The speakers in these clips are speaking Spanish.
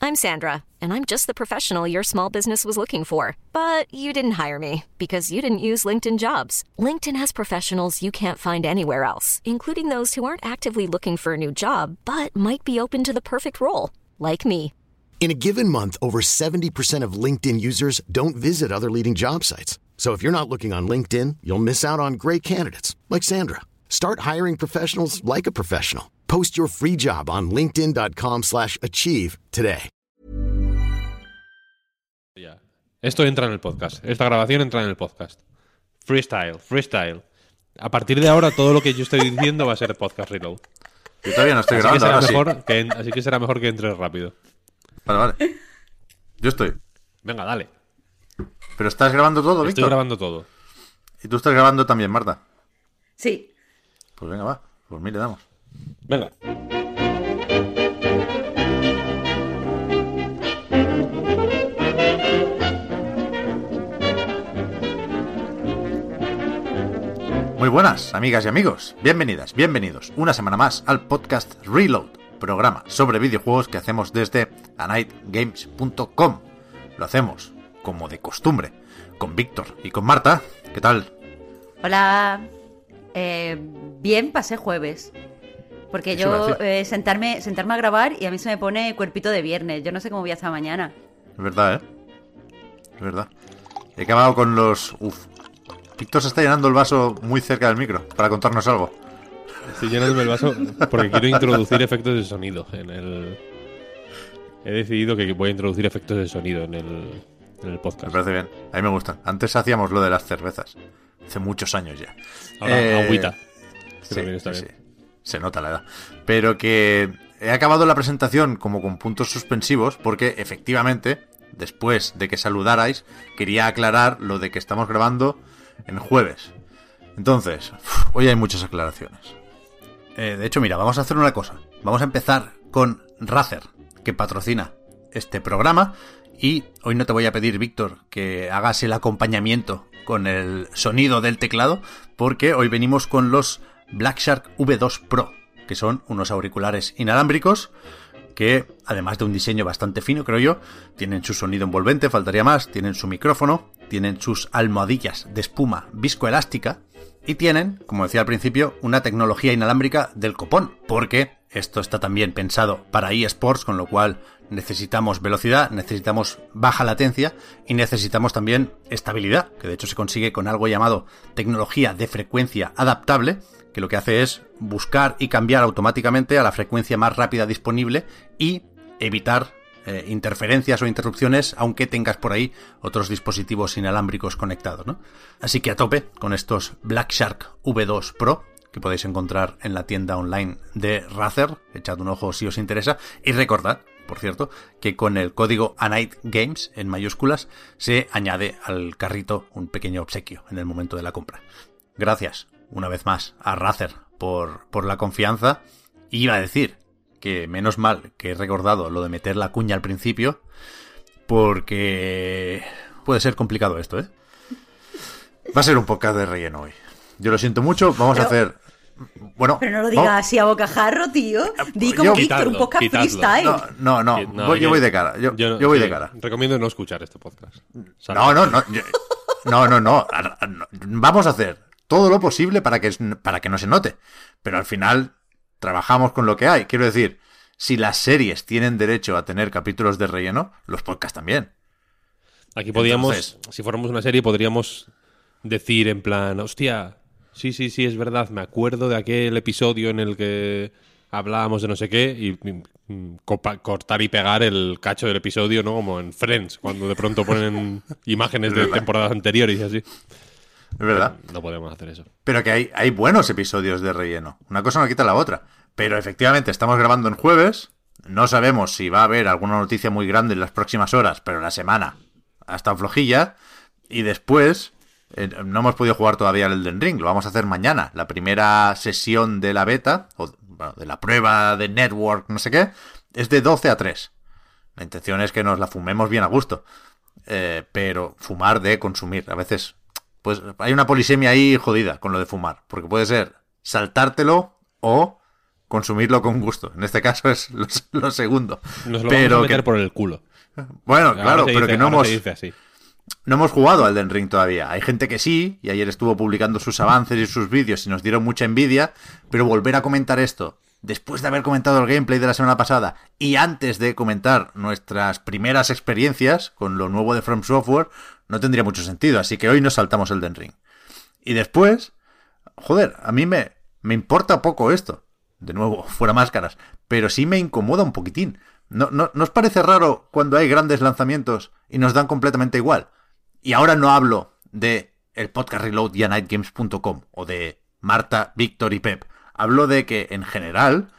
I'm Sandra, and I'm just the professional your small business was looking for. But you didn't hire me because you didn't use LinkedIn Jobs. LinkedIn has professionals you can't find anywhere else, including those who aren't actively looking for a new job, but might be open to the perfect role, like me. In a given month, over 70% of LinkedIn users don't visit other leading job sites. So if you're not looking on LinkedIn, you'll miss out on great candidates like Sandra. Start hiring professionals like a professional. Post your free job on linkedin.com/achieve today. Esto entra en el podcast. Esta grabación entra en el podcast. Freestyle. A partir de ahora, todo lo que yo estoy diciendo va a ser podcast reload. Yo todavía no estoy Así grabando, ahora que así que será mejor que entres rápido. Vale. Yo estoy. Venga, dale. ¿Pero estás grabando todo, Víctor? Estoy grabando todo. ¿Y tú estás grabando también, Marta? Sí. Pues venga, va. Por mí le damos. Venga. Muy buenas, amigas y amigos. Bienvenidas, bienvenidos una semana más al podcast Reload, programa sobre videojuegos que hacemos desde anightgames.com. Lo hacemos, como de costumbre, con Víctor y con Marta. ¿Qué tal? Hola. Bien, pasé jueves. Porque yo sentarme a grabar y a mí se me pone cuerpito de viernes. Yo no sé cómo voy hasta mañana. Es verdad, ¿eh? Es verdad. He acabado con los... Víctor se está llenando el vaso muy cerca del micro para contarnos algo. Estoy llenándome el vaso porque quiero introducir efectos de sonido en el... He decidido que voy a introducir efectos de sonido en el podcast. Me parece bien. A mí me gustan. Antes hacíamos lo de las cervezas. Hace muchos años ya. Ahora, agüita. Sí, también está bien. Sí. Se nota la edad. Pero que he acabado la presentación como con puntos suspensivos porque efectivamente, después de que saludarais, quería aclarar lo de que estamos grabando en jueves. Entonces, hoy hay muchas aclaraciones. De hecho, mira, vamos a hacer una cosa. Vamos a empezar con Razer, que patrocina este programa. Y hoy no te voy a pedir, Víctor, que hagas el acompañamiento con el sonido del teclado, porque hoy venimos con los Black Shark V2 Pro, que son unos auriculares inalámbricos que, además de un diseño bastante fino, creo yo, tienen su sonido envolvente, faltaría más, tienen su micrófono, tienen sus almohadillas de espuma viscoelástica y tienen, como decía al principio, una tecnología inalámbrica del copón, porque esto está también pensado para eSports, con lo cual necesitamos velocidad, necesitamos baja latencia y necesitamos también estabilidad, que de hecho se consigue con algo llamado tecnología de frecuencia adaptable, que lo que hace es buscar y cambiar automáticamente a la frecuencia más rápida disponible y evitar interferencias o interrupciones, aunque tengas por ahí otros dispositivos inalámbricos conectados, ¿no? Así que a tope con estos Black Shark V2 Pro, que podéis encontrar en la tienda online de Razer. Echad un ojo si os interesa. Y recordad, por cierto, que con el código ANIGHTGAMES en mayúsculas se añade al carrito un pequeño obsequio en el momento de la compra. Gracias, una vez más, a Razer por la confianza. Y iba a decir que menos mal que he recordado lo de meter la cuña al principio, porque puede ser complicado esto, ¿eh? Va a ser un podcast de relleno hoy. Yo lo siento mucho, vamos a hacer... Bueno, pero no lo digas así a bocajarro, tío. Di como Víctor, un podcast freestyle. No, yo voy de cara. Yo voy de cara. Recomiendo no escuchar este podcast. No. Vamos a hacer todo lo posible para que no se note. Pero al final trabajamos con lo que hay. Quiero decir, si las series tienen derecho a tener capítulos de relleno, los podcasts también. Aquí podríamos, si fuéramos una serie, podríamos decir en plan, hostia, sí, es verdad, me acuerdo de aquel episodio en el que hablábamos de no sé qué y cortar y pegar el cacho del episodio, ¿no? Como en Friends, cuando de pronto ponen imágenes de temporadas anteriores y así. Es verdad. No podemos hacer eso. Pero que hay buenos episodios de relleno. Una cosa no quita la otra. Pero efectivamente estamos grabando en jueves. No sabemos si va a haber alguna noticia muy grande en las próximas horas, pero la semana ha estado flojilla. Y después no hemos podido jugar todavía al Elden Ring. Lo vamos a hacer mañana. La primera sesión de la beta, o bueno, de la prueba de Network, no sé qué, es de 12 a 3. La intención es que nos la fumemos bien a gusto. Pero fumar de consumir. A veces pues hay una polisemia ahí jodida con lo de fumar. Porque puede ser saltártelo o consumirlo con gusto. En este caso es lo segundo. Nos lo vamos a meter por el culo. Bueno, claro, pero que no hemos jugado al Elden Ring todavía. Hay gente que sí, y ayer estuvo publicando sus avances y sus vídeos y nos dieron mucha envidia, pero volver a comentar esto, después de haber comentado el gameplay de la semana pasada y antes de comentar nuestras primeras experiencias con lo nuevo de From Software, no tendría mucho sentido, así que hoy nos saltamos el Elden Ring. Y después, joder, a mí me importa poco esto. De nuevo, fuera máscaras, pero sí me incomoda un poquitín. ¿No os parece raro cuando hay grandes lanzamientos y nos dan completamente igual? Y ahora no hablo de el podcast Reload y a nightgames.com o de Marta, Víctor y Pep. Hablo de que, en general,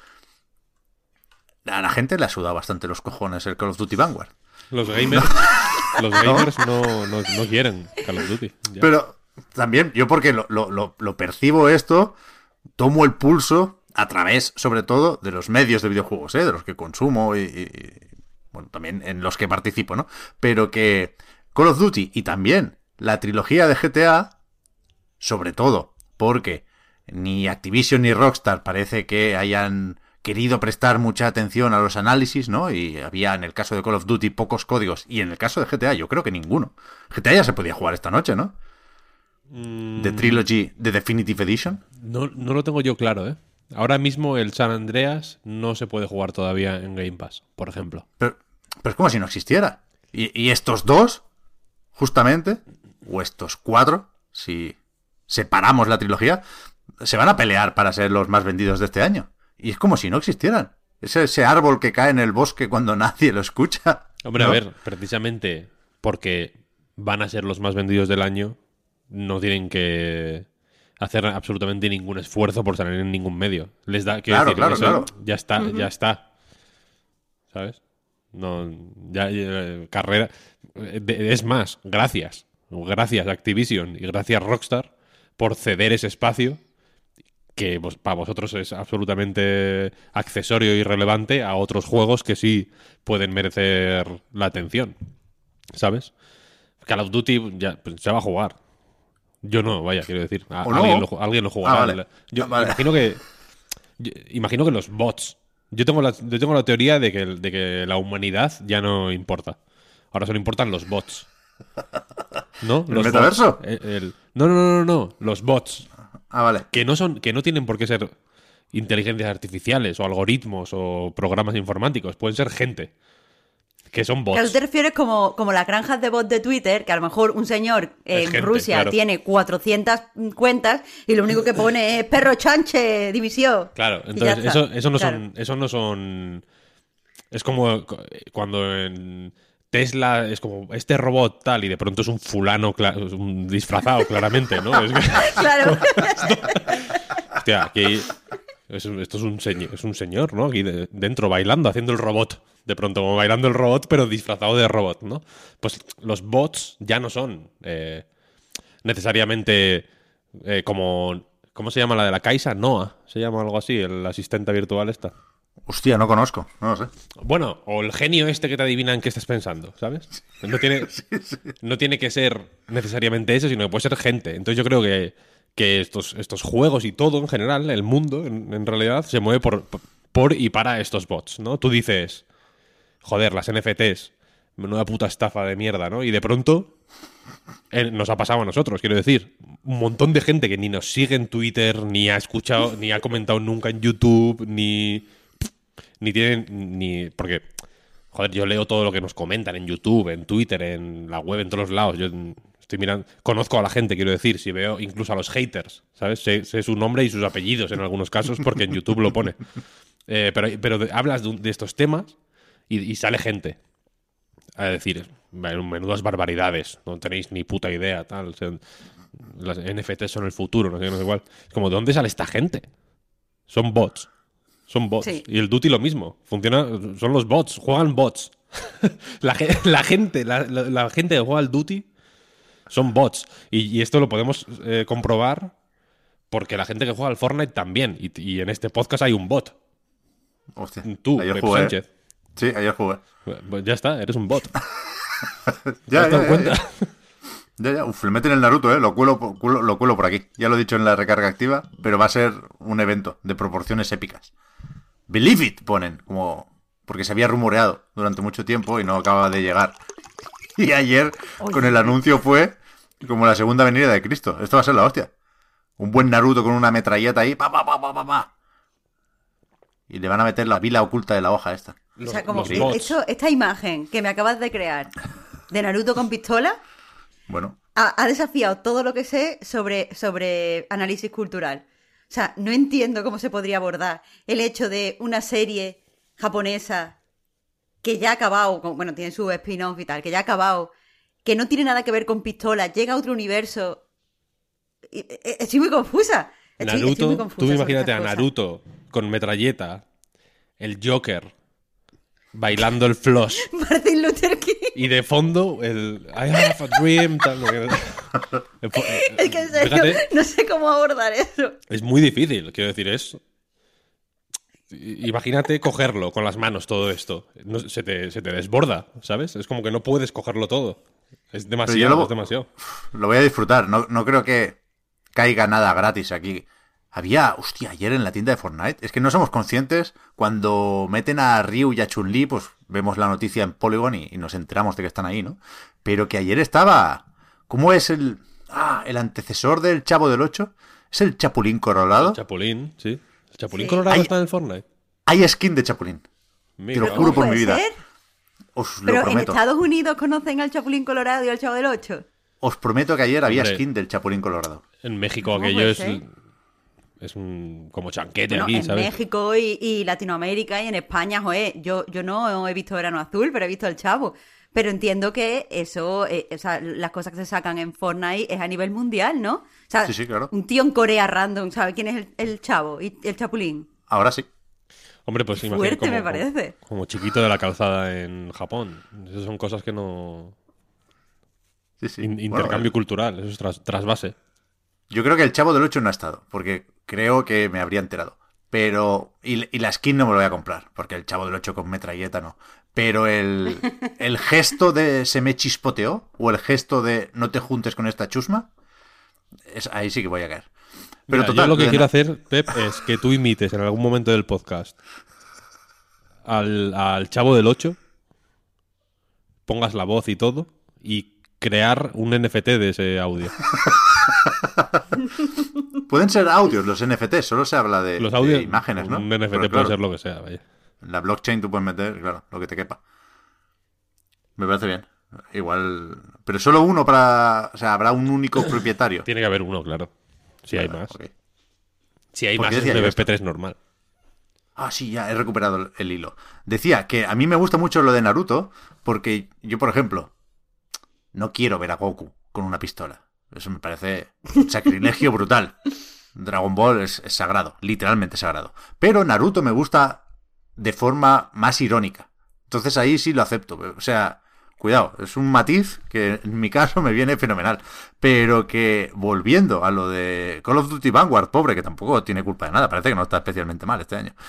a la gente le ha sudado bastante los cojones el Call of Duty Vanguard. Los gamers, los gamers no quieren Call of Duty. Ya. Pero también, yo porque lo percibo esto, tomo el pulso a través, sobre todo, de los medios de videojuegos, de los que consumo y bueno, también en los que participo, ¿no? Pero que Call of Duty y también la trilogía de GTA, sobre todo, porque ni Activision ni Rockstar parece que hayan querido prestar mucha atención a los análisis, ¿no? Y había en el caso de Call of Duty pocos códigos, y en el caso de GTA yo creo que ninguno. GTA ya se podía jugar esta noche, ¿no? The Trilogy, The Definitive Edition. No lo tengo yo claro, ¿eh? Ahora mismo el San Andreas no se puede jugar todavía en Game Pass, por ejemplo. Pero es como si no existiera. Y estos dos, justamente, o estos cuatro, si separamos la trilogía, se van a pelear para ser los más vendidos de este año. Y es como si no existieran. Es ese árbol que cae en el bosque cuando nadie lo escucha. Hombre, ¿no? A ver, precisamente porque van a ser los más vendidos del año, no tienen que hacer absolutamente ningún esfuerzo por salir en ningún medio. Les da, claro. Ya está. ¿Sabes? No, carrera. Es más, gracias Activision y gracias Rockstar por ceder ese espacio que para vosotros es absolutamente accesorio y relevante a otros juegos que sí pueden merecer la atención. ¿Sabes? Call of Duty ya se va a jugar. Yo no, vaya, quiero decir. Alguien lo jugará. Vale. Yo vale. imagino que los bots. Yo tengo la teoría de que la humanidad ya no importa. Ahora solo importan los bots. ¿No? ¿El metaverso? No. Los bots. Vale. Que no tienen por qué ser inteligencias artificiales o algoritmos o programas informáticos. Pueden ser gente. Que son bots. Claro, te refieres como las granjas de bots de Twitter, que a lo mejor un señor en Rusia tiene 400 cuentas y lo único que pone es perro chanche, división. Claro, entonces eso no son... Es como cuando en Tesla es como este robot tal y de pronto es un fulano un disfrazado claramente, ¿no? Claro. Hostia, aquí... Esto es un señor, ¿no? Aquí dentro bailando, haciendo el robot. De pronto, como bailando el robot, pero disfrazado de robot, ¿no? Pues los bots ya no son necesariamente como... ¿Cómo se llama la de la Caixa? Noah. Se llama algo así, el asistente virtual esta. Hostia, no conozco, no lo sé. Bueno, o el genio este que te adivina en qué estás pensando, ¿sabes? No tiene que ser necesariamente eso, sino que puede ser gente. Entonces yo creo que estos juegos y todo en general, el mundo en realidad, se mueve por y para estos bots, ¿no? Tú dices, joder, las NFTs, menuda puta estafa de mierda, ¿no? Y de pronto nos ha pasado a nosotros, quiero decir, un montón de gente que ni nos sigue en Twitter, ni ha escuchado, ni ha comentado nunca en YouTube, ni tienen, porque, joder, yo leo todo lo que nos comentan en YouTube, en Twitter, en la web, en todos los lados. Yo estoy mirando, conozco a la gente, quiero decir, si veo incluso a los haters, ¿sabes? Sé su nombre y sus apellidos en algunos casos porque en YouTube lo pone. Pero hablas de estos temas y sale gente a decir, menudas barbaridades, no tenéis ni puta idea, tal. O sea, las NFTs son el futuro, no sé igual. Es como, ¿de dónde sale esta gente? Son bots. Sí. Y el Duty lo mismo. Funciona, son los bots, juegan bots. la gente que juega al Duty son bots. Y esto lo podemos comprobar porque la gente que juega al Fortnite también. Y en este podcast hay un bot. Hostia, tú, Pep Sánchez. Sí, ayer jugué. Pues ya está, eres un bot. ya, ¿Te has dado cuenta? Ya. Uf, le meten el Naruto, lo cuelo por aquí. Ya lo he dicho en la recarga activa, pero va a ser un evento de proporciones épicas. Believe it, ponen, como porque se había rumoreado durante mucho tiempo y no acababa de llegar. Y ayer, con el anuncio, fue como la segunda venida de Cristo. Esto va a ser la hostia. Un buen Naruto con una metralleta ahí, pa, pa, pa, pa, pa, pa. Y le van a meter la vila oculta de la hoja esta. O sea, como esta imagen que me acabas de crear de Naruto con pistola, bueno, ha desafiado todo lo que sé sobre análisis cultural. O sea, no entiendo cómo se podría abordar el hecho de una serie japonesa que ya ha acabado, bueno, tiene su spin-off y tal, que ya ha acabado, que no tiene nada que ver con pistolas, llega a otro universo. Estoy muy confusa. Naruto, estoy muy confusa tú imagínate a cosas. Naruto con metralleta, el Joker, bailando el floss. Martin Luther King. Y de fondo, el I have a dream. Tal, Es que en serio, fíjate, no sé cómo abordar eso. es muy difícil, quiero decir, imagínate cogerlo con las manos todo esto. Se te desborda, ¿sabes? Es como que no puedes cogerlo todo. Es demasiado, es demasiado. Lo voy a disfrutar. No creo que caiga nada gratis aquí. Hostia, ayer en la tienda de Fortnite. Es que no somos conscientes cuando meten a Ryu y a Chun-Li, pues vemos la noticia en Polygon y nos enteramos de que están ahí, ¿no? Pero que ayer estaba... ¿Cómo es el antecesor del Chavo del 8? ¿Es el Chapulín Colorado? El Chapulín, sí. ¿El Chapulín Colorado está en el Fortnite? Hay skin de Chapulín. Mira, te lo juro por mi ¿Puede vida. ser? Os lo Pero prometo. en Estados Unidos conocen al Chapulín Colorado y al Chavo del 8. Os prometo que ayer había Hombre, skin del Chapulín Colorado. En México ¿Cómo aquello puede es... ser? Es como chanquete Bueno, aquí, en ¿sabes? México y Latinoamérica y en España, joder, yo no he visto Verano Azul, pero he visto El Chavo. Pero entiendo que eso, o sea, las cosas que se sacan en Fortnite es a nivel mundial, ¿no? O sea, Sí, claro. un tío en Corea random, ¿sabe quién es el Chavo y el Chapulín? Ahora sí. Hombre, pues imagínate Fuerte, me parece. como chiquito de la calzada en Japón. Esas son cosas que no... Sí, sí. Intercambio Bueno, cultural, eso es trasvase. yo creo que el Chavo del 8 no ha estado, porque creo que me habría enterado. Pero... Y la skin no me lo voy a comprar, porque el Chavo del 8 con metralleta no. Pero el gesto de se me chispoteó, o el gesto de no te juntes con esta chusma, ahí sí que voy a caer. Pero Mira, total, yo lo que de quiero hacer, Pep, es que tú imites en algún momento del podcast al Chavo del 8, pongas la voz y todo, y crear un NFT de ese audio. Pueden ser audios los NFT, solo se habla de, Los audios, de imágenes, ¿no? un NFT Pero puede claro, ser lo que sea, vaya. en la blockchain tú puedes meter, claro, lo que te quepa. Me parece bien. Igual... Pero solo uno para... O sea, habrá un único propietario. Tiene que haber uno, claro. Si hay más. Ok. Si hay ¿Por más qué es decía un yo esto? MP3 normal. Ah, sí, ya he recuperado el hilo. Decía que a mí me gusta mucho lo de Naruto porque yo, por ejemplo, no quiero ver a Goku con una pistola. Eso me parece un sacrilegio brutal. Dragon Ball es sagrado, literalmente sagrado. Pero Naruto me gusta de forma más irónica. Entonces ahí sí lo acepto. O sea, cuidado, es un matiz que en mi caso me viene fenomenal. Pero que, volviendo a lo de Call of Duty Vanguard, pobre, que tampoco tiene culpa de nada, parece que no está especialmente mal este año.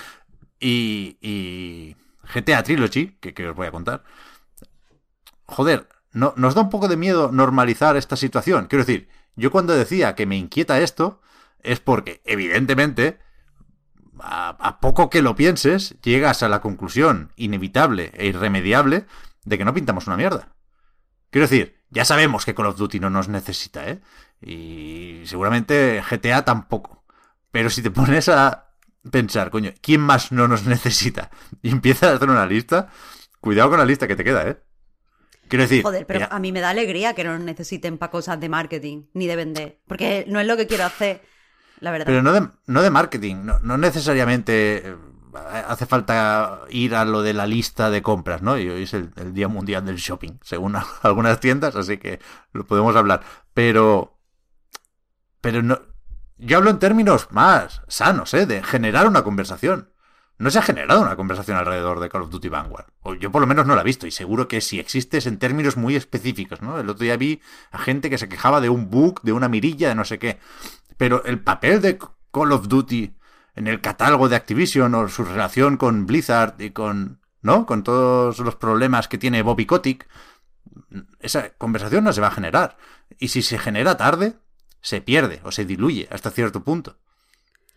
Y GTA Trilogy, que os voy a contar. Joder, ¿nos da un poco de miedo normalizar esta situación? Quiero decir, yo cuando decía que me inquieta esto, es porque, evidentemente, a poco que lo pienses, llegas a la conclusión inevitable e irremediable de que no pintamos una mierda. Quiero decir, ya sabemos que Call of Duty no nos necesita, ¿eh? Y seguramente GTA tampoco. Pero si te pones a pensar, coño, ¿quién más no nos necesita? Y empiezas a hacer una lista, cuidado con la lista que te queda, ¿eh? Quiero decir... Joder, pero a mí me da alegría que no nos necesiten para cosas de marketing, ni de vender. Porque no es lo que quiero hacer, la verdad. Pero no de marketing, no necesariamente hace falta ir a lo de la lista de compras, ¿no? Y hoy es el Día Mundial del Shopping, según algunas tiendas, así que lo podemos hablar. Pero no, yo hablo en términos más sanos, ¿eh? De generar una conversación. No se ha generado una conversación alrededor de Call of Duty Vanguard. O yo por lo menos no la he visto. Y seguro que si existe es en términos muy específicos, ¿no? El otro día vi a gente que se quejaba de un bug, de una mirilla, de no sé qué. Pero el papel de Call of Duty en el catálogo de Activision o su relación con Blizzard y con... ¿no? Con todos los problemas que tiene Bobby Kotick, esa conversación no se va a generar. Y si se genera tarde, se pierde o se diluye hasta cierto punto.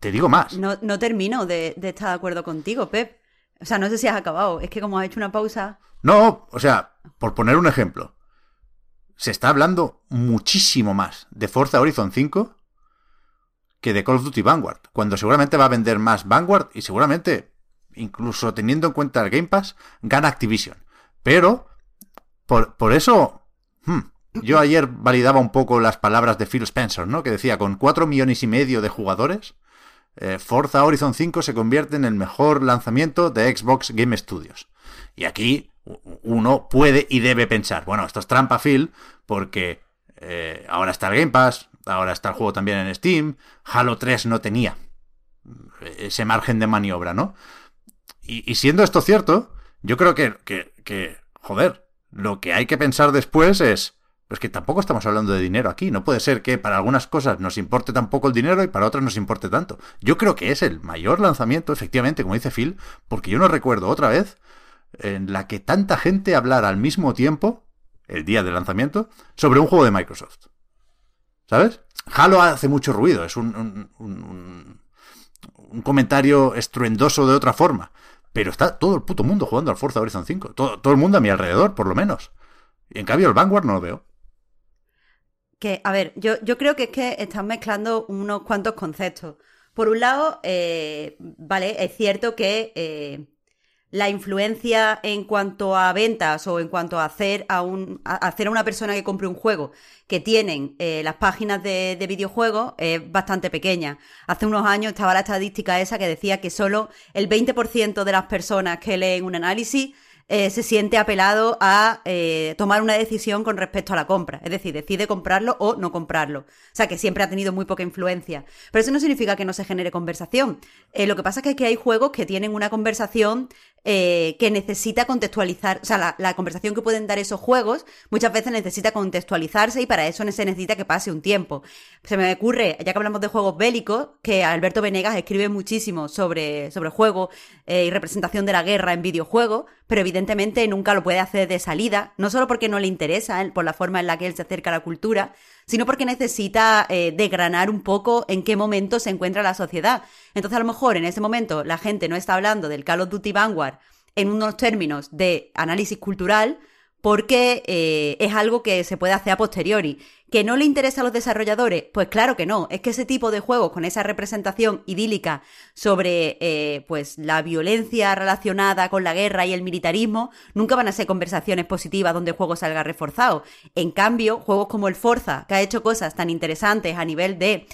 te digo más. No termino de estar de acuerdo contigo, Pep. O sea, no sé si has acabado. Es que como has hecho una pausa... No, o sea, por poner un ejemplo, se está hablando muchísimo más de Forza Horizon 5 que de Call of Duty Vanguard, cuando seguramente va a vender más Vanguard y seguramente, incluso teniendo en cuenta el Game Pass, gana Activision. Pero, por eso, yo ayer validaba un poco las palabras de Phil Spencer, ¿no? Que decía, con 4,5 millones de jugadores, Forza Horizon 5 se convierte en el mejor lanzamiento de Xbox Game Studios. Y aquí uno puede y debe pensar, bueno, esto es trampa, Phil, porque ahora está el Game Pass, ahora está el juego también en Steam, Halo 3 no tenía ese margen de maniobra, ¿no? Y siendo esto cierto, yo creo que, joder, lo que hay que pensar después es, pues que tampoco estamos hablando de dinero aquí, no puede ser que para algunas cosas nos importe tan poco el dinero y para otras nos importe tanto. Yo creo que es el mayor lanzamiento, efectivamente, como dice Phil, porque yo no recuerdo otra vez en la que tanta gente hablara al mismo tiempo, el día del lanzamiento, sobre un juego de Microsoft. ¿Sabes? Halo hace mucho ruido, es un comentario estruendoso de otra forma, pero está todo el puto mundo jugando al Forza Horizon 5, todo el mundo a mi alrededor, por lo menos. Y en cambio el Vanguard no lo veo. Que, a ver, yo creo que es que están mezclando unos cuantos conceptos. Por un lado, vale, es cierto que la influencia en cuanto a ventas o en cuanto a hacer a una persona que compre un juego que tienen las páginas de videojuegos es bastante pequeña. Hace unos años estaba la estadística esa que decía que solo el 20% de las personas que leen un análisis se siente apelado a tomar una decisión con respecto a la compra. Es decir, decide comprarlo o no comprarlo. O sea, que siempre ha tenido muy poca influencia. Pero eso no significa que no se genere conversación. Lo que pasa es que hay juegos que tienen una conversación que necesita contextualizar. O sea, la conversación que pueden dar esos juegos muchas veces necesita contextualizarse y para eso se necesita que pase un tiempo. Se me ocurre, ya que hablamos de juegos bélicos, que Alberto Venegas escribe muchísimo sobre juegos y representación de la guerra en videojuegos, pero evidentemente nunca lo puede hacer de salida, no solo porque no le interesa por la forma en la que él se acerca a la cultura, sino porque necesita desgranar un poco en qué momento se encuentra la sociedad. Entonces, a lo mejor en ese momento la gente no está hablando del Call of Duty Vanguard en unos términos de análisis cultural porque es algo que se puede hacer a posteriori. ¿Que no le interesa a los desarrolladores? Pues claro que no. Es que ese tipo de juegos con esa representación idílica sobre pues la violencia relacionada con la guerra y el militarismo nunca van a ser conversaciones positivas donde el juego salga reforzado. En cambio, juegos como el Forza, que ha hecho cosas tan interesantes a nivel de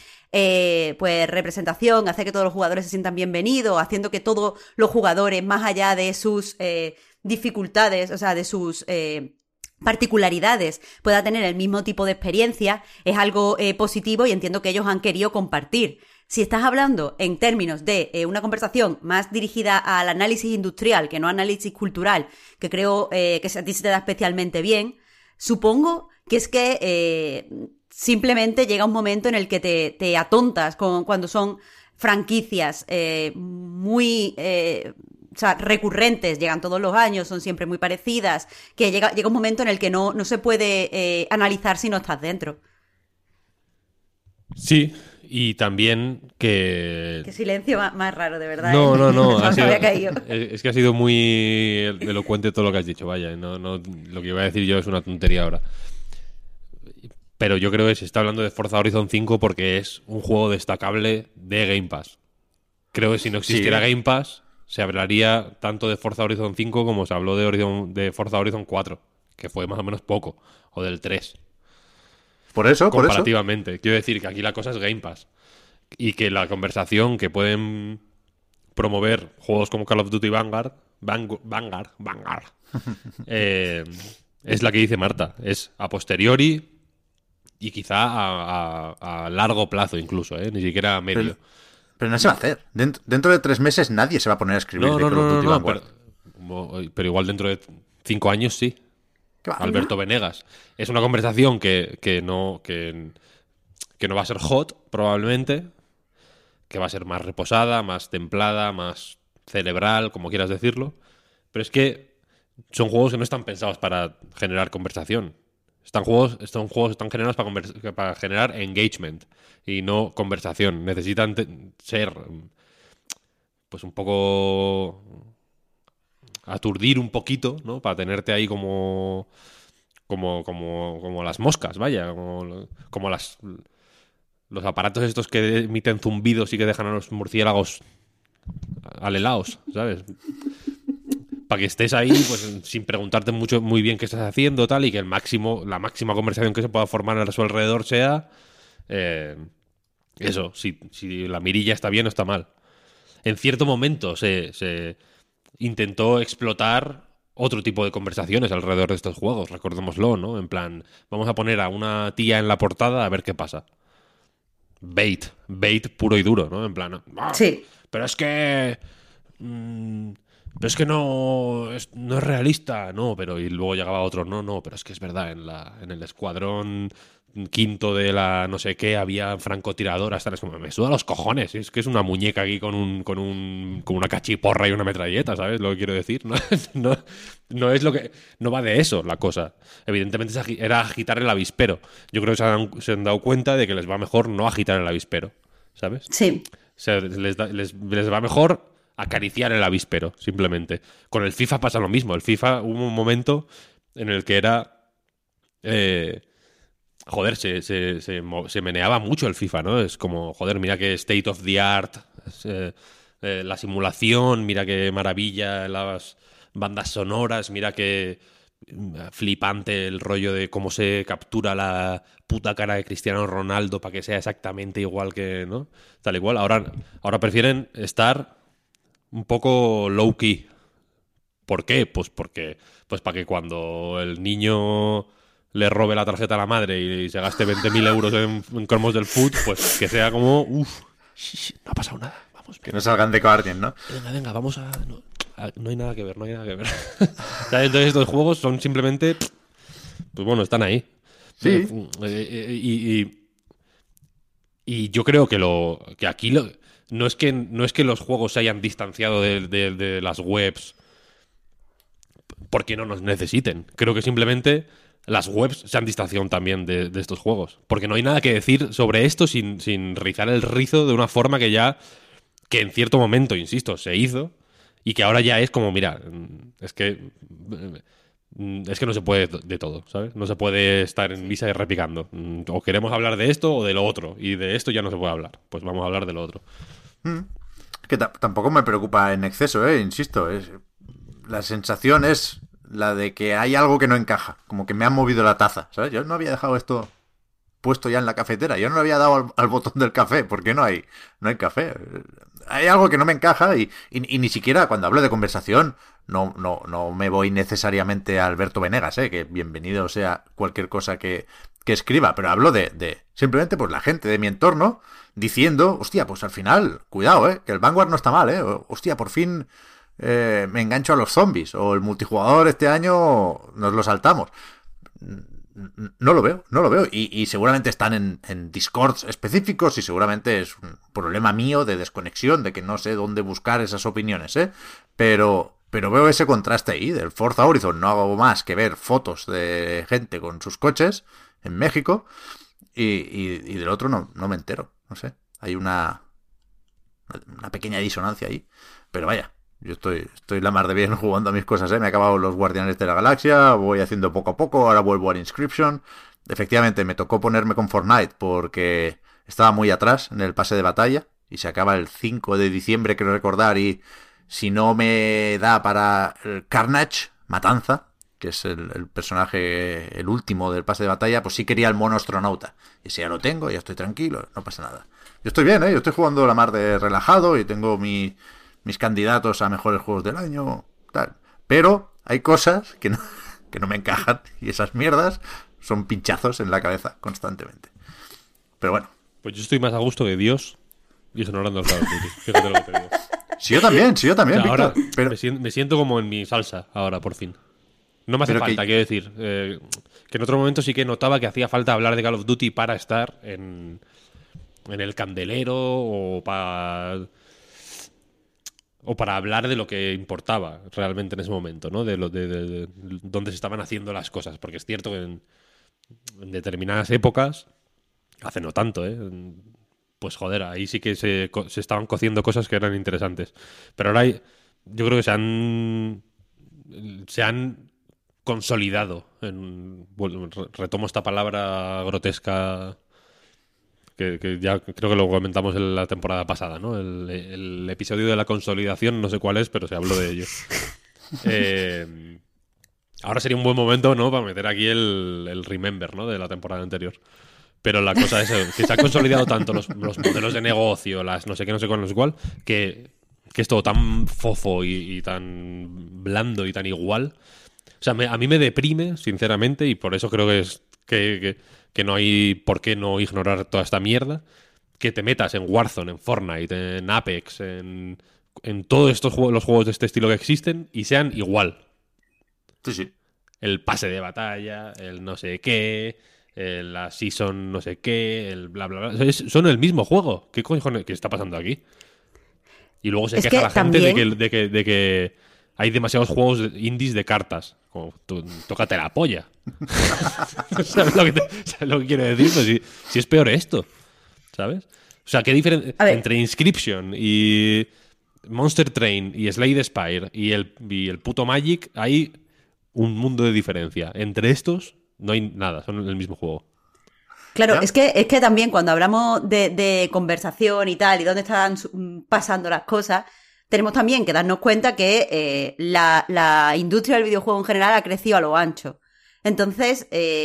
pues representación, hacer que todos los jugadores se sientan bienvenidos, haciendo que todos los jugadores, más allá de sus dificultades, o sea, de sus particularidades, pueda tener el mismo tipo de experiencia, es algo positivo y entiendo que ellos han querido compartir. Si estás hablando en términos de una conversación más dirigida al análisis industrial que no análisis cultural, que creo que a ti se te da especialmente bien, supongo que es que simplemente llega un momento en el que te atontas cuando son franquicias muy o sea, recurrentes, llegan todos los años, son siempre muy parecidas, que llega un momento en el que no se puede analizar si no estás dentro. Sí, y también que... Qué silencio más raro, de verdad. No. Había caído. Es que ha sido muy elocuente todo lo que has dicho, vaya. No, lo que iba a decir yo es una tontería ahora. Pero yo creo que se está hablando de Forza Horizon 5 porque es un juego destacable de Game Pass. Creo que si no existiera Game Pass, se hablaría tanto de Forza Horizon 5 como se habló de Forza Horizon 4, que fue más o menos poco, o del 3. Por eso. Comparativamente. Quiero decir que aquí la cosa es Game Pass. Y que la conversación que pueden promover juegos como Call of Duty Vanguard es la que dice Marta. Es a posteriori y quizá a largo plazo incluso, ni siquiera a medio. Pero no se va a hacer. Dentro de 3 meses nadie se va a poner a escribir de Call of Duty Vanguard. Pero igual dentro de 5 años sí. ¿Qué va? Alberto Venegas. Es una conversación que no va a ser hot, probablemente. Que va a ser más reposada, más templada, más cerebral, como quieras decirlo. Pero es que son juegos que no están pensados para generar conversación. Estos juegos están generados para generar engagement y no conversación. Necesitan ser pues un poco aturdir un poquito, ¿no? Para tenerte ahí como las moscas, vaya, como los aparatos estos que emiten zumbidos y que dejan a los murciélagos alelaos, ¿sabes? Para que estés ahí, pues sin preguntarte muy bien qué estás haciendo, tal, y que la máxima conversación que se pueda formar a su alrededor sea eso, si la mirilla está bien o está mal. En cierto momento se intentó explotar otro tipo de conversaciones alrededor de estos juegos, recordémoslo, ¿no? En plan, vamos a poner a una tía en la portada a ver qué pasa. Bait puro y duro, ¿no? En plan, Sí. Pero es que no es realista, no, pero y luego llegaba otro, no, pero es que es verdad, en el escuadrón quinto de la no sé qué había francotiradoras, tal, es como, me suda los cojones, es que es una muñeca aquí con una cachiporra y una metralleta, ¿sabes lo que quiero decir? No es lo que, no va de eso la cosa. Evidentemente era agitar el avispero. Yo creo que se han dado cuenta de que les va mejor no agitar el avispero, ¿sabes? Sí. O sea, les va mejor acariciar el avispero, simplemente. Con el FIFA pasa lo mismo. El FIFA hubo un momento en el que era... joder, se meneaba mucho el FIFA, ¿no? Es como, joder, mira qué state of the art, la simulación, mira qué maravilla las bandas sonoras, mira qué flipante el rollo de cómo se captura la puta cara de Cristiano Ronaldo para que sea exactamente igual que, ¿no? Tal igual. Ahora prefieren estar un poco low key. ¿Por qué? Pues para que cuando el niño le robe la tarjeta a la madre y se gaste 20.000 euros en cromos del food, pues que sea como, no ha pasado nada, vamos. Que no salgan de Guardian, ¿no? Venga, vamos a... No hay nada que ver. Entonces estos juegos son simplemente, pues bueno, están ahí. Sí. Y yo creo que aquí no es que los juegos se hayan distanciado de las webs porque no nos necesiten. Creo que simplemente las webs se han distanciado también de estos juegos. Porque no hay nada que decir sobre esto sin rizar el rizo de una forma que en cierto momento, insisto, se hizo y que ahora ya es como, mira, es que no se puede de todo, ¿sabes? No se puede estar en misa y replicando. O queremos hablar de esto o de lo otro. Y de esto ya no se puede hablar. Pues vamos a hablar de lo otro. Que tampoco me preocupa en exceso, insisto. La sensación es la de que hay algo que no encaja. Como que me han movido la taza, ¿sabes? Yo no había dejado esto puesto ya en la cafetera. Yo no le había dado al botón del café. ¿Por qué no hay café? Hay algo que no me encaja y ni siquiera cuando hablo de conversación no me voy necesariamente a Alberto Venegas, que bienvenido sea cualquier cosa que escriba, pero hablo de simplemente pues la gente de mi entorno diciendo, hostia, pues al final, cuidado, que el Vanguard no está mal, hostia, por fin me engancho a los zombies, o el multijugador este año nos lo saltamos. No lo veo. Y seguramente están en Discords específicos y seguramente es un problema mío de desconexión, de que no sé dónde buscar esas opiniones, Pero veo ese contraste ahí. Del Forza Horizon no hago más que ver fotos de gente con sus coches en México y del otro no me entero. No sé. Hay una pequeña disonancia ahí. Pero vaya. Yo estoy la mar de bien jugando a mis cosas, Me he acabado los Guardianes de la Galaxia, voy haciendo poco a poco, ahora vuelvo al Inscription. Efectivamente, me tocó ponerme con Fortnite porque estaba muy atrás en el pase de batalla y se acaba el 5 de diciembre, creo recordar, y si no me da para el Carnage, Matanza, que es el personaje, el último del pase de batalla, pues sí quería el mono astronauta. Y si ya lo tengo, ya estoy tranquilo, no pasa nada. Yo estoy bien, Yo estoy jugando la mar de relajado y tengo mis candidatos a mejores juegos del año, tal. Pero hay cosas que no me encajan y esas mierdas son pinchazos en la cabeza constantemente. Pero bueno. Pues yo estoy más a gusto que Dios ignorando el Call of Duty. Fíjate lo que te digo. Sí, yo también, o sea, Víctor. Ahora pero... me siento como en mi salsa ahora, por fin. No me hace falta, quiero decir. Que en otro momento sí que notaba que hacía falta hablar de Call of Duty para estar en el candelero o para hablar de lo que importaba realmente en ese momento, ¿no? De dónde se estaban haciendo las cosas. Porque es cierto que en determinadas épocas, hace no tanto, pues joder, ahí sí que se estaban cociendo cosas que eran interesantes. Pero ahora yo creo que se han consolidado. Retomo esta palabra grotesca que ya creo que lo comentamos en la temporada pasada, ¿no? El episodio de la consolidación, no sé cuál es, pero se habló de ello. Ahora sería un buen momento, ¿no?, para meter aquí el Remember, ¿no?, de la temporada anterior. Pero la cosa es que se han consolidado tanto los modelos de negocio, las no sé qué, no sé cuál, no sé cuál, que es todo tan fofo y tan blando y tan igual. O sea, a mí me deprime, sinceramente, y por eso creo que es que no hay por qué no ignorar toda esta mierda, que te metas en Warzone, en Fortnite, en Apex, en todos estos juegos, los juegos de este estilo que existen, y sean igual. Sí. El pase de batalla, el no sé qué, la season no sé qué, el bla bla bla. Son el mismo juego. ¿Qué cojones qué está pasando aquí? Y luego se queja la gente también de que hay demasiados juegos indies de cartas. Como, tócate la polla. ¿Sabes lo que quiero decir? Pues si es peor esto, ¿sabes? O sea, ¿qué diferencia entre Inscription y Monster Train y Slay the Spire y el puto Magic? Hay un mundo de diferencia. Entre estos no hay nada, son el mismo juego. Claro, ¿ya? Es que también cuando hablamos de conversación y tal, y dónde están pasando las cosas, tenemos también que darnos cuenta que la industria del videojuego en general ha crecido a lo ancho. Entonces,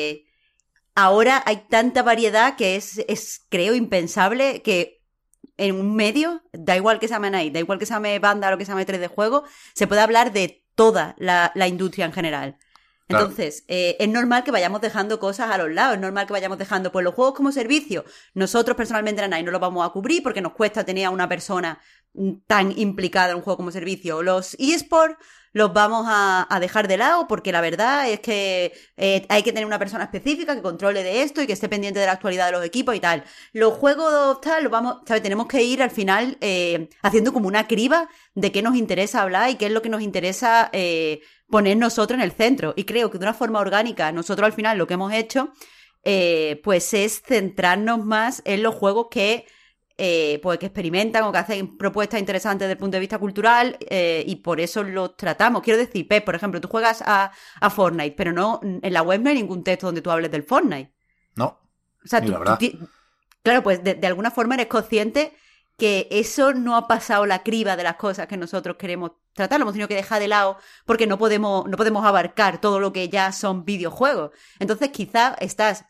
ahora hay tanta variedad que es creo, impensable que en un medio, da igual que se llame Night, da igual que se llame Banda o que se llame 3D Juego, se puede hablar de toda la industria en general. Entonces, es normal que vayamos dejando cosas a los lados, es normal que vayamos dejando pues los juegos como servicio. Nosotros personalmente en Night no los vamos a cubrir porque nos cuesta tener a una persona tan implicada en un juego como servicio. Los eSports los vamos a dejar de lado porque la verdad es que hay que tener una persona específica que controle de esto y que esté pendiente de la actualidad de los equipos y tal. Los juegos tal, ¿sabes? Tenemos que ir al final haciendo como una criba de qué nos interesa hablar y qué es lo que nos interesa poner nosotros en el centro. Y creo que de una forma orgánica, nosotros al final lo que hemos hecho pues es centrarnos más en los juegos que pues que experimentan o que hacen propuestas interesantes desde el punto de vista cultural y por eso los tratamos. Quiero decir, Pep, por ejemplo, tú juegas a Fortnite, pero no en la web no hay ningún texto donde tú hables del Fortnite. No, o sea, tú claro, pues de alguna forma eres consciente que eso no ha pasado la criba de las cosas que nosotros queremos tratar, lo hemos tenido que dejar de lado porque no podemos abarcar todo lo que ya son videojuegos. Entonces quizás estás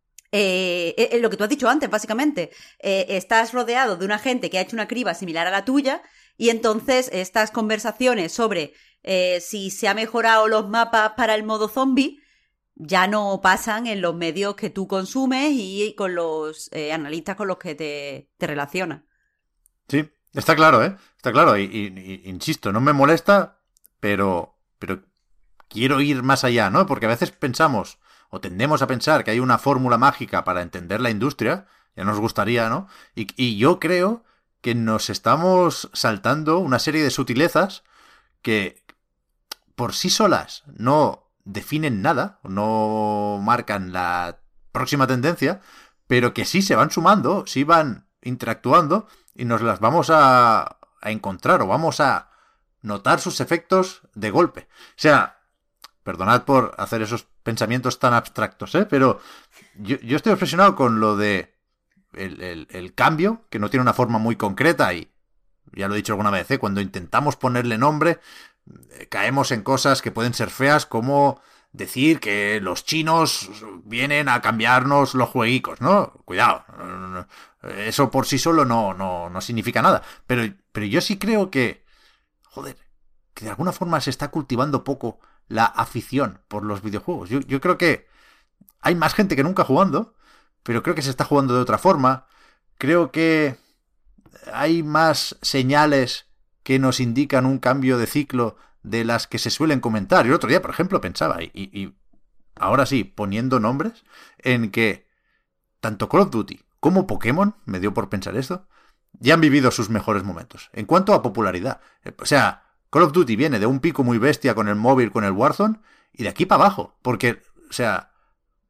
lo que tú has dicho antes, básicamente, estás rodeado de una gente que ha hecho una criba similar a la tuya y entonces estas conversaciones sobre si se ha mejorado los mapas para el modo zombie ya no pasan en los medios que tú consumes y con los analistas con los que te relacionas. Sí, está claro, ¿eh? Está claro. Y insisto, no me molesta, pero quiero ir más allá, ¿no? Porque a veces pensamos o tendemos a pensar que hay una fórmula mágica para entender la industria, ya nos gustaría, ¿no? Y yo creo que nos estamos saltando una serie de sutilezas que por sí solas no definen nada, no marcan la próxima tendencia, pero que sí se van sumando, sí van interactuando y nos las vamos a encontrar o vamos a notar sus efectos de golpe. O sea, perdonad por hacer esos pensamientos tan abstractos, pero yo estoy obsesionado con lo de el cambio, que no tiene una forma muy concreta y ya lo he dicho alguna vez, cuando intentamos ponerle nombre caemos en cosas que pueden ser feas como decir que los chinos vienen a cambiarnos los jueguicos, ¿no? Cuidado, eso por sí solo no significa nada, pero yo sí creo que, joder, que de alguna forma se está cultivando poco la afición por los videojuegos. Yo creo que hay más gente que nunca jugando, pero creo que se está jugando de otra forma. Creo que hay más señales que nos indican un cambio de ciclo de las que se suelen comentar. Y el otro día, por ejemplo, pensaba, y ahora sí, poniendo nombres, en que tanto Call of Duty como Pokémon, me dio por pensar esto, ya han vivido sus mejores momentos. En cuanto a popularidad, o sea, Call of Duty viene de un pico muy bestia con el móvil, con el Warzone, y de aquí para abajo. Porque, o sea,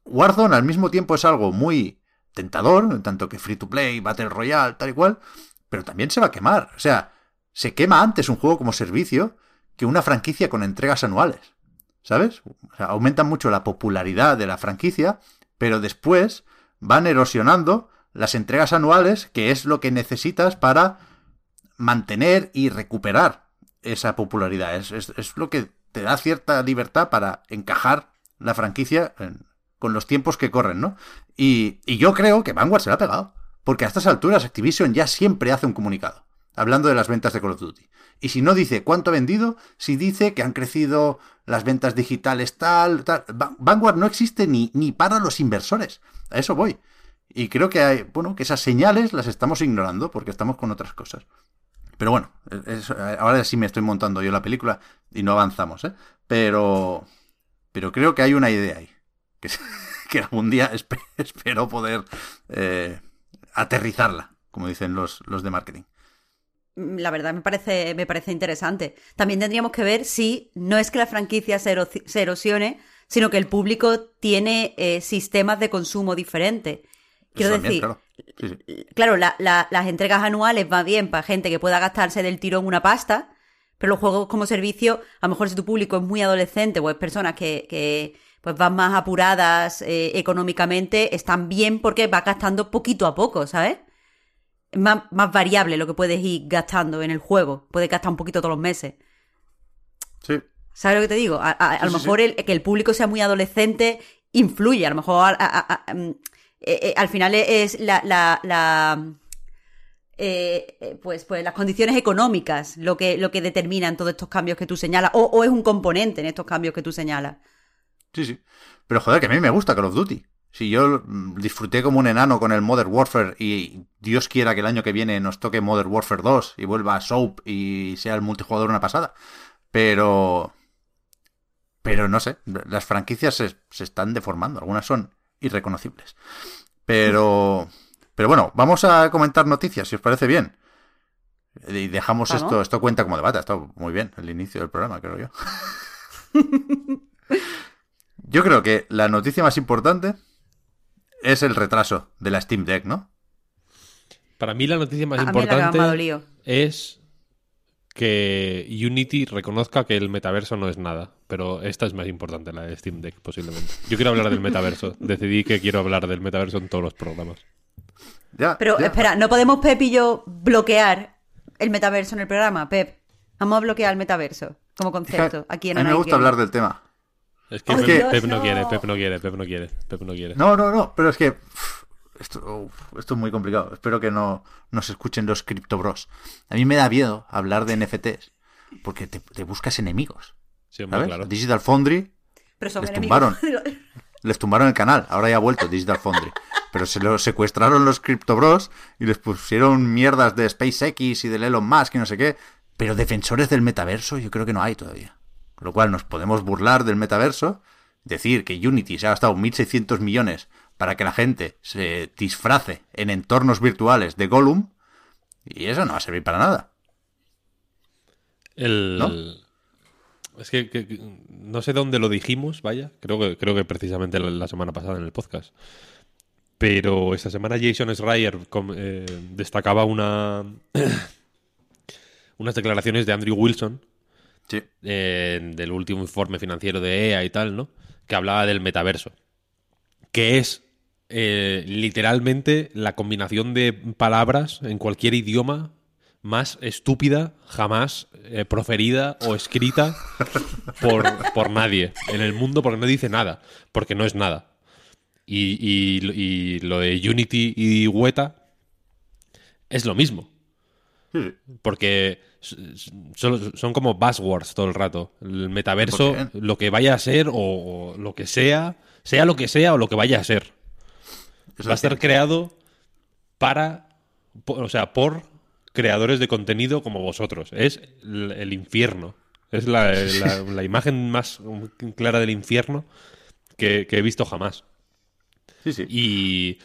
Warzone al mismo tiempo es algo muy tentador, en tanto que free to play, Battle Royale, tal y cual, pero también se va a quemar. O sea, se quema antes un juego como servicio que una franquicia con entregas anuales. ¿Sabes? O sea, aumentan mucho la popularidad de la franquicia, pero después van erosionando las entregas anuales, que es lo que necesitas para mantener y recuperar esa popularidad. Es lo que te da cierta libertad para encajar la franquicia con los tiempos que corren, ¿no? Y yo creo que Vanguard se la ha pegado, porque a estas alturas Activision ya siempre hace un comunicado, hablando de las ventas de Call of Duty. Y si no dice cuánto ha vendido, si dice que han crecido las ventas digitales tal. Vanguard no existe ni para los inversores. A eso voy. Y creo que que esas señales las estamos ignorando porque estamos con otras cosas. Pero bueno, ahora sí me estoy montando yo la película y no avanzamos, ¿eh? Pero creo que hay una idea ahí. Que algún día espero poder aterrizarla, como dicen los de marketing. La verdad me parece interesante. También tendríamos que ver si no es que la franquicia se erosione, sino que el público tiene sistemas de consumo diferentes. Quiero decir, claro, sí. Claro, las entregas anuales van bien para gente que pueda gastarse del tirón una pasta, pero los juegos como servicio, a lo mejor si tu público es muy adolescente o es personas que pues van más apuradas económicamente, están bien porque vas gastando poquito a poco, ¿sabes? Es más variable lo que puedes ir gastando en el juego. Puedes gastar un poquito todos los meses. Sí. ¿Sabes lo que te digo? A lo mejor sí. Que el público sea muy adolescente influye. A lo mejor al final es pues las condiciones económicas lo que determinan todos estos cambios que tú señalas. O es un componente en estos cambios que tú señalas. Sí. Pero joder, que a mí me gusta Call of Duty. Si yo disfruté como un enano con el Modern Warfare y Dios quiera que el año que viene nos toque Modern Warfare 2 y vuelva a Soap y sea el multijugador una pasada. Pero no sé, las franquicias se están deformando. Algunas son irreconocibles. Pero bueno, vamos a comentar noticias, si os parece bien. Y dejamos esto cuenta como debate. Ha estado muy bien el inicio del programa, creo yo. Yo creo que la noticia más importante es el retraso de la Steam Deck, ¿no? Para mí la noticia más importante es que Unity reconozca que el metaverso no es nada. Pero esta es más importante, la de Steam Deck, posiblemente. Yo quiero hablar del metaverso. Decidí que quiero hablar del metaverso en todos los programas. Pero espera, ¿no podemos Pep y yo bloquear el metaverso en el programa, Pep? Vamos a bloquear el metaverso como concepto. Aquí en a mí me gusta hablar del tema. Es que Pep no quiere. No, pero es que esto es muy complicado. Espero que no nos escuchen los criptobros. A mí me da miedo hablar de NFTs porque te buscas enemigos. Sí, ¿sabes? Claro. Digital Foundry les tumbaron el canal. Ahora ya ha vuelto Digital Foundry. Pero se lo secuestraron los criptobros y les pusieron mierdas de SpaceX y del Elon Musk y no sé qué. Pero defensores del metaverso yo creo que no hay todavía. Con lo cual nos podemos burlar del metaverso, decir que Unity se ha gastado 1.600 millones para que la gente se disfrace en entornos virtuales de Gollum, y eso no va a servir para nada. ¿No? Es que no sé dónde lo dijimos, vaya. Creo que precisamente la semana pasada en el podcast. Pero esta semana Jason Schreier destacaba unas declaraciones de Andrew Wilson. Sí. Del último informe financiero de EA y tal, ¿no? Que hablaba del metaverso. Que es literalmente la combinación de palabras en cualquier idioma más estúpida jamás proferida o escrita por nadie en el mundo, porque no dice nada, porque no es nada. Y lo de Unity y Weta es lo mismo. Porque son como buzzwords todo el rato. El metaverso, lo que vaya a ser o lo que sea lo que sea o lo que vaya a ser. Va a estar creado por creadores de contenido como vosotros. Es el infierno. Es la imagen más clara del infierno que he visto jamás. Sí.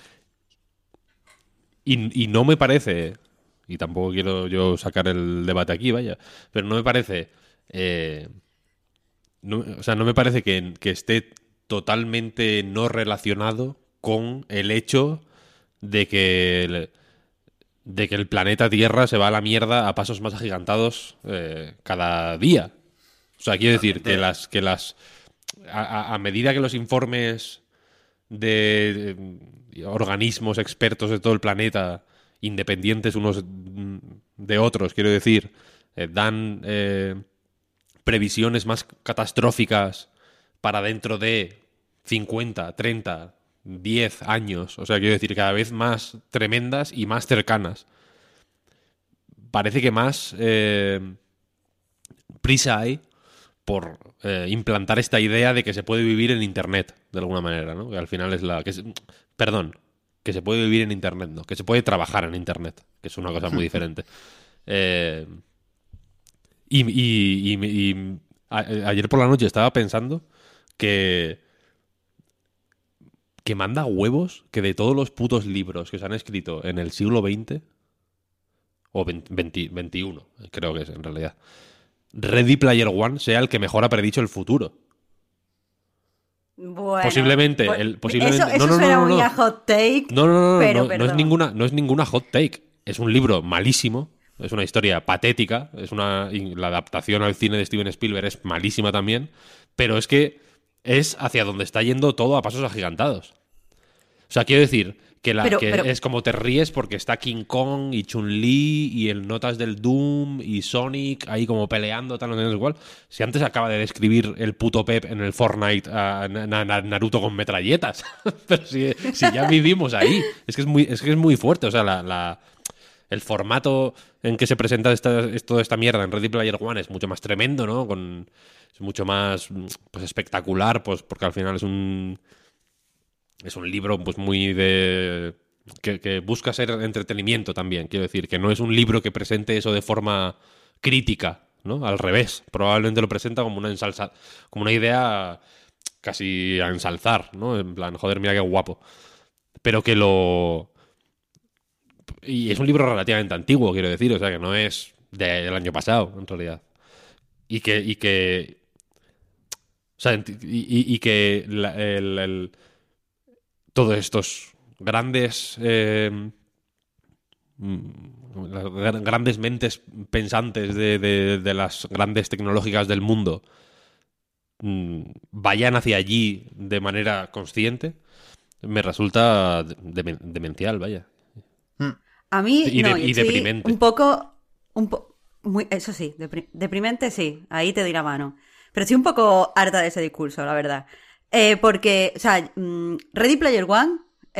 Y no me parece... Y tampoco quiero yo sacar el debate aquí, vaya. Pero no me parece... no me parece que esté totalmente no relacionado con el hecho de que el planeta Tierra se va a la mierda a pasos más agigantados cada día. O sea, quiero decir que a medida que los informes de organismos expertos de todo el planeta, independientes unos de otros, quiero decir, dan previsiones más catastróficas para dentro de 50, 30, 10 años, o sea, quiero decir, cada vez más tremendas y más cercanas. Parece que más prisa hay por implantar esta idea de que se puede vivir en Internet, de alguna manera, ¿no? Que al final es que se puede vivir en Internet, ¿no? Que se puede trabajar en Internet, que es una cosa muy diferente. Ayer por la noche estaba pensando que manda huevos que de todos los putos libros que se han escrito en el siglo XX, o XXI, creo que es en realidad, Ready Player One sea el que mejor ha predicho el futuro. Bueno, posiblemente. Eso suena muy a hot take. No es ninguna hot take. Es un libro malísimo. Es una historia patética. La adaptación al cine de Steven Spielberg es malísima también. Pero es que es hacia donde está yendo todo a pasos agigantados. O sea, quiero decir que es como te ríes porque está King Kong y Chun-Li y el Notas del Doom y Sonic ahí como peleando, tal, no sé igual. Si antes acaba de describir el puto Pep en el Fortnite a Naruto con metralletas. Pero si ya vivimos ahí. Es que es muy fuerte. O sea, el formato en que se presenta toda esta mierda en Ready Player One es mucho más tremendo, ¿no? Es mucho más pues, espectacular, pues porque al final es un libro pues muy que busca ser entretenimiento también. Quiero decir, que no es un libro que presente eso de forma crítica, ¿no? Al revés. Probablemente lo presenta como como una idea casi a ensalzar, ¿no? En plan, joder, mira qué guapo. Pero y es un libro relativamente antiguo, quiero decir, o sea que no es del año pasado, en realidad. Y que todos estos grandes las grandes mentes pensantes de las grandes tecnológicas del mundo vayan hacia allí de manera consciente, me resulta demencial, vaya. A mí y deprimente. Eso sí, deprimente sí, ahí te doy la mano. Pero estoy un poco harta de ese discurso, la verdad. Porque, o sea, Ready Player One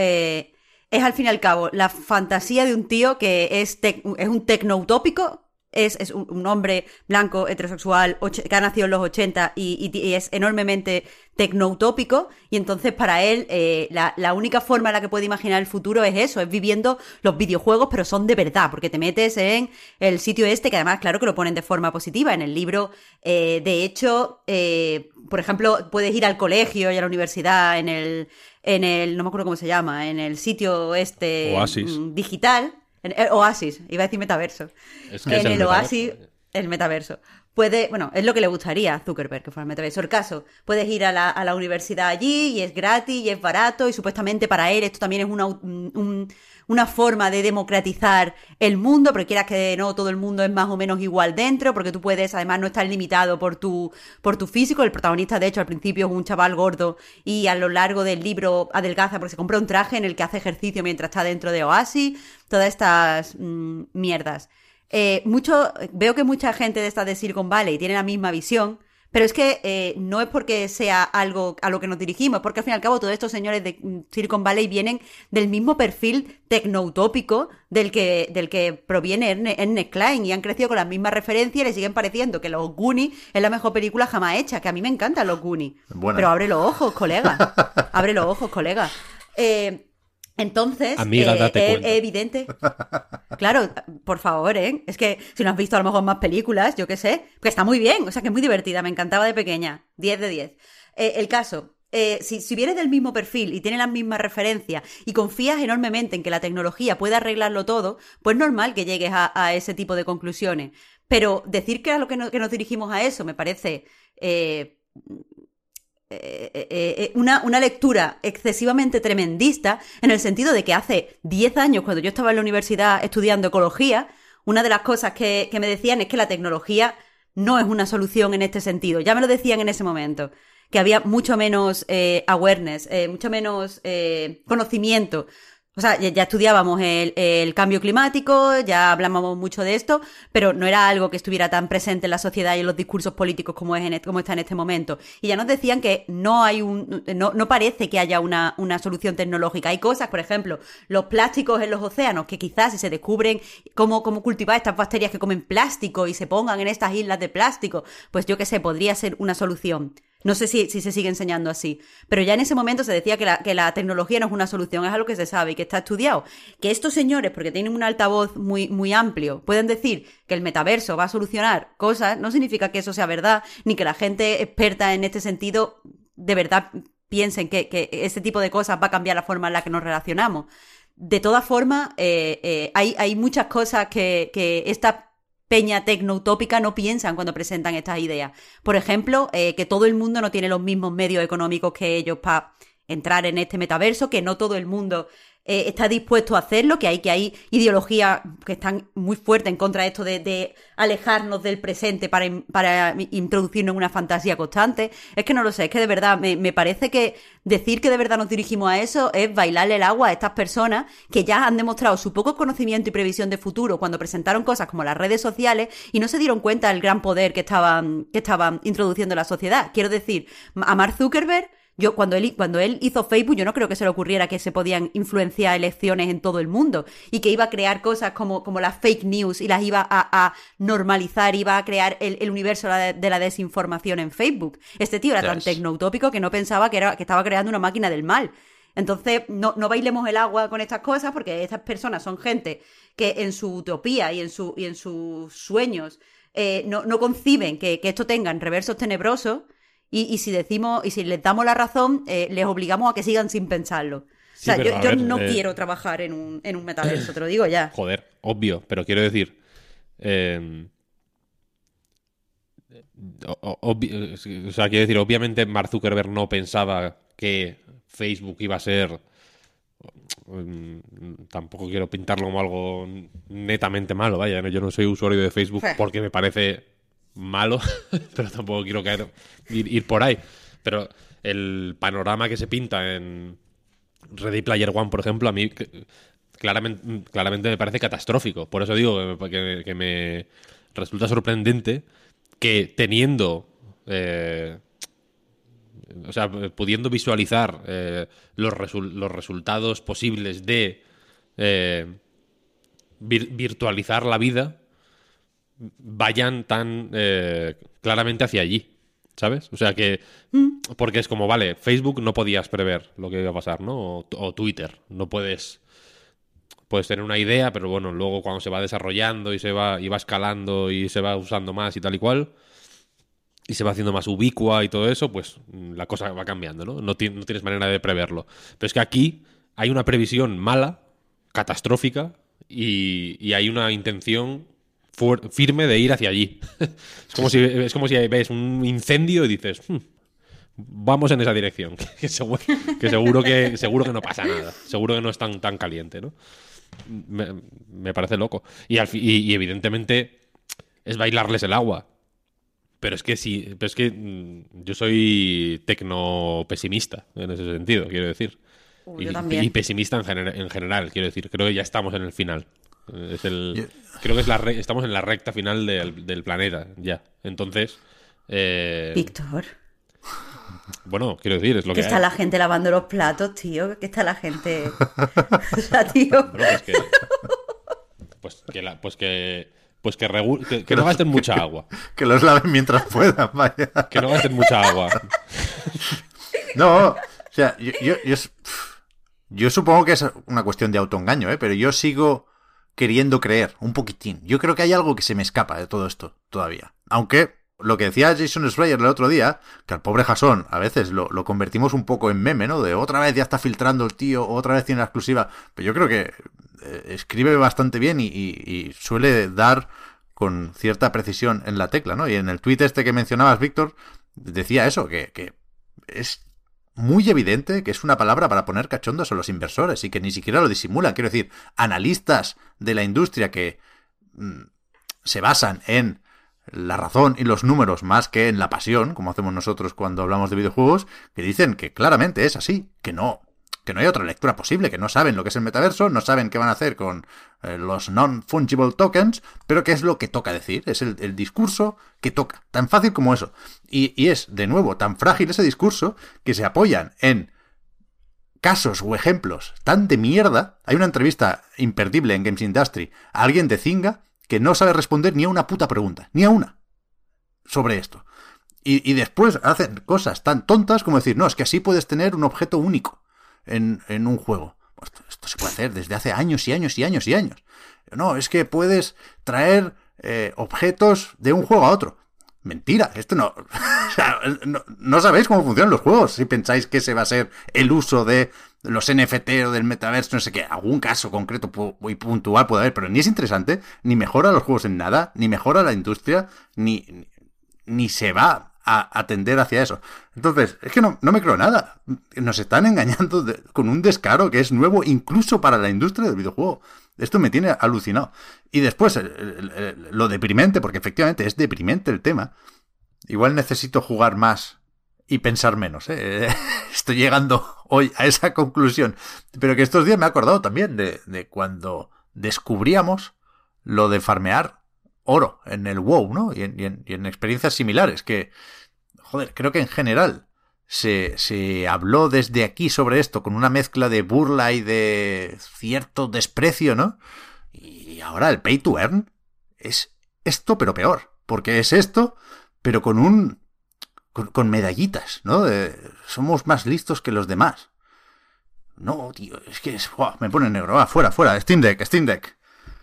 es al fin y al cabo la fantasía de un tío que es un tecno-utópico. Es un hombre blanco, heterosexual, que ha nacido en los 80 y es enormemente tecno-utópico. Y entonces para él la única forma en la que puede imaginar el futuro es eso, es viviendo los videojuegos, pero son de verdad, porque te metes en el sitio que además, claro que lo ponen de forma positiva en el libro. De hecho, por ejemplo, puedes ir al colegio y a la universidad en el no me acuerdo cómo se llama, en el sitio Oasis. Digital. Oasis, iba a decir metaverso. En el Oasis, el metaverso. Es lo que le gustaría a Zuckerberg, que fuera el metaverso. El caso, puedes ir a la universidad allí y es gratis y es barato y supuestamente para él esto también es una forma de democratizar el mundo, porque quieras que no, todo el mundo es más o menos igual dentro, porque tú puedes, además, no estar limitado por tu físico. El protagonista, de hecho, al principio es un chaval gordo y a lo largo del libro adelgaza porque se compra un traje en el que hace ejercicio mientras está dentro de Oasis. Todas estas mierdas. Veo que mucha gente de esta de Silicon Valley tiene la misma visión, pero es que no es porque sea algo a lo que nos dirigimos, es porque al fin y al cabo todos estos señores de Silicon Valley vienen del mismo perfil tecnoutópico del que proviene Ernest Cline y han crecido con las mismas referencias y le siguen pareciendo que Los Goonies es la mejor película jamás hecha, que a mí me encantan Los Goonies. Bueno. Pero abre los ojos, colega. Abre los ojos, colega. Entonces, amiga, date cuenta. Es evidente. Claro, por favor, ¿eh? Es que si no has visto a lo mejor más películas, yo qué sé, que está muy bien, o sea, que es muy divertida, me encantaba de pequeña. 10 de 10. El caso, si vienes del mismo perfil y tienes las mismas referencias y confías enormemente en que la tecnología puede arreglarlo todo, pues normal que llegues a ese tipo de conclusiones. Pero decir que a lo que nos dirigimos a eso me parece una lectura excesivamente tremendista, en el sentido de que hace 10 años, cuando yo estaba en la universidad estudiando ecología, una de las cosas que me decían es que la tecnología no es una solución en este sentido. Ya me lo decían en ese momento, que había mucho menos awareness, mucho menos conocimiento. O sea, ya estudiábamos el cambio climático, ya hablábamos mucho de esto, pero no era algo que estuviera tan presente en la sociedad y en los discursos políticos como está en este momento. Y ya nos decían que no parece que haya una solución tecnológica. Hay cosas, por ejemplo, los plásticos en los océanos, que quizás si se descubren cómo cultivar estas bacterias que comen plástico y se pongan en estas islas de plástico, pues yo qué sé, podría ser una solución. No sé si se sigue enseñando así, pero ya en ese momento se decía que la tecnología no es una solución, es algo que se sabe y que está estudiado. Que estos señores, porque tienen un altavoz muy, muy amplio, pueden decir que el metaverso va a solucionar cosas, no significa que eso sea verdad, ni que la gente experta en este sentido de verdad piensen que ese tipo de cosas va a cambiar la forma en la que nos relacionamos. De todas formas, hay muchas cosas que esta peña tecnoutópica no piensan cuando presentan estas ideas. Por ejemplo, que todo el mundo no tiene los mismos medios económicos que ellos para entrar en este metaverso, que no todo el mundo está dispuesto a hacerlo, que hay ideologías que están muy fuertes en contra de esto de alejarnos del presente para introducirnos en una fantasía constante. Es que no lo sé, es que de verdad me parece que decir que de verdad nos dirigimos a eso es bailarle el agua a estas personas que ya han demostrado su poco conocimiento y previsión de futuro cuando presentaron cosas como las redes sociales y no se dieron cuenta del gran poder que estaban introduciendo en la sociedad. Quiero decir, a Mark Zuckerberg, cuando él hizo Facebook, yo no creo que se le ocurriera que se podían influenciar elecciones en todo el mundo y que iba a crear cosas como las fake news y las iba a normalizar, iba a crear el universo de la desinformación en Facebook. Este tío era tan tecnoutópico que no pensaba que estaba creando una máquina del mal. Entonces, no bailemos el agua con estas cosas, porque estas personas son gente que en su utopía y en sus sueños no conciben que esto tenga reversos tenebrosos. Y si les damos la razón, les obligamos a que sigan sin pensarlo. Sí, o sea, yo no quiero trabajar en un metaverso, te lo digo ya. Joder, obvio, pero quiero decir... obviamente Mark Zuckerberg no pensaba que Facebook iba a ser... tampoco quiero pintarlo como algo netamente malo, vaya, yo no soy usuario de Facebook porque me parece... malo, pero tampoco quiero ir por ahí. Pero el panorama que se pinta en Ready Player One, por ejemplo, a mí claramente me parece catastrófico. Por eso digo que me resulta sorprendente que teniendo... pudiendo visualizar los resultados posibles de virtualizar la vida, vayan tan claramente hacia allí, ¿sabes? O sea que... Porque es como, vale, Facebook no podías prever lo que iba a pasar, ¿no? O Twitter. No puedes tener una idea, pero bueno, luego cuando se va desarrollando y va escalando y se va usando más y tal y cual, y se va haciendo más ubicua y todo eso, pues la cosa va cambiando, ¿no? No tienes manera de preverlo. Pero es que aquí hay una previsión mala, catastrófica, y hay una intención... firme de ir hacia allí. es como si ves un incendio y dices, vamos en esa dirección, que seguro que no pasa nada, seguro que no es tan caliente, ¿no? Me parece loco. Y evidentemente es bailarles el agua. Pero es que yo soy tecno-pesimista en ese sentido, quiero decir. Yo también. Y pesimista en general, quiero decir. Creo que ya estamos en el final. Creo que estamos en la recta final del planeta ya. Entonces Víctor, bueno, quiero decir, es lo que está hay. la gente lavando los platos, tío, que está la gente o sea, tío, Bueno, que no gasten mucha agua. Que los laven mientras puedan, vaya. Que no gasten mucha agua. No, o sea, yo supongo que es una cuestión de autoengaño, pero yo sigo queriendo creer un poquitín. Yo creo que hay algo que se me escapa de todo esto todavía. Aunque lo que decía Jason Schreier el otro día, que al pobre Jason a veces lo convertimos un poco en meme, ¿no? De otra vez ya está filtrando el tío, otra vez tiene la exclusiva. Pero yo creo que escribe bastante bien y suele dar con cierta precisión en la tecla, ¿no? Y en el tuit este que mencionabas, Víctor, decía eso, que es muy evidente que es una palabra para poner cachondos a los inversores y que ni siquiera lo disimulan. Quiero decir, analistas de la industria que se basan en la razón y los números más que en la pasión, como hacemos nosotros cuando hablamos de videojuegos, que dicen que claramente es así, que no hay otra lectura posible, que no saben lo que es el metaverso, no saben qué van a hacer con los non-fungible tokens, pero que es lo que toca decir, es el discurso que toca, tan fácil como eso. Y es, de nuevo, tan frágil ese discurso que se apoyan en casos o ejemplos tan de mierda. Hay una entrevista imperdible en Games Industry a alguien de Zynga que no sabe responder ni a una puta pregunta, ni a una, sobre esto. Y después hacen cosas tan tontas como decir, no, es que así puedes tener un objeto único en un juego. Pues esto se puede hacer desde hace años y años y años y años. No, es que puedes traer objetos de un juego a otro. Mentira, esto no... O sea, no sabéis cómo funcionan los juegos si pensáis que ese va a ser el uso de los NFT o del metaverso, no sé qué. Algún caso concreto y puntual puede haber, pero ni es interesante, ni mejora los juegos en nada, ni mejora la industria, ni se va a atender hacia eso. Entonces, es que no me creo nada. Nos están engañando con un descaro que es nuevo incluso para la industria del videojuego. Esto me tiene alucinado. Y después, lo deprimente, porque efectivamente es deprimente el tema. Igual necesito jugar más y pensar menos, ¿eh? Estoy llegando hoy a esa conclusión. Pero que estos días me he acordado también de cuando descubríamos lo de farmear oro en el WoW, ¿no? Y en experiencias similares, que, joder, creo que en general se habló desde aquí sobre esto con una mezcla de burla y de cierto desprecio, ¿no? Y ahora el pay to earn es esto, pero peor, porque es esto, pero con medallitas, ¿no? Somos más listos que los demás. No, tío, es que me pone negro. Va, fuera, Steam Deck.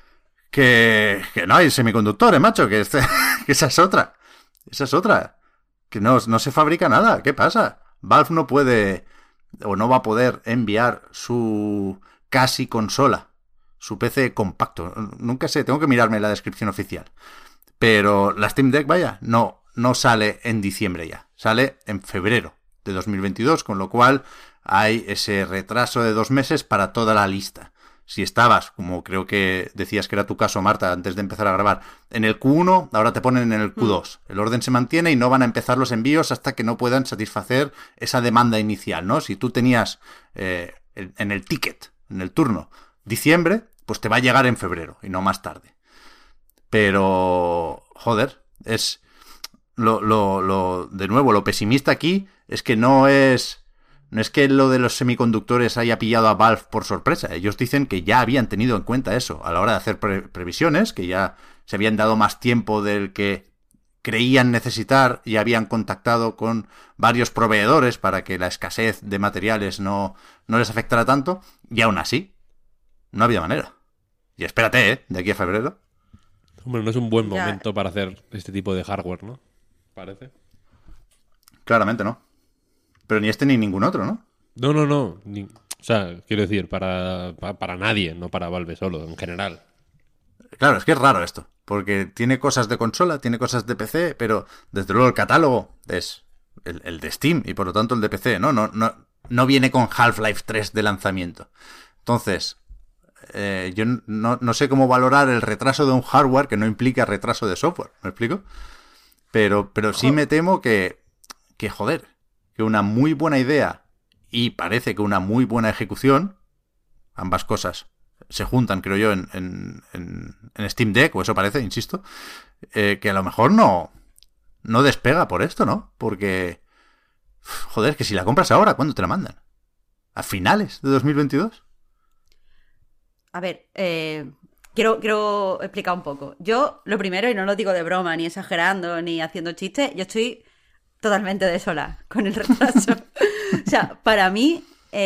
Que no hay semiconductores, macho, que esa es otra. Que no se fabrica nada. ¿Qué pasa? Valve no puede o no va a poder enviar su casi consola, su PC compacto. Nunca sé, tengo que mirarme la descripción oficial. Pero la Steam Deck, vaya, no sale en diciembre ya. Sale en febrero de 2022, con lo cual hay ese retraso de 2 meses para toda la lista. Si estabas, como creo que decías que era tu caso, Marta, antes de empezar a grabar, en el Q1, ahora te ponen en el Q2. El orden se mantiene y no van a empezar los envíos hasta que no puedan satisfacer esa demanda inicial, ¿no? Si tú tenías en el ticket, en el turno, diciembre, pues te va a llegar en febrero y no más tarde. Pero, joder, es de nuevo, lo pesimista aquí es que no es que lo de los semiconductores haya pillado a Valve por sorpresa. Ellos dicen que ya habían tenido en cuenta eso a la hora de hacer previsiones, que ya se habían dado más tiempo del que creían necesitar y habían contactado con varios proveedores para que la escasez de materiales no les afectara tanto, y aún así no había manera. Y espérate, de aquí a febrero. Hombre, no es un buen momento para hacer este tipo de hardware, ¿no? Parece. Claramente no. Pero ni este ni ningún otro, ¿no? No. O sea, quiero decir, para nadie, no para Valve solo, en general. Claro, es que es raro esto. Porque tiene cosas de consola, tiene cosas de PC, pero desde luego el catálogo es el de Steam y por lo tanto el de PC, ¿no? No viene con Half-Life 3 de lanzamiento. Entonces, yo no sé cómo valorar el retraso de un hardware que no implica retraso de software. ¿Me explico? Pero sí me temo que joder, que una muy buena idea y parece que una muy buena ejecución, ambas cosas se juntan, creo yo, en Steam Deck, o eso parece, insisto, que a lo mejor no despega por esto, ¿no? Porque, joder, que si la compras ahora, ¿cuándo te la mandan? ¿A finales de 2022? A ver, quiero explicar un poco. Yo, lo primero, y no lo digo de broma, ni exagerando, ni haciendo chistes, yo estoy totalmente desolada con el retraso. O sea, para mí,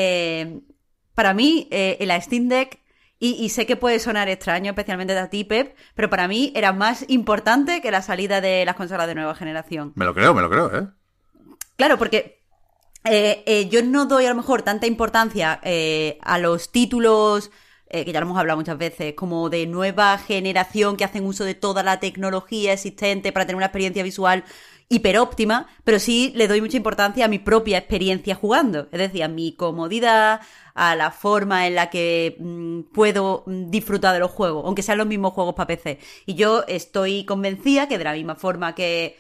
la Steam Deck, y sé que puede sonar extraño, especialmente de ti, Pep, pero para mí era más importante que la salida de las consolas de nueva generación. Me lo creo, ¿eh? Claro, porque yo no doy a lo mejor tanta importancia a los títulos, que ya lo hemos hablado muchas veces, como de nueva generación que hacen uso de toda la tecnología existente para tener una experiencia visual hiperóptima, pero sí le doy mucha importancia a mi propia experiencia jugando, es decir, a mi comodidad, a la forma en la que puedo disfrutar de los juegos, aunque sean los mismos juegos para PC. Y yo estoy convencida que de la misma forma que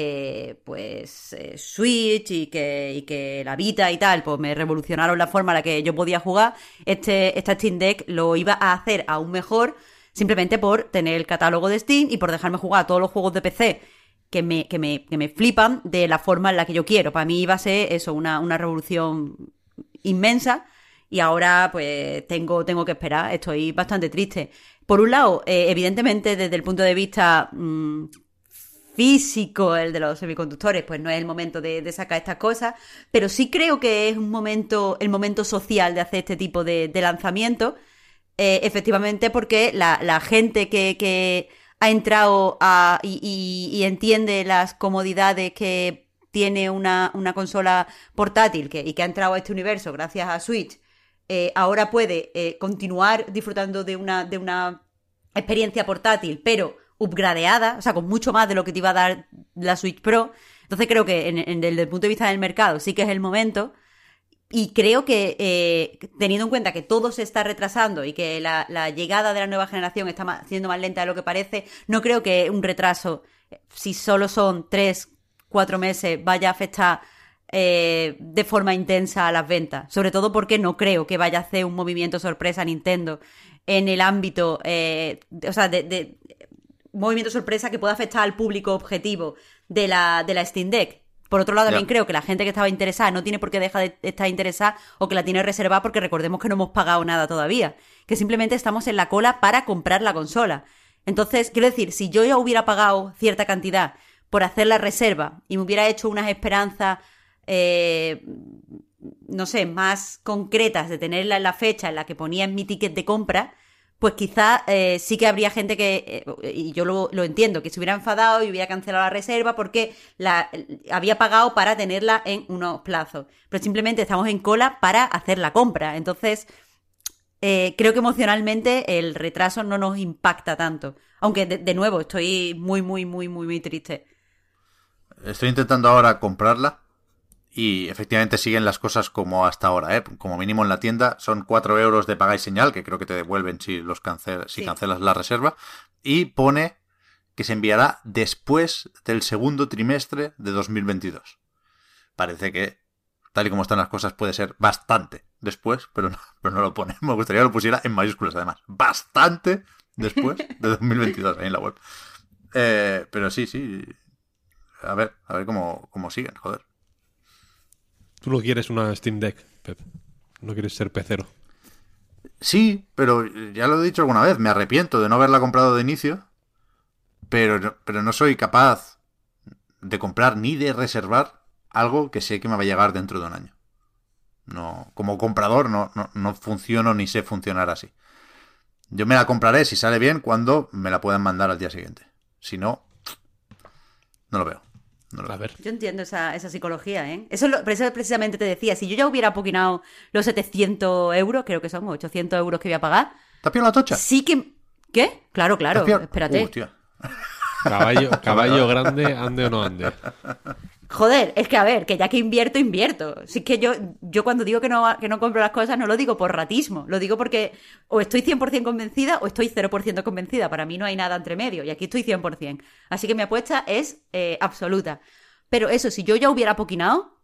Switch y que la Vita y tal, pues me revolucionaron la forma en la que yo podía jugar, esta Steam Deck lo iba a hacer aún mejor, simplemente por tener el catálogo de Steam y por dejarme jugar a todos los juegos de PC que me flipan de la forma en la que yo quiero. Para mí iba a ser eso, una revolución inmensa, y ahora pues tengo que esperar. Estoy bastante triste. Por un lado, evidentemente desde el punto de vista físico, el de los semiconductores, pues no es el momento de sacar estas cosas, pero sí creo que es el momento social de hacer este tipo de lanzamiento, efectivamente, porque la gente que ha entrado y entiende las comodidades que tiene una consola portátil y que ha entrado a este universo gracias a Switch, ahora puede continuar disfrutando de una experiencia portátil, pero upgradeada, o sea, con mucho más de lo que te iba a dar la Switch Pro. Entonces creo que desde el punto de vista del mercado sí que es el momento, y creo que teniendo en cuenta que todo se está retrasando y que la llegada de la nueva generación está siendo más lenta de lo que parece, no creo que un retraso, si solo son 3-4 meses, vaya a afectar de forma intensa a las ventas, sobre todo porque no creo que vaya a hacer un movimiento sorpresa Nintendo en el ámbito, o sea, de movimiento sorpresa que pueda afectar al público objetivo de la Steam Deck. Por otro lado, también creo que la gente que estaba interesada no tiene por qué dejar de estar interesada o que la tiene reservada, porque recordemos que no hemos pagado nada todavía, que simplemente estamos en la cola para comprar la consola. Entonces, quiero decir, si yo ya hubiera pagado cierta cantidad por hacer la reserva y me hubiera hecho unas esperanzas, no sé, más concretas de tenerla en la fecha en la que ponía en mi ticket de compra, pues quizá sí que habría gente que, y yo lo entiendo, que se hubiera enfadado y hubiera cancelado la reserva porque había pagado para tenerla en unos plazos. Pero simplemente estamos en cola para hacer la compra. Entonces, creo que emocionalmente el retraso no nos impacta tanto. Aunque, de nuevo, estoy muy, muy, muy, muy, muy triste. Estoy intentando ahora comprarla. Y efectivamente siguen las cosas como hasta ahora, ¿eh? Como mínimo en la tienda son 4 euros de paga y señal, que creo que te devuelven si cancelas la reserva. Y pone que se enviará después del segundo trimestre de 2022. Parece que, tal y como están las cosas, puede ser bastante después, pero no lo pone. Me gustaría que lo pusiera en mayúsculas, además. Bastante después de 2022, ahí en la web. Pero sí. A ver cómo siguen, joder. Tú no quieres una Steam Deck, Pep. No quieres ser pecero. Sí, pero ya lo he dicho alguna vez. Me arrepiento de no haberla comprado de inicio. Pero no soy capaz de comprar ni de reservar algo que sé que me va a llegar dentro de un año. No, como comprador no funciono ni sé funcionar así. Yo me la compraré, si sale bien, cuando me la puedan mandar al día siguiente. Si no, no lo veo. A ver. Yo entiendo esa psicología, ¿eh? Eso precisamente te decía. Si yo ya hubiera poquinado los 700 euros, creo que son 800 euros que voy a pagar. ¿Te has pillado la tocha? Sí que... ¿Qué? Claro, espérate. Hostia. Caballo grande, ande o no ande. Joder, es que a ver, que ya que invierto. Si es que yo cuando digo que no compro las cosas no lo digo por ratismo. Lo digo porque o estoy 100% convencida o estoy 0% convencida. Para mí no hay nada entre medio y aquí estoy 100%. Así que mi apuesta es absoluta. Pero eso, si yo ya hubiera poquinado,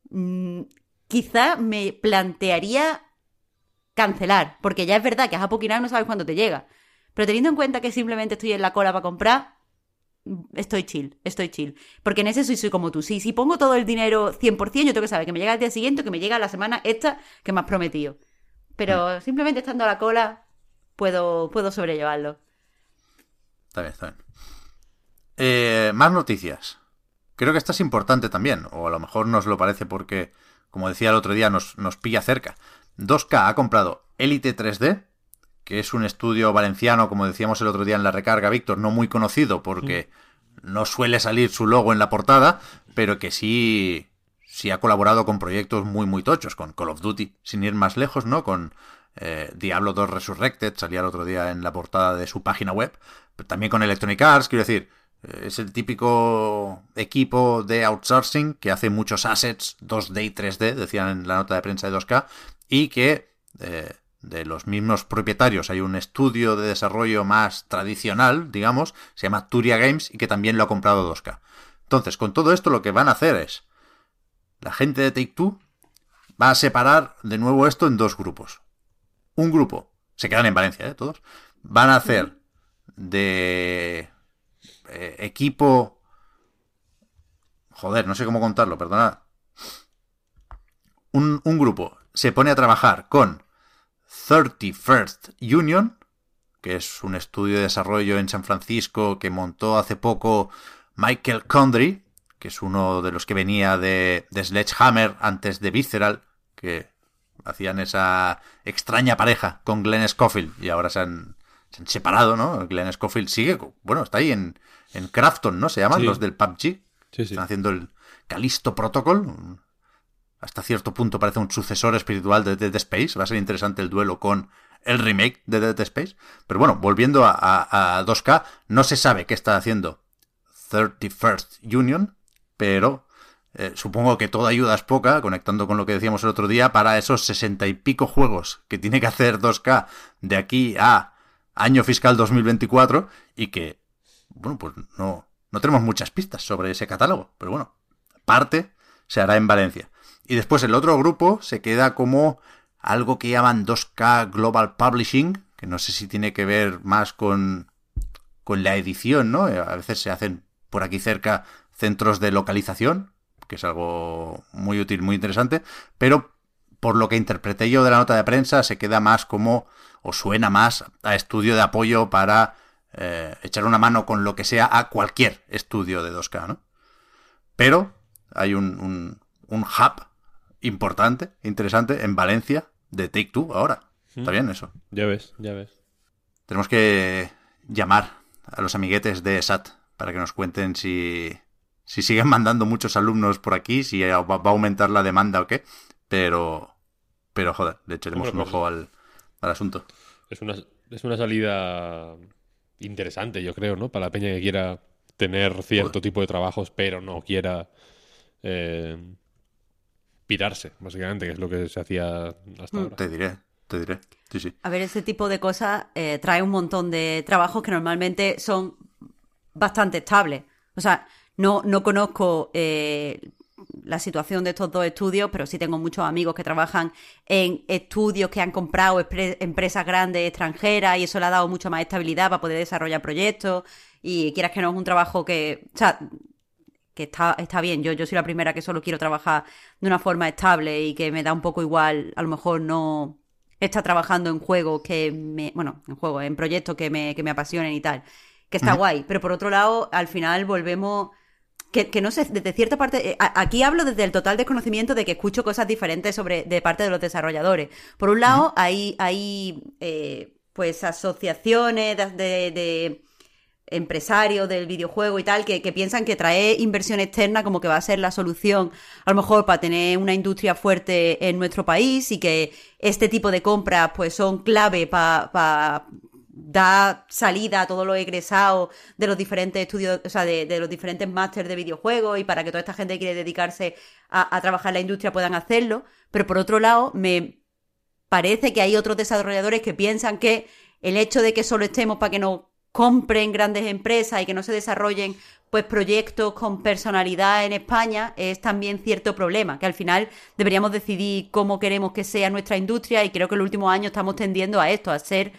quizá me plantearía cancelar. Porque ya es verdad que has apoquinado y no sabes cuándo te llega. Pero teniendo en cuenta que simplemente estoy en la cola para comprar... Estoy chill. Porque en ese soy como tú. Si pongo todo el dinero 100%, yo tengo que saber que me llega el día siguiente o que me llega la semana esta que me has prometido. Pero simplemente estando a la cola puedo sobrellevarlo. Está bien. Más noticias. Creo que esta es importante también. O a lo mejor nos lo parece porque, como decía el otro día, nos pilla cerca. 2K ha comprado Elite 3D, que es un estudio valenciano, como decíamos el otro día en la recarga, Víctor, no muy conocido porque no suele salir su logo en la portada, pero que sí ha colaborado con proyectos muy, muy tochos, con Call of Duty, sin ir más lejos, ¿no? Con Diablo 2 Resurrected, salía el otro día en la portada de su página web, pero también con Electronic Arts, quiero decir, Es el típico equipo de outsourcing que hace muchos assets 2D y 3D, decían en la nota de prensa de 2K, y que de los mismos propietarios hay un estudio de desarrollo más tradicional, digamos, se llama Turia Games, y que también lo ha comprado 2K. Entonces, con todo esto lo que van a hacer es, la gente de Take-Two va a separar de nuevo esto en dos grupos. Un grupo, se quedan en Valencia, todos, van a hacer de equipo... Joder, no sé cómo contarlo, perdonad. Un grupo se pone a trabajar con 31st Union, que es un estudio de desarrollo en San Francisco que montó hace poco Michael Condrey, que es uno de los que venía de Sledgehammer antes de Visceral, que hacían esa extraña pareja con Glenn Scofield y ahora se han separado, ¿no? Glenn Scofield sigue, bueno, está ahí en Krafton, ¿no? Se llaman los del PUBG. Sí. Están haciendo el Callisto Protocol. Hasta cierto punto parece un sucesor espiritual de Dead Space. Va a ser interesante el duelo con el remake de Dead Space. Pero bueno, volviendo a 2K, no se sabe qué está haciendo 31st Union, pero supongo que toda ayuda es poca, conectando con lo que decíamos el otro día, para esos 60 y pico juegos que tiene que hacer 2K de aquí a año fiscal 2024, y que, bueno, pues no tenemos muchas pistas sobre ese catálogo, pero bueno, parte se hará en Valencia. Y después el otro grupo se queda como algo que llaman 2K Global Publishing, que no sé si tiene que ver más con la edición, ¿no? A veces se hacen por aquí cerca centros de localización, que es algo muy útil, muy interesante, pero por lo que interpreté yo de la nota de prensa, se queda más como, o suena más a estudio de apoyo para echar una mano con lo que sea a cualquier estudio de 2K, ¿no? Pero hay un hub importante, interesante, en Valencia, de Take-Two ahora. ¿Está bien eso? Ya ves. Tenemos que llamar a los amiguetes de SAT para que nos cuenten si siguen mandando muchos alumnos por aquí, si va a aumentar la demanda o qué. Pero joder, le echaremos un ojo al asunto. Es una salida interesante, yo creo, ¿no? Para la peña que quiera tener cierto tipo de trabajos, pero no quiera pirarse, básicamente, que es lo que se hacía hasta ahora. Te diré. Sí. A ver, ese tipo de cosas trae un montón de trabajos que normalmente son bastante estables. O sea, no conozco la situación de estos dos estudios, pero sí tengo muchos amigos que trabajan en estudios que han comprado empresas grandes extranjeras, y eso le ha dado mucha más estabilidad para poder desarrollar proyectos, y quieras que no, es un trabajo que, o sea, que está bien. Yo soy la primera que solo quiero trabajar de una forma estable y que me da un poco igual, a lo mejor no está trabajando en juegos en proyectos que me apasionen y tal, que está guay. Pero por otro lado, al final volvemos... Que no sé, desde cierta parte... Aquí hablo desde el total desconocimiento de que escucho cosas diferentes de parte de los desarrolladores. Por un lado, hay pues asociaciones de empresarios del videojuego y tal, que piensan que traer inversión externa como que va a ser la solución, a lo mejor, para tener una industria fuerte en nuestro país, y que este tipo de compras pues son clave para dar salida a todos los egresados de los diferentes estudios, o sea, de los diferentes másters de videojuegos, y para que toda esta gente que quiere dedicarse a trabajar en la industria puedan hacerlo. Pero por otro lado, me parece que hay otros desarrolladores que piensan que el hecho de que solo estemos para que nos compren grandes empresas y que no se desarrollen pues proyectos con personalidad en España es también cierto problema, que al final deberíamos decidir cómo queremos que sea nuestra industria, y creo que en los últimos años estamos tendiendo a esto, a ser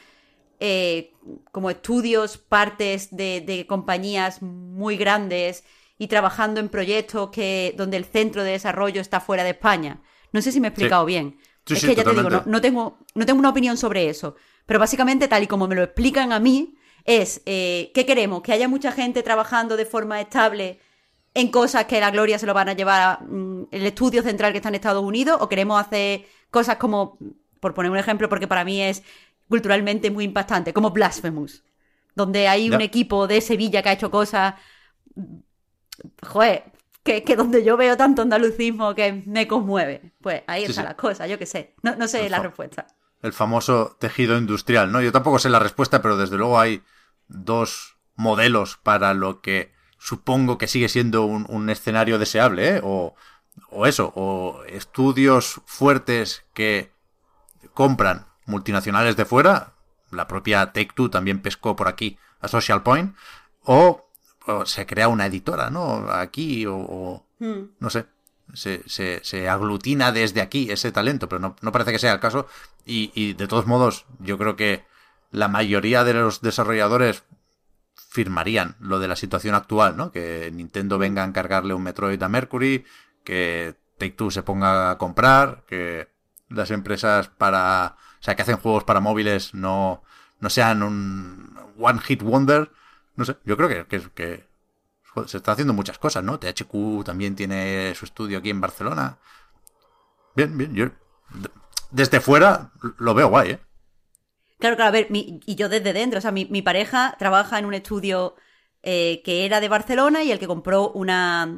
como estudios, partes de compañías muy grandes y trabajando en proyectos donde el centro de desarrollo está fuera de España. No sé si me he explicado bien. Sí, es sí, que ya totalmente. te digo, no tengo una opinión sobre eso, pero básicamente, tal y como me lo explican a mí, es ¿qué queremos? ¿Que haya mucha gente trabajando de forma estable en cosas que la gloria se lo van a llevar el estudio central que está en Estados Unidos? ¿O queremos hacer cosas como, por poner un ejemplo, porque para mí es culturalmente muy impactante, como Blasphemous, donde hay un equipo de Sevilla que ha hecho cosas, joder, que donde yo veo tanto andalucismo que me conmueve? Pues ahí están las cosas, yo qué sé, no sé la respuesta. El famoso tejido industrial, ¿no? Yo tampoco sé la respuesta, pero desde luego hay dos modelos para lo que supongo que sigue siendo un escenario deseable, ¿eh? O estudios fuertes que compran multinacionales de fuera, la propia Take-Two también pescó por aquí a Social Point, o se crea una editora, ¿no? Aquí, no sé, se aglutina desde aquí ese talento, pero no parece que sea el caso, y de todos modos, yo creo que la mayoría de los desarrolladores firmarían lo de la situación actual, ¿no? Que Nintendo venga a encargarle un Metroid a Mercury, que Take-Two se ponga a comprar, que las empresas que hacen juegos para móviles no sean un one hit wonder. No sé, yo creo que joder, se está haciendo muchas cosas, ¿no? THQ también tiene su estudio aquí en Barcelona. Bien, yo desde fuera lo veo guay, ¿eh? Claro, a ver, y yo desde dentro, o sea, mi pareja trabaja en un estudio que era de Barcelona y el que compró una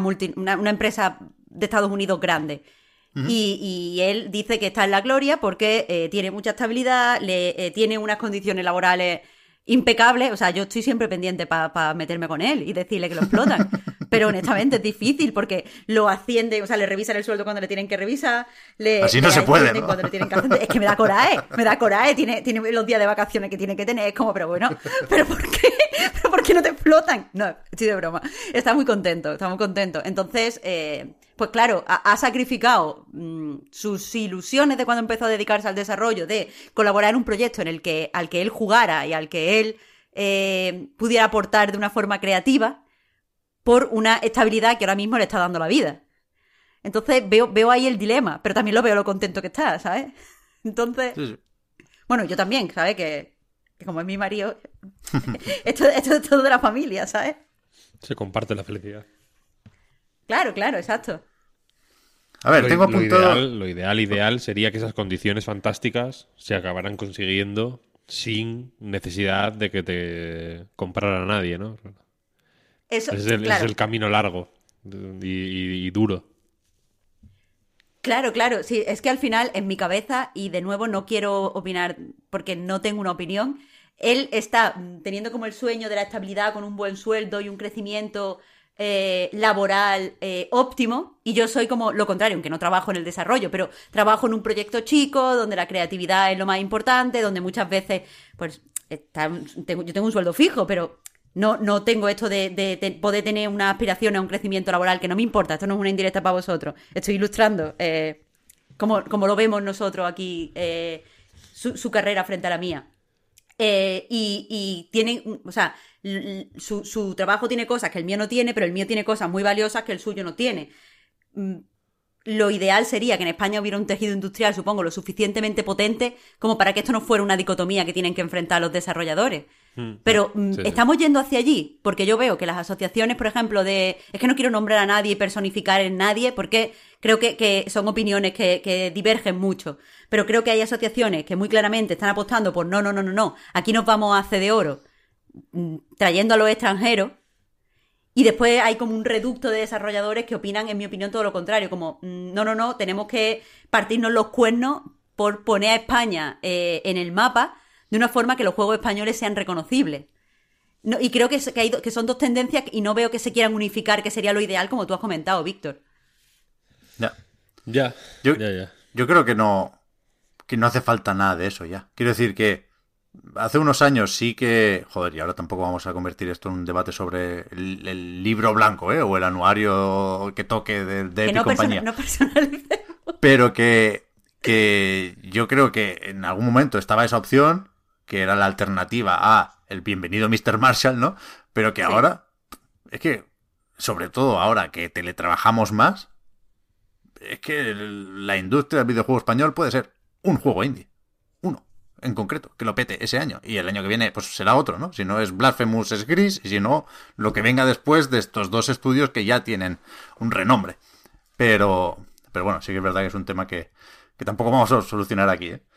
empresa de Estados Unidos grande. Uh-huh. Y él dice que está en la gloria porque tiene mucha estabilidad, tiene unas condiciones laborales impecables. O sea, yo estoy siempre pendiente para meterme con él y decirle que lo explotan. Pero honestamente es difícil porque lo ascienden, o sea, le revisan el sueldo cuando le tienen que revisar. Así no se puede, ¿no? Cuando le tienen que ascender. Es que me da coraje. Tiene los días de vacaciones que tiene que tener. Es como, pero bueno, ¿pero por qué? ¿Pero por qué no te explotan? No, estoy de broma. Está muy contento. Entonces, pues claro, ha sacrificado sus ilusiones de cuando empezó a dedicarse al desarrollo, de colaborar en un proyecto al que él jugara y al que él pudiera aportar de una forma creativa, por una estabilidad que ahora mismo le está dando la vida. Entonces veo ahí el dilema, pero también lo veo lo contento que está, ¿sabes? Entonces, sí. Bueno, yo también, ¿sabes? Que como es mi marido, esto es todo de la familia, ¿sabes? Se comparte la felicidad. Claro, exacto. A ver, tengo apuntado... Lo ideal sería que esas condiciones fantásticas se acabaran consiguiendo sin necesidad de que te comprara nadie, ¿no? Eso, es el camino largo y duro. Claro, sí, es que al final en mi cabeza, y de nuevo no quiero opinar porque no tengo una opinión, él está teniendo como el sueño de la estabilidad con un buen sueldo y un crecimiento laboral óptimo, y yo soy como lo contrario, aunque no trabajo en el desarrollo, pero trabajo en un proyecto chico donde la creatividad es lo más importante, donde muchas veces pues yo tengo un sueldo fijo, pero no tengo esto de poder tener una aspiración a un crecimiento laboral, que no me importa. Esto no es una indirecta para vosotros. Estoy ilustrando como lo vemos nosotros aquí, su carrera frente a la mía. Y tienen, o sea, su trabajo tiene cosas que el mío no tiene, pero el mío tiene cosas muy valiosas que el suyo no tiene. Lo ideal sería que en España hubiera un tejido industrial, supongo, lo suficientemente potente como para que esto no fuera una dicotomía que tienen que enfrentar los desarrolladores. Pero estamos yendo hacia allí, porque yo veo que las asociaciones, por ejemplo, es que no quiero nombrar a nadie y personificar en nadie, porque creo que son opiniones que divergen mucho, pero creo que hay asociaciones que muy claramente están apostando por no, aquí nos vamos a hacer de oro, trayendo a los extranjeros, y después hay como un reducto de desarrolladores que opinan, en mi opinión, todo lo contrario, como no, tenemos que partirnos los cuernos por poner a España en el mapa de una forma que los juegos españoles sean reconocibles. No, y creo que son dos tendencias y no veo que se quieran unificar, que sería lo ideal, como tú has comentado, Víctor. Ya. Yo creo que no hace falta nada de eso ya. Quiero decir que hace unos años sí que... Joder, y ahora tampoco vamos a convertir esto en un debate sobre el libro blanco, o el anuario que toque de Epic compañía. No personalicemos. Pero que yo creo que en algún momento estaba esa opción, que era la alternativa a el bienvenido Mr. Marshall, ¿no? Pero que ahora, es que, sobre todo ahora que teletrabajamos más, es que la industria del videojuego español puede ser un juego indie. Uno, en concreto, que lo pete ese año. Y el año que viene, pues será otro, ¿no? Si no es Blasphemous, es Gris, y si no, lo que venga después de estos dos estudios que ya tienen un renombre. Pero bueno, sí que es verdad que es un tema que tampoco vamos a solucionar aquí, ¿eh?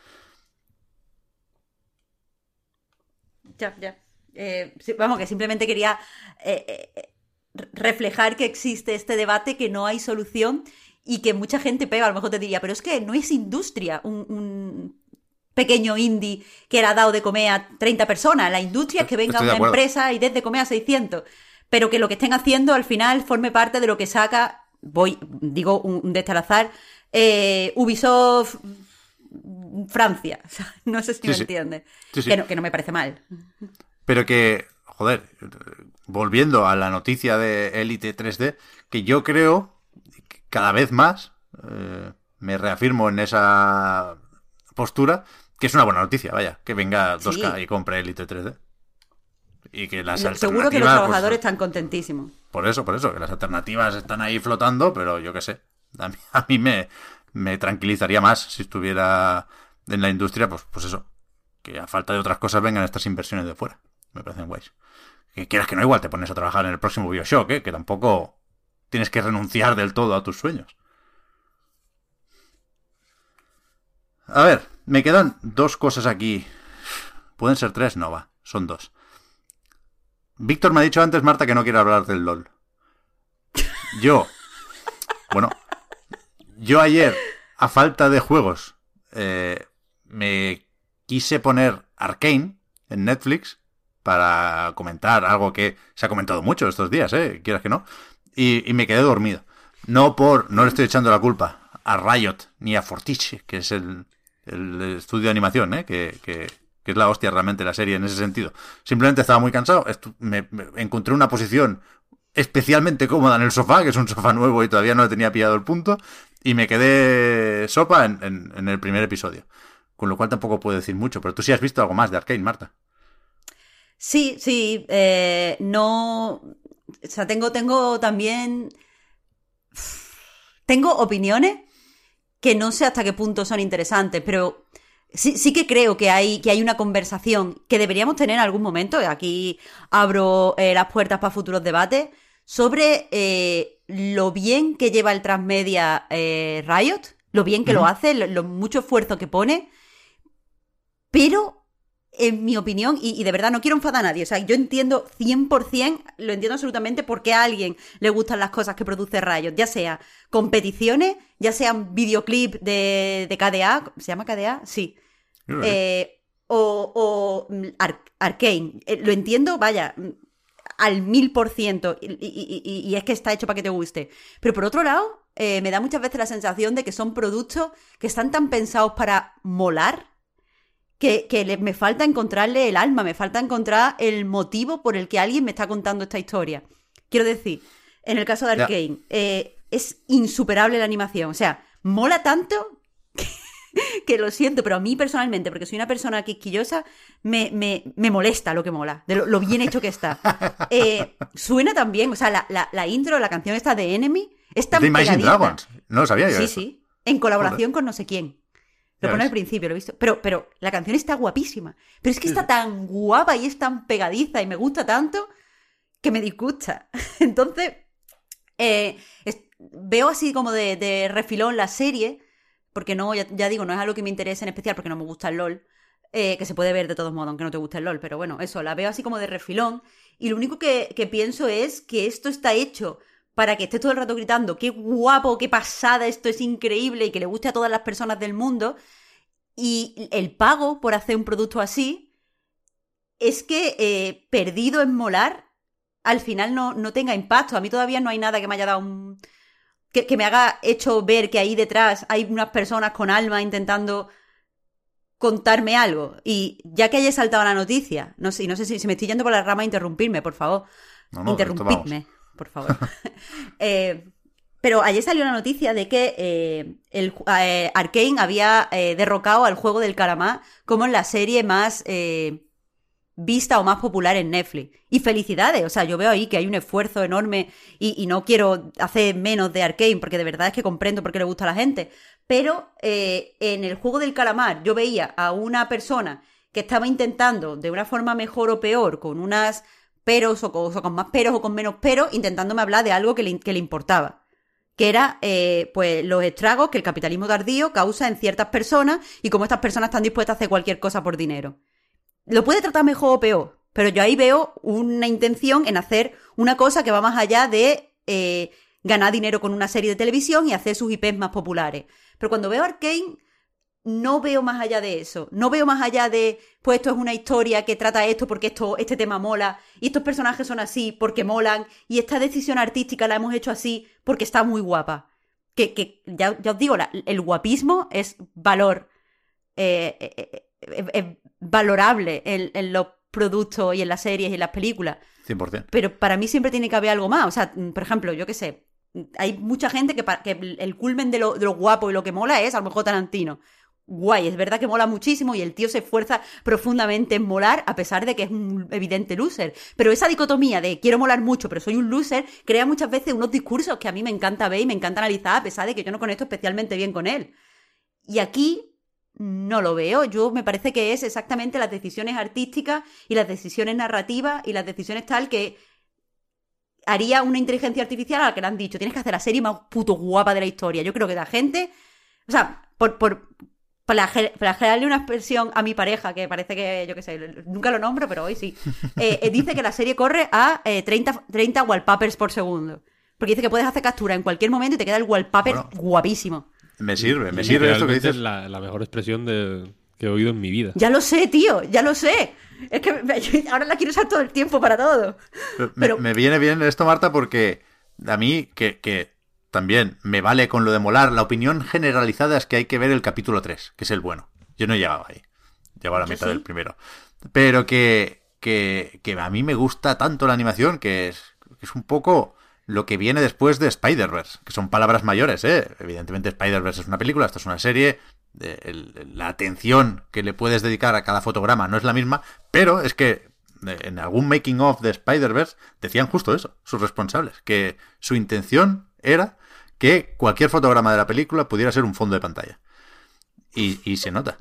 Ya. Sí, vamos, que simplemente quería reflejar que existe este debate, que no hay solución y que mucha gente pega, a lo mejor te diría, pero es que no es industria un pequeño indie que le ha dado de comer a 30 personas. La industria es que venga una empresa y dé de comer a 600. pero que lo que estén haciendo al final forme parte de lo que saca, digo un de este al azar, Ubisoft Francia. No sé si me entiendes. Sí. Que no me parece mal. Pero que, joder, volviendo a la noticia de Elite 3D, que yo creo, que cada vez más, me reafirmo en esa postura, que es una buena noticia, vaya, que venga 2K y compre Elite 3D. Y que las alternativas... Seguro que los trabajadores están contentísimos. Por eso, que las alternativas están ahí flotando, pero yo qué sé. A mí me tranquilizaría más si estuviera en la industria, pues eso. Que a falta de otras cosas vengan estas inversiones de fuera. Me parecen guays. Que quieras que no, igual te pones a trabajar en el próximo BioShock, que tampoco tienes que renunciar del todo a tus sueños. A ver, me quedan 2 cosas aquí. ¿Pueden ser 3? No, va, son 2. Víctor me ha dicho antes, Marta, que no quiere hablar del LOL. Yo ayer, a falta de juegos, me quise poner Arcane en Netflix para comentar algo que se ha comentado mucho estos días, quieras que no, y me quedé dormido. No le estoy echando la culpa a Riot ni a Fortiche, que es el estudio de animación, que es la hostia realmente la serie en ese sentido. Simplemente estaba muy cansado, me encontré una posición especialmente cómoda en el sofá, que es un sofá nuevo y todavía no le tenía pillado el punto, y me quedé sopa en el primer episodio. Con lo cual tampoco puedo decir mucho, pero tú sí has visto algo más de Arcane, Marta. Sí, no... O sea, tengo también... Tengo opiniones que no sé hasta qué punto son interesantes, pero sí que creo que hay una conversación que deberíamos tener en algún momento, aquí abro las puertas para futuros debates, sobre lo bien que lleva el transmedia Riot, lo bien que lo hace, lo mucho esfuerzo que pone, pero en mi opinión, y de verdad no quiero enfadar a nadie, o sea, yo entiendo 100%, lo entiendo absolutamente por qué a alguien le gustan las cosas que produce Riot, ya sea competiciones, ya sean videoclip de KDA, ¿se llama KDA? Sí. O Arcane, lo entiendo, vaya, al 1000%, y es que está hecho para que te guste, pero por otro lado, me da muchas veces la sensación de que son productos que están tan pensados para molar, que me falta encontrarle el alma, me falta encontrar el motivo por el que alguien me está contando esta historia. Quiero decir, en el caso de Arcane, es insuperable la animación. O sea, mola tanto que lo siento, pero a mí personalmente, porque soy una persona quisquillosa, me molesta lo que mola, de lo bien hecho que está. Suena tan bien, o sea, la intro, la canción esta de Enemy, es tan pegadiza. Imagine Dragons, no lo sabía yo. Sí, en colaboración con no sé quién. Lo pone al principio, lo he visto. Pero la canción está guapísima. Pero es que está tan guapa y es tan pegadiza y me gusta tanto que me disgusta. Entonces, veo así como de refilón la serie, porque no, ya digo, no es algo que me interese en especial porque no me gusta el LOL, que se puede ver de todos modos, aunque no te guste el LOL, pero bueno, eso, la veo así como de refilón. Y lo único que pienso es que esto está hecho para que estés todo el rato gritando qué guapo, qué pasada, esto es increíble y que le guste a todas las personas del mundo, y el pago por hacer un producto así es que perdido en molar al final no tenga impacto. A mí todavía no hay nada que me haya dado que me haga hecho ver que ahí detrás hay unas personas con alma intentando contarme algo. Y ya que haya saltado la noticia, no sé si me estoy yendo por la rama, interrumpirme, por favor. No, interrumpidme, por favor. Pero ayer salió la noticia de que Arcane había derrocado al juego del calamar como la serie más vista o más popular en Netflix. Y felicidades, o sea, yo veo ahí que hay un esfuerzo enorme y no quiero hacer menos de Arcane porque de verdad es que comprendo por qué le gusta a la gente. Pero en el juego del calamar yo veía a una persona que estaba intentando de una forma mejor o peor, con unas peros o con más peros o con menos peros, intentándome hablar de algo que le importaba. Que era pues los estragos que el capitalismo tardío causa en ciertas personas y cómo estas personas están dispuestas a hacer cualquier cosa por dinero. Lo puede tratar mejor o peor, pero yo ahí veo una intención en hacer una cosa que va más allá de ganar dinero con una serie de televisión y hacer sus IPs más populares. Pero cuando veo Arcane, no veo más allá de eso. No veo más allá de, pues esto es una historia que trata esto porque este tema mola, y estos personajes son así porque molan, y esta decisión artística la hemos hecho así porque está muy guapa. Que ya os digo, el guapismo es valor valorable en los productos y en las series y en las películas. 100%. Pero para mí siempre tiene que haber algo más. O sea, por ejemplo, yo qué sé, hay mucha gente que el culmen de lo guapo y lo que mola es a lo mejor Tarantino. Guay, es verdad que mola muchísimo y el tío se esfuerza profundamente en molar a pesar de que es un evidente loser. Pero esa dicotomía de quiero molar mucho pero soy un loser crea muchas veces unos discursos que a mí me encanta ver y me encanta analizar a pesar de que yo no conecto especialmente bien con él. Y aquí no lo veo. Yo me parece que es exactamente las decisiones artísticas y las decisiones narrativas y las decisiones tal que haría una inteligencia artificial a la que le han dicho tienes que hacer la serie más puto guapa de la historia. Yo creo que la gente, o sea, para generarle una expresión a mi pareja, que parece que, yo qué sé, nunca lo nombro, pero hoy sí, dice que la serie corre a 30 wallpapers por segundo. Porque dice que puedes hacer captura en cualquier momento y te queda el wallpaper guapísimo. Me sirve esto que dices. Es la mejor expresión que he oído en mi vida. Ya lo sé, tío, ya lo sé. Es que ahora la quiero usar todo el tiempo para todo. Pero me viene bien esto, Marta, porque a mí, que también me vale con lo de molar, la opinión generalizada es que hay que ver el capítulo 3, que es el bueno. Yo no he llegado ahí. Llevo a la mitad del primero. Pero que a mí me gusta tanto la animación que es un poco lo que viene después de Spider-Verse, que son palabras mayores, ¿eh? Evidentemente Spider-Verse es una película, esto es una serie, la atención que le puedes dedicar a cada fotograma no es la misma, pero es que en algún making of de Spider-Verse decían justo eso, sus responsables, que su intención era que cualquier fotograma de la película pudiera ser un fondo de pantalla. Y se nota,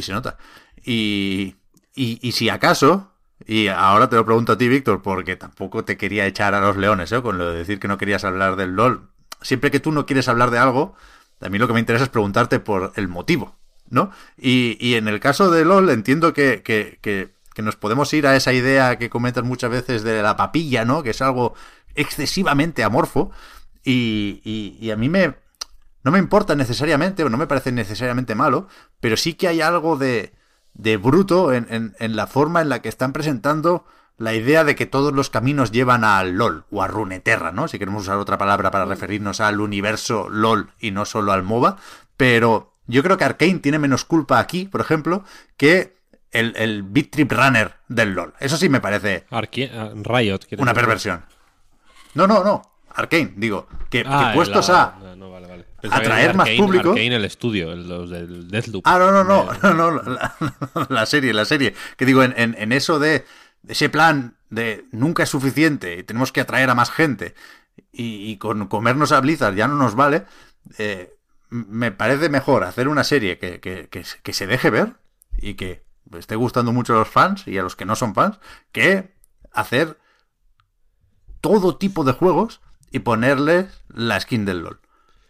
y si acaso, y ahora te lo pregunto a ti, Víctor, porque tampoco te quería echar a los leones, ¿eh? Con lo de decir que no querías hablar del LOL. Siempre que tú no quieres hablar de algo, a mí lo que me interesa es preguntarte por el motivo, ¿no? Y en el caso de LOL entiendo que nos podemos ir a esa idea que comentas muchas veces de la papilla, ¿no? Que es algo excesivamente amorfo y a mí no me importa necesariamente, o no me parece necesariamente malo, pero sí que hay algo de bruto en la forma en la que están presentando la idea de que todos los caminos llevan al LOL o a Runeterra, ¿no? Si queremos usar otra palabra para referirnos al universo LOL y no solo al MOBA, pero yo creo que Arcane tiene menos culpa aquí, por ejemplo, que el Beat Trip Runner del LOL. Eso sí me parece Riot, una perversión. No. Arcane, digo, que puestos vale. Atraer más público. Arcane, el estudio, los del Deathloop. No. La serie. Que digo, en eso de ese plan de nunca es suficiente y tenemos que atraer a más gente y con comernos a Blizzard ya no nos vale, me parece mejor hacer una serie que se deje ver y que esté gustando mucho a los fans y a los que no son fans, que hacer todo tipo de juegos y ponerles la skin del LOL.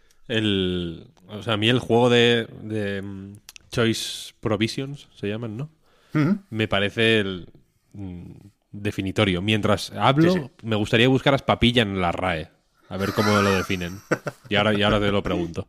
O sea, a mí el juego de Choice Provisions, se llaman, ¿no? Uh-huh. Me parece el definitorio. Mientras hablo, sí. Me gustaría buscar a Papilla en la RAE. A ver cómo lo definen. Y ahora te lo pregunto.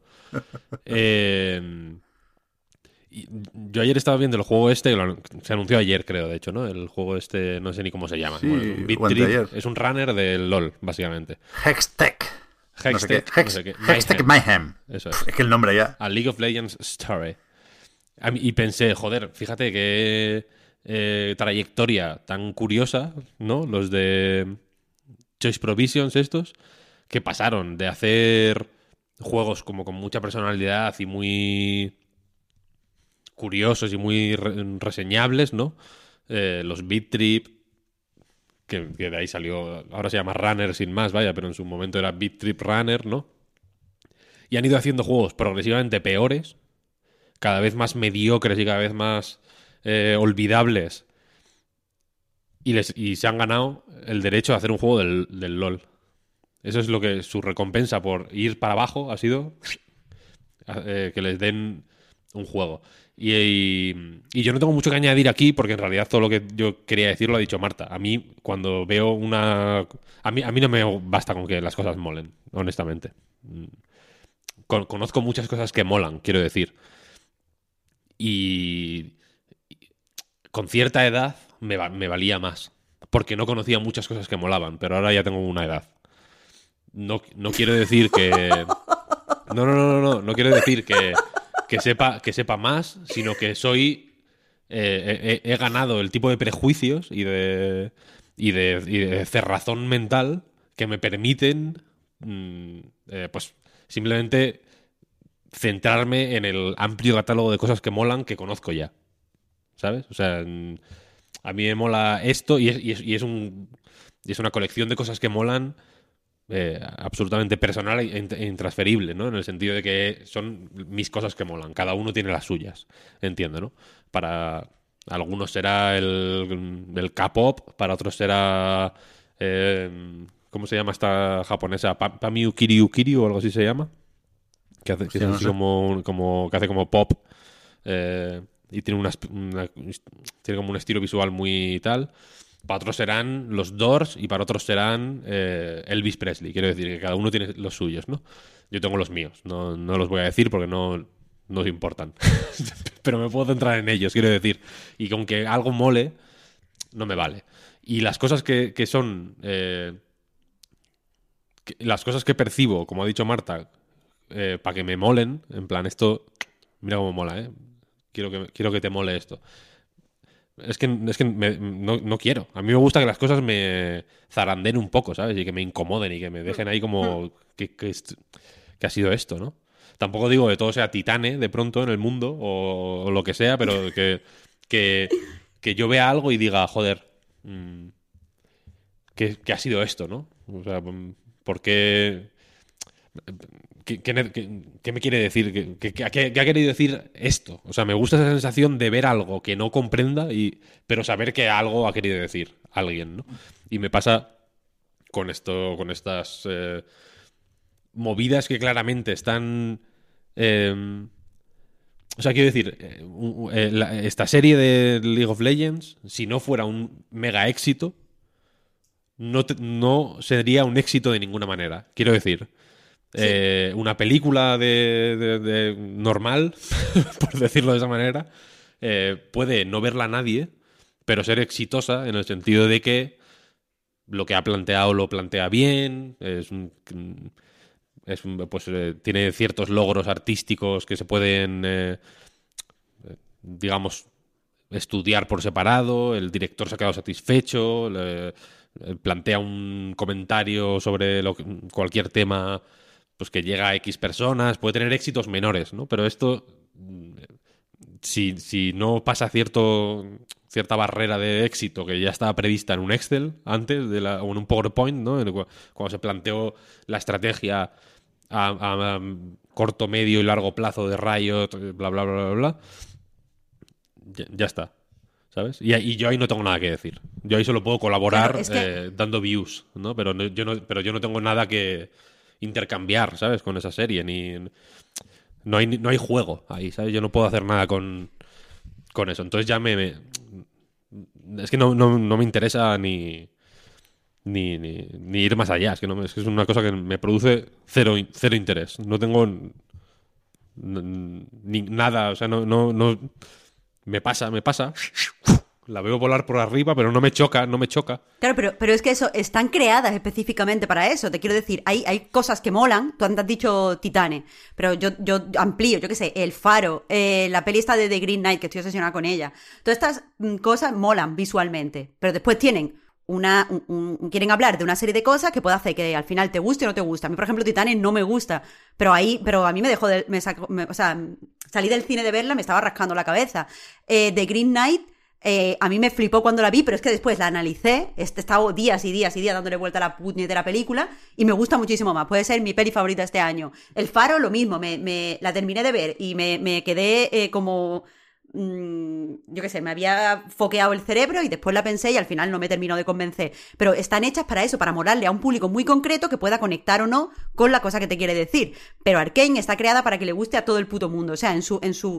Yo ayer estaba viendo el juego este, que se anunció ayer, creo, de hecho, ¿no? El juego este, no sé ni cómo se llama. Sí, bueno, Beat Trip, es un runner del LOL, básicamente. Hextech. Hextech Mayhem. Eso es que el nombre ya. A League of Legends Story. Y pensé, joder, fíjate qué trayectoria tan curiosa, ¿no? Los de Choice Provisions estos, que pasaron de hacer juegos como con mucha personalidad y muy curiosos y muy reseñables, ¿no? Los Beat Trip, que de ahí salió, ahora se llama Runner sin más, vaya, pero en su momento era Beat Trip Runner, ¿no? Y han ido haciendo juegos progresivamente peores, cada vez más mediocres y cada vez más olvidables, y se han ganado el derecho a hacer un juego del LOL. Eso es lo que su recompensa por ir para abajo ha sido que les den un juego. Y yo no tengo mucho que añadir aquí porque en realidad todo lo que yo quería decir lo ha dicho Marta. A mí cuando veo una... A mí no me basta con que las cosas molen, honestamente. Conozco muchas cosas que molan, quiero decir. y con cierta edad me valía más. Porque no conocía muchas cosas que molaban, pero ahora ya tengo una edad. No quiero decir que... No quiero decir que sepa más, sino que soy... he ganado el tipo de prejuicios y de cerrazón mental que me permiten pues simplemente centrarme en el amplio catálogo de cosas que molan que conozco ya. ¿Sabes? O sea, a mí me mola esto y es una colección de cosas que molan absolutamente personal e intransferible, ¿no? En el sentido de que son mis cosas que molan. Cada uno tiene las suyas, entiendo, ¿no? Para algunos será el K-pop, para otros será... ¿cómo se llama esta japonesa? Pamiu Kiryu o algo así se llama. Que hace, que es así como que hace como pop. Y tiene tiene como un estilo visual muy tal. Para otros serán los Doors y para otros serán Elvis Presley. Quiero decir que cada uno tiene los suyos, ¿no? Yo tengo los míos. No los voy a decir porque no os importan. Pero me puedo centrar en ellos, quiero decir. Y con que algo mole, no me vale. Y las cosas que son... las cosas que percibo, como ha dicho Marta, para que me molen, en plan, esto... Mira cómo mola, ¿eh? Quiero que te mole esto. Es que no quiero. A mí me gusta que las cosas me zarandeen un poco, ¿sabes? Y que me incomoden y que me dejen ahí como... ¿Qué ha sido esto, no? Tampoco digo que todo sea Titane de pronto en el mundo o lo que sea, pero que yo vea algo y diga, joder, ¿qué ha sido esto, no? O sea, ¿por qué...? ¿Qué me quiere decir? ¿Qué ha querido decir esto? O sea, me gusta esa sensación de ver algo que no comprenda, pero saber que algo ha querido decir alguien, ¿no? Y me pasa con estas movidas que claramente están... o sea, quiero decir, esta serie de League of Legends, si no fuera un mega éxito, no sería un éxito de ninguna manera. Quiero decir... Sí. Una película de normal, por decirlo de esa manera, puede no verla nadie, pero ser exitosa en el sentido de que lo que ha planteado lo plantea bien, tiene ciertos logros artísticos que se pueden, digamos, estudiar por separado, el director se ha quedado satisfecho, plantea un comentario sobre cualquier tema... pues que llega a X personas, puede tener éxitos menores, ¿no? Pero esto, si no pasa cierta barrera de éxito que ya estaba prevista en un Excel antes, o en un PowerPoint, ¿no? Cuando se planteó la estrategia a corto, medio y largo plazo de Riot, bla, bla, bla, bla, bla, ya está, ¿sabes? Y yo ahí no tengo nada que decir. Yo ahí solo puedo colaborar claro, dando views, ¿no? Pero yo no tengo nada que... intercambiar, ¿sabes? Con esa serie. No hay juego ahí, ¿sabes? Yo no puedo hacer nada con eso. Entonces ya es que no me interesa ni ir más allá. Es que es una cosa que me produce cero interés. No tengo ni nada, o sea, no me pasa. La veo volar por arriba, pero no me choca. Claro, pero es que eso, están creadas específicamente para eso. Te quiero decir, hay cosas que molan. Tú has dicho Titane, pero yo amplío, yo qué sé, El Faro, la peli esta de The Green Knight, que estoy obsesionada con ella. Todas estas cosas molan visualmente, pero después tienen quieren hablar de una serie de cosas que puede hacer que al final te guste o no te gusta. A mí, por ejemplo, Titane no me gusta, pero a mí me dejó o sea, salí del cine de verla, me estaba rascando la cabeza. The Green Knight, a mí me flipó cuando la vi, pero es que después la analicé, he estado días y días y días dándole vuelta a la puñetera película y me gusta muchísimo más. Puede ser mi peli favorita este año. El Faro, lo mismo, la terminé de ver y me quedé como... yo qué sé, me había foqueado el cerebro y después la pensé y al final no me terminó de convencer. Pero están hechas para eso, para molarle a un público muy concreto que pueda conectar o no con la cosa que te quiere decir. Pero Arcane está creada para que le guste a todo el puto mundo. O sea, en su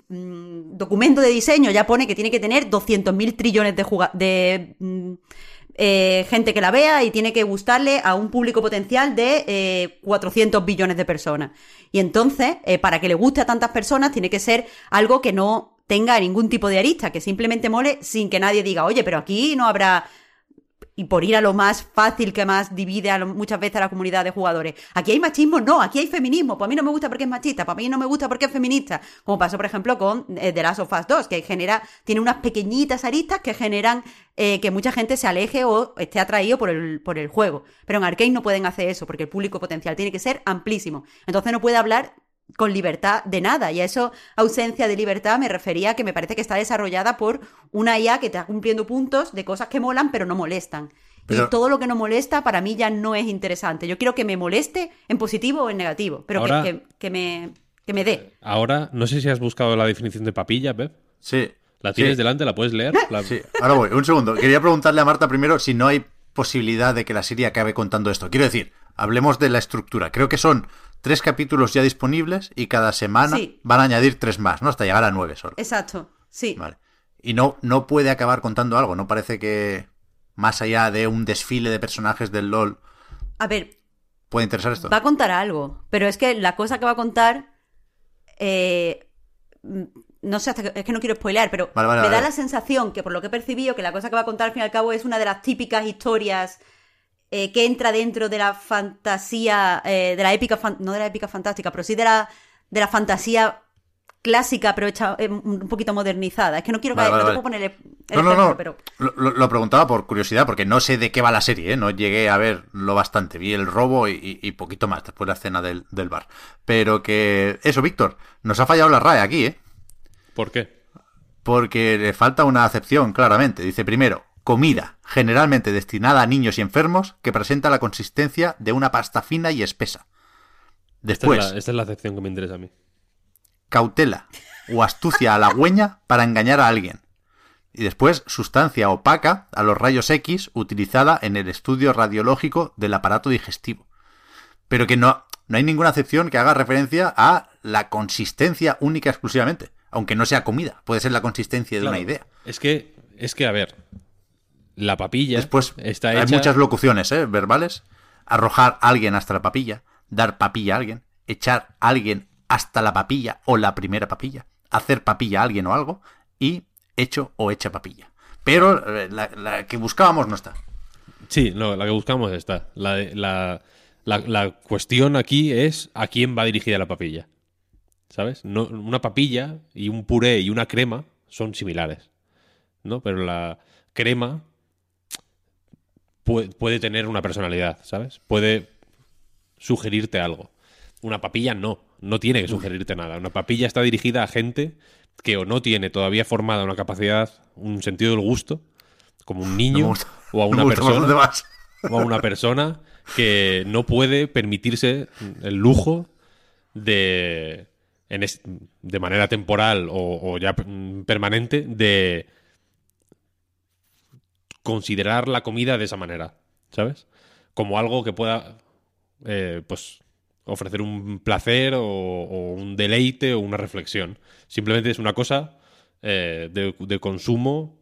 documento de diseño ya pone que tiene que tener 200.000 trillones de gente que la vea y tiene que gustarle a un público potencial de 400 billones de personas. Y entonces, para que le guste a tantas personas, tiene que ser algo que no tenga ningún tipo de arista, que simplemente mole sin que nadie diga, oye, pero aquí no habrá... Y por ir a lo más fácil que más divide muchas veces a la comunidad de jugadores. Aquí hay machismo, no, aquí hay feminismo. Pues a mí no me gusta porque es machista, pues a mí no me gusta porque es feminista. Como pasó, por ejemplo, con The Last of Us 2, que tiene unas pequeñitas aristas que generan que mucha gente se aleje o esté atraído por el juego. Pero en Arcane no pueden hacer eso, porque el público potencial tiene que ser amplísimo. Entonces no puede hablar con libertad de nada, y a eso, ausencia de libertad, me refería a que me parece que está desarrollada por una IA que está cumpliendo puntos de cosas que molan pero no molestan. Pero... Y todo lo que no molesta para mí ya no es interesante. Yo quiero que me moleste en positivo o en negativo, pero ahora, que me dé. Ahora, no sé si has buscado la definición de papilla, Pep. Sí. ¿La tienes delante? ¿La puedes leer? Sí, ahora voy. Un segundo. Quería preguntarle a Marta primero si no hay posibilidad de que la serie acabe contando esto. Quiero decir, hablemos de la estructura. Creo que son 3 capítulos ya disponibles y cada semana van a añadir 3 más, ¿no? Hasta llegar a 9 solo. Exacto, sí. Vale. Y no puede acabar contando algo, ¿no? Parece que más allá de un desfile de personajes del LoL... A ver... ¿Puede interesar esto? Va a contar algo, pero es que la cosa que va a contar... no sé, es que no quiero spoilear, pero me da la sensación que por lo que he percibido, que la cosa que va a contar al fin y al cabo es una de las típicas historias... que entra dentro de la fantasía, de la épica, no de la épica fantástica, pero sí de la fantasía clásica, pero hecha un poquito modernizada. Es que no quiero no te puedo poner ejemplo, pero... Lo preguntaba por curiosidad, porque no sé de qué va la serie, ¿eh? No llegué a verlo bastante. Vi el robo y poquito más después de la escena del bar. Pero que... Eso, Víctor, nos ha fallado la RAE aquí, ¿eh? ¿Por qué? Porque le falta una acepción, claramente. Dice primero... Comida, generalmente destinada a niños y enfermos, que presenta la consistencia de una pasta fina y espesa. Después... Esta es la acepción que me interesa a mí. Cautela o astucia halagüeña para engañar a alguien. Y después, sustancia opaca a los rayos X utilizada en el estudio radiológico del aparato digestivo. Pero que no hay ninguna acepción que haga referencia a la consistencia única exclusivamente. Aunque no sea comida, puede ser la consistencia de una idea. Es que, a ver... La papilla después está hecha... Hay muchas locuciones, verbales. Arrojar a alguien hasta la papilla, dar papilla a alguien, echar a alguien hasta la papilla o la primera papilla, hacer papilla a alguien o algo, y hecho o hecha papilla. Pero la que buscábamos no está. Sí, no, la que buscamos está. La cuestión aquí es a quién va dirigida la papilla. ¿Sabes? No, una papilla y un puré y una crema son similares, ¿no? Pero la crema... Puede tener una personalidad, ¿sabes? Puede sugerirte algo. Una papilla no tiene que sugerirte nada. Una papilla está dirigida a gente que o no tiene todavía formada una capacidad, un sentido del gusto, como un niño, o a una persona que no puede permitirse el lujo de manera temporal o ya permanente de considerar la comida de esa manera, ¿sabes? Como algo que pueda pues ofrecer un placer o un deleite o una reflexión. Simplemente es una cosa de consumo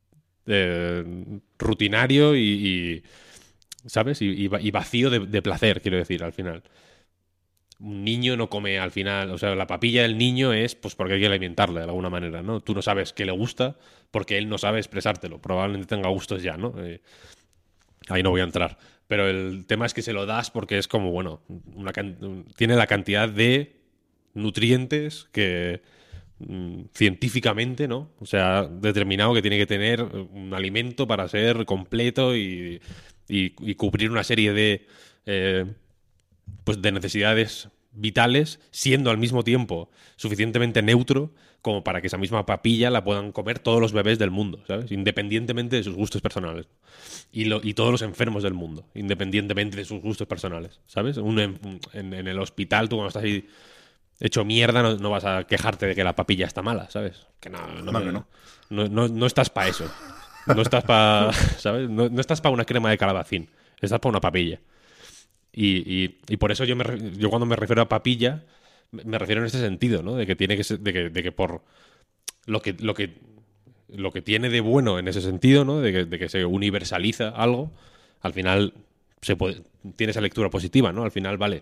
rutinario y ¿sabes? Y vacío de placer, quiero decir, al final. Un niño no come al final, o sea, la papilla del niño es pues porque hay que alimentarle de alguna manera, ¿no? Tú no sabes qué le gusta porque él no sabe expresártelo. Probablemente tenga gustos ya, ¿no? Ahí no voy a entrar. Pero el tema es que se lo das porque es como, bueno, tiene la cantidad de nutrientes que científicamente, ¿no? O sea, determinado que tiene que tener un alimento para ser completo y cubrir una serie de pues de necesidades vitales, siendo al mismo tiempo suficientemente neutro como para que esa misma papilla la puedan comer todos los bebés del mundo, ¿sabes? Independientemente de sus gustos personales. Y todos los enfermos del mundo, independientemente de sus gustos personales, ¿sabes? En el hospital, tú cuando estás ahí hecho mierda, no vas a quejarte de que la papilla está mala, ¿sabes? Que no estás para eso. No estás para, ¿sabes? No estás para una crema de calabacín. Estás para una papilla. Y por eso yo cuando me refiero a papilla me refiero en ese sentido, ¿no? De que tiene que ser, de que por lo que lo que tiene de bueno en ese sentido, ¿no? De que se universaliza algo, al final tiene esa lectura positiva, ¿no? Al final, vale,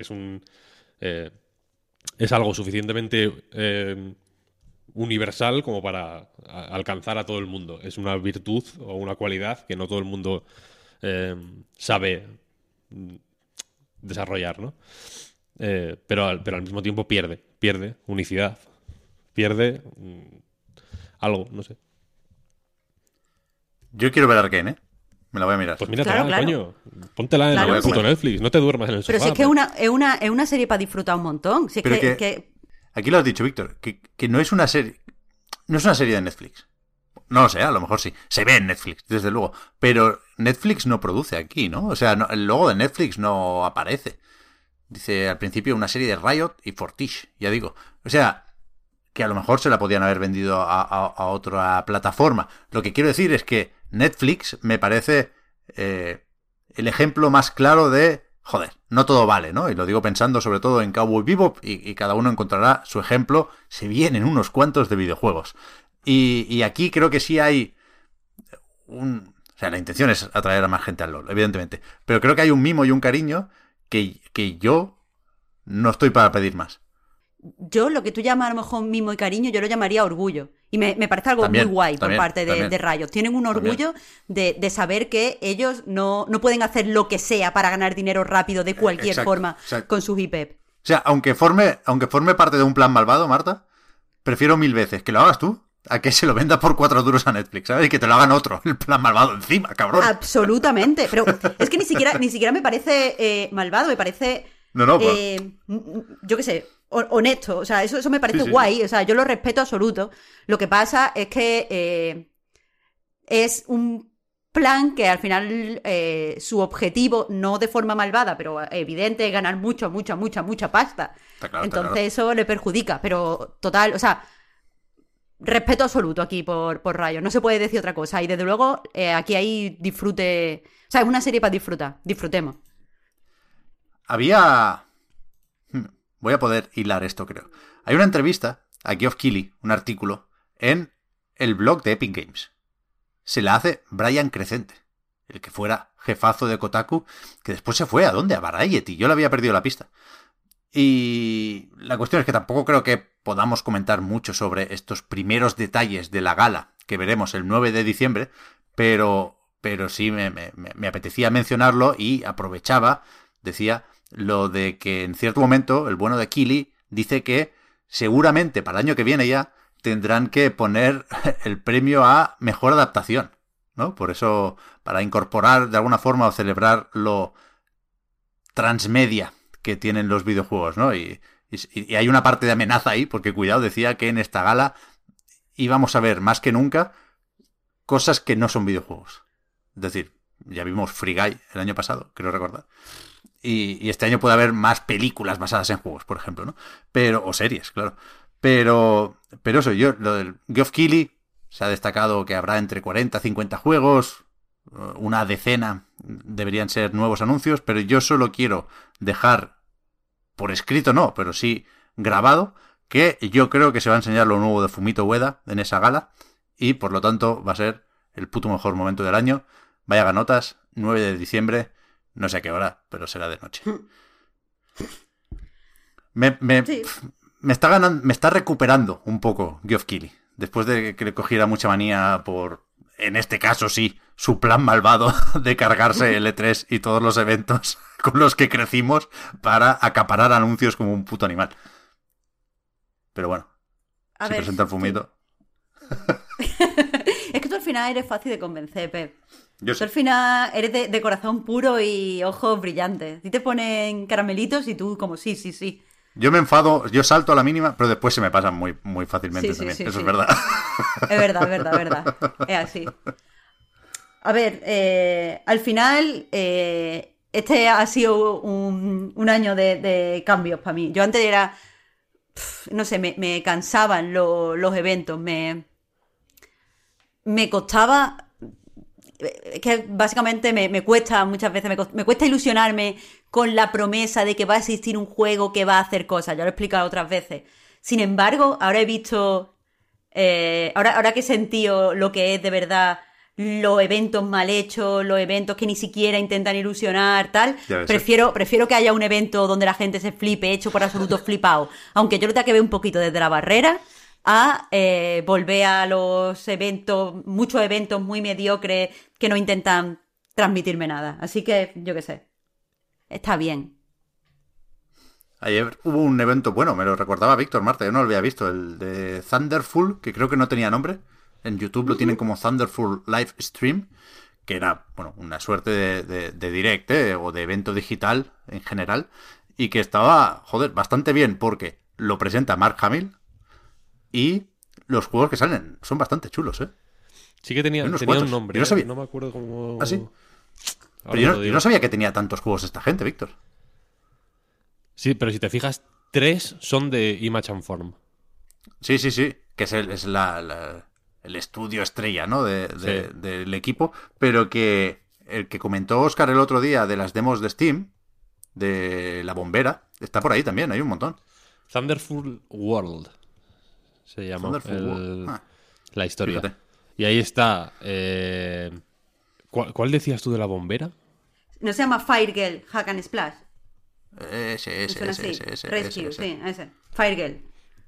es algo suficientemente universal como para alcanzar a todo el mundo. Es una virtud o una cualidad que no todo el mundo sabe desarrollar, ¿no? Pero al mismo tiempo pierde unicidad, pierde algo, no sé. Yo quiero ver Arcane, ¿eh? Me la voy a mirar. Pues míratela, coño. Póntela en el puto Netflix. No te duermas en el sofá. Pero si es que es una serie para disfrutar un montón. Si es pero que... Aquí lo has dicho, Víctor, que no es una serie. No es una serie de Netflix. No lo sé, a lo mejor sí. Se ve en Netflix, desde luego. Pero Netflix no produce aquí, ¿no? O sea, el logo de Netflix no aparece. Dice al principio una serie de Riot y Fortiche, ya digo. O sea, que a lo mejor se la podían haber vendido a otra plataforma. Lo que quiero decir es que Netflix me parece el ejemplo más claro de, joder, no todo vale, ¿no? Y lo digo pensando sobre todo en Cowboy Bebop y cada uno encontrará su ejemplo. Se vienen unos cuantos de videojuegos. Y aquí creo que sí hay o sea, la intención es atraer a más gente al LoL, evidentemente. Pero creo que hay un mimo y un cariño que yo no estoy para pedir más. Yo, lo que tú llamas a lo mejor mimo y cariño, yo lo llamaría orgullo. Y me parece algo muy guay por parte de Riot. Tienen un orgullo de saber que ellos no pueden hacer lo que sea para ganar dinero rápido de cualquier forma con sus IP. O sea, aunque forme parte de un plan malvado, Marta, prefiero 1000 veces que lo hagas tú a que se lo venda por 4 duros a Netflix, ¿sabes? Y que te lo hagan otro, el plan malvado encima, cabrón. Absolutamente. Pero es que ni siquiera me parece malvado, me parece... yo qué sé, honesto. O sea, eso me parece guay. O sea, yo lo respeto absoluto. Lo que pasa es que es un plan que al final su objetivo, no de forma malvada, pero evidente, es ganar mucha pasta. Claro, entonces eso le perjudica. Pero total, o sea... Respeto absoluto aquí por Riot. No se puede decir otra cosa. Y desde luego, aquí hay disfrute. O sea, es una serie para disfrutar. Disfrutemos. Voy a poder hilar esto, creo. Hay una entrevista a Geoff Keighley, un artículo, en el blog de Epic Games. Se la hace Brian Crecente, el que fuera jefazo de Kotaku, que después se fue, ¿a dónde? A Variety. Yo le había perdido la pista. Y la cuestión es que tampoco creo que podamos comentar mucho sobre estos primeros detalles de la gala que veremos el 9 de diciembre, pero sí me apetecía mencionarlo y aprovechaba, decía, lo de que en cierto momento el bueno de Keighley dice que seguramente para el año que viene ya tendrán que poner el premio a mejor adaptación, ¿no? Por eso, para incorporar de alguna forma o celebrar lo transmedia que tienen los videojuegos, ¿no? Y hay una parte de amenaza ahí, porque cuidado, decía que en esta gala íbamos a ver más que nunca cosas que no son videojuegos. Es decir, ya vimos Free Guy el año pasado, creo recordar. Y este año puede haber más películas basadas en juegos, por ejemplo, ¿no? O series, claro. Pero eso, lo del Geoff Keighley se ha destacado que habrá entre 40 y 50 juegos, una decena deberían ser nuevos anuncios, pero yo solo quiero dejar por escrito, no, pero sí grabado, que yo creo que se va a enseñar lo nuevo de Fumito Ueda en esa gala y por lo tanto va a ser el puto mejor momento del año. Vaya ganotas, 9 de diciembre, no sé a qué hora, pero será de noche. Me está recuperando un poco Geoff Keighley, después de que le cogiera mucha manía por, en este caso sí, su plan malvado de cargarse el E3 y todos los eventos con los que crecimos para acaparar anuncios como un puto animal. Pero bueno, si presenta el Fumito. Es que tú al final eres fácil de convencer, Pep. Tú al final eres de corazón puro y ojos brillantes. Y te ponen caramelitos y tú como sí. Yo me enfado, yo salto a la mínima, pero después se me pasan muy, muy fácilmente también. Eso es verdad. Es verdad. Es así. A ver, al final, este ha sido un año de cambios para mí. Yo antes era, no sé, me cansaban los eventos, me costaba, es que básicamente me cuesta muchas veces, me cuesta ilusionarme con la promesa de que va a existir un juego que va a hacer cosas. Ya lo he explicado otras veces. Sin embargo, ahora he visto Ahora que he sentido lo que es de verdad los eventos mal hechos, los eventos que ni siquiera intentan ilusionar, tal, prefiero que haya un evento donde la gente se flipe, hecho por absolutos flipados, aunque yo lo tenga que ver un poquito desde la barrera, a volver a los eventos, muchos eventos muy mediocres que no intentan transmitirme nada. Así que, yo qué sé, está bien. Ayer hubo un evento bueno, me lo recordaba Víctor Marta, yo no lo había visto, el de Thunderful, que creo que no tenía nombre. En YouTube lo tienen como Thunderful Live Stream, que era, bueno, una suerte de direct, o de evento digital en general, y que estaba, joder, bastante bien, porque lo presenta Mark Hamill y los juegos que salen son bastante chulos, ¿eh? Sí que tenía un nombre, yo no sabía. No me acuerdo cómo... ¿Ah, sí? Pero yo no sabía que tenía tantos juegos esta gente, Víctor. Sí, pero si te fijas, 3 son de Image and Form. Sí, que es el estudio estrella, ¿no? Del equipo, pero que el que comentó Óscar el otro día de las demos de Steam, de la bombera, está por ahí también, hay un montón. Thunderful World se llama la historia. Fíjate. Y ahí está. ¿Cuál decías tú de la bombera? ¿No se llama Firegirl Hack and Splash? Ese. Rescue, sí, ese. Firegirl.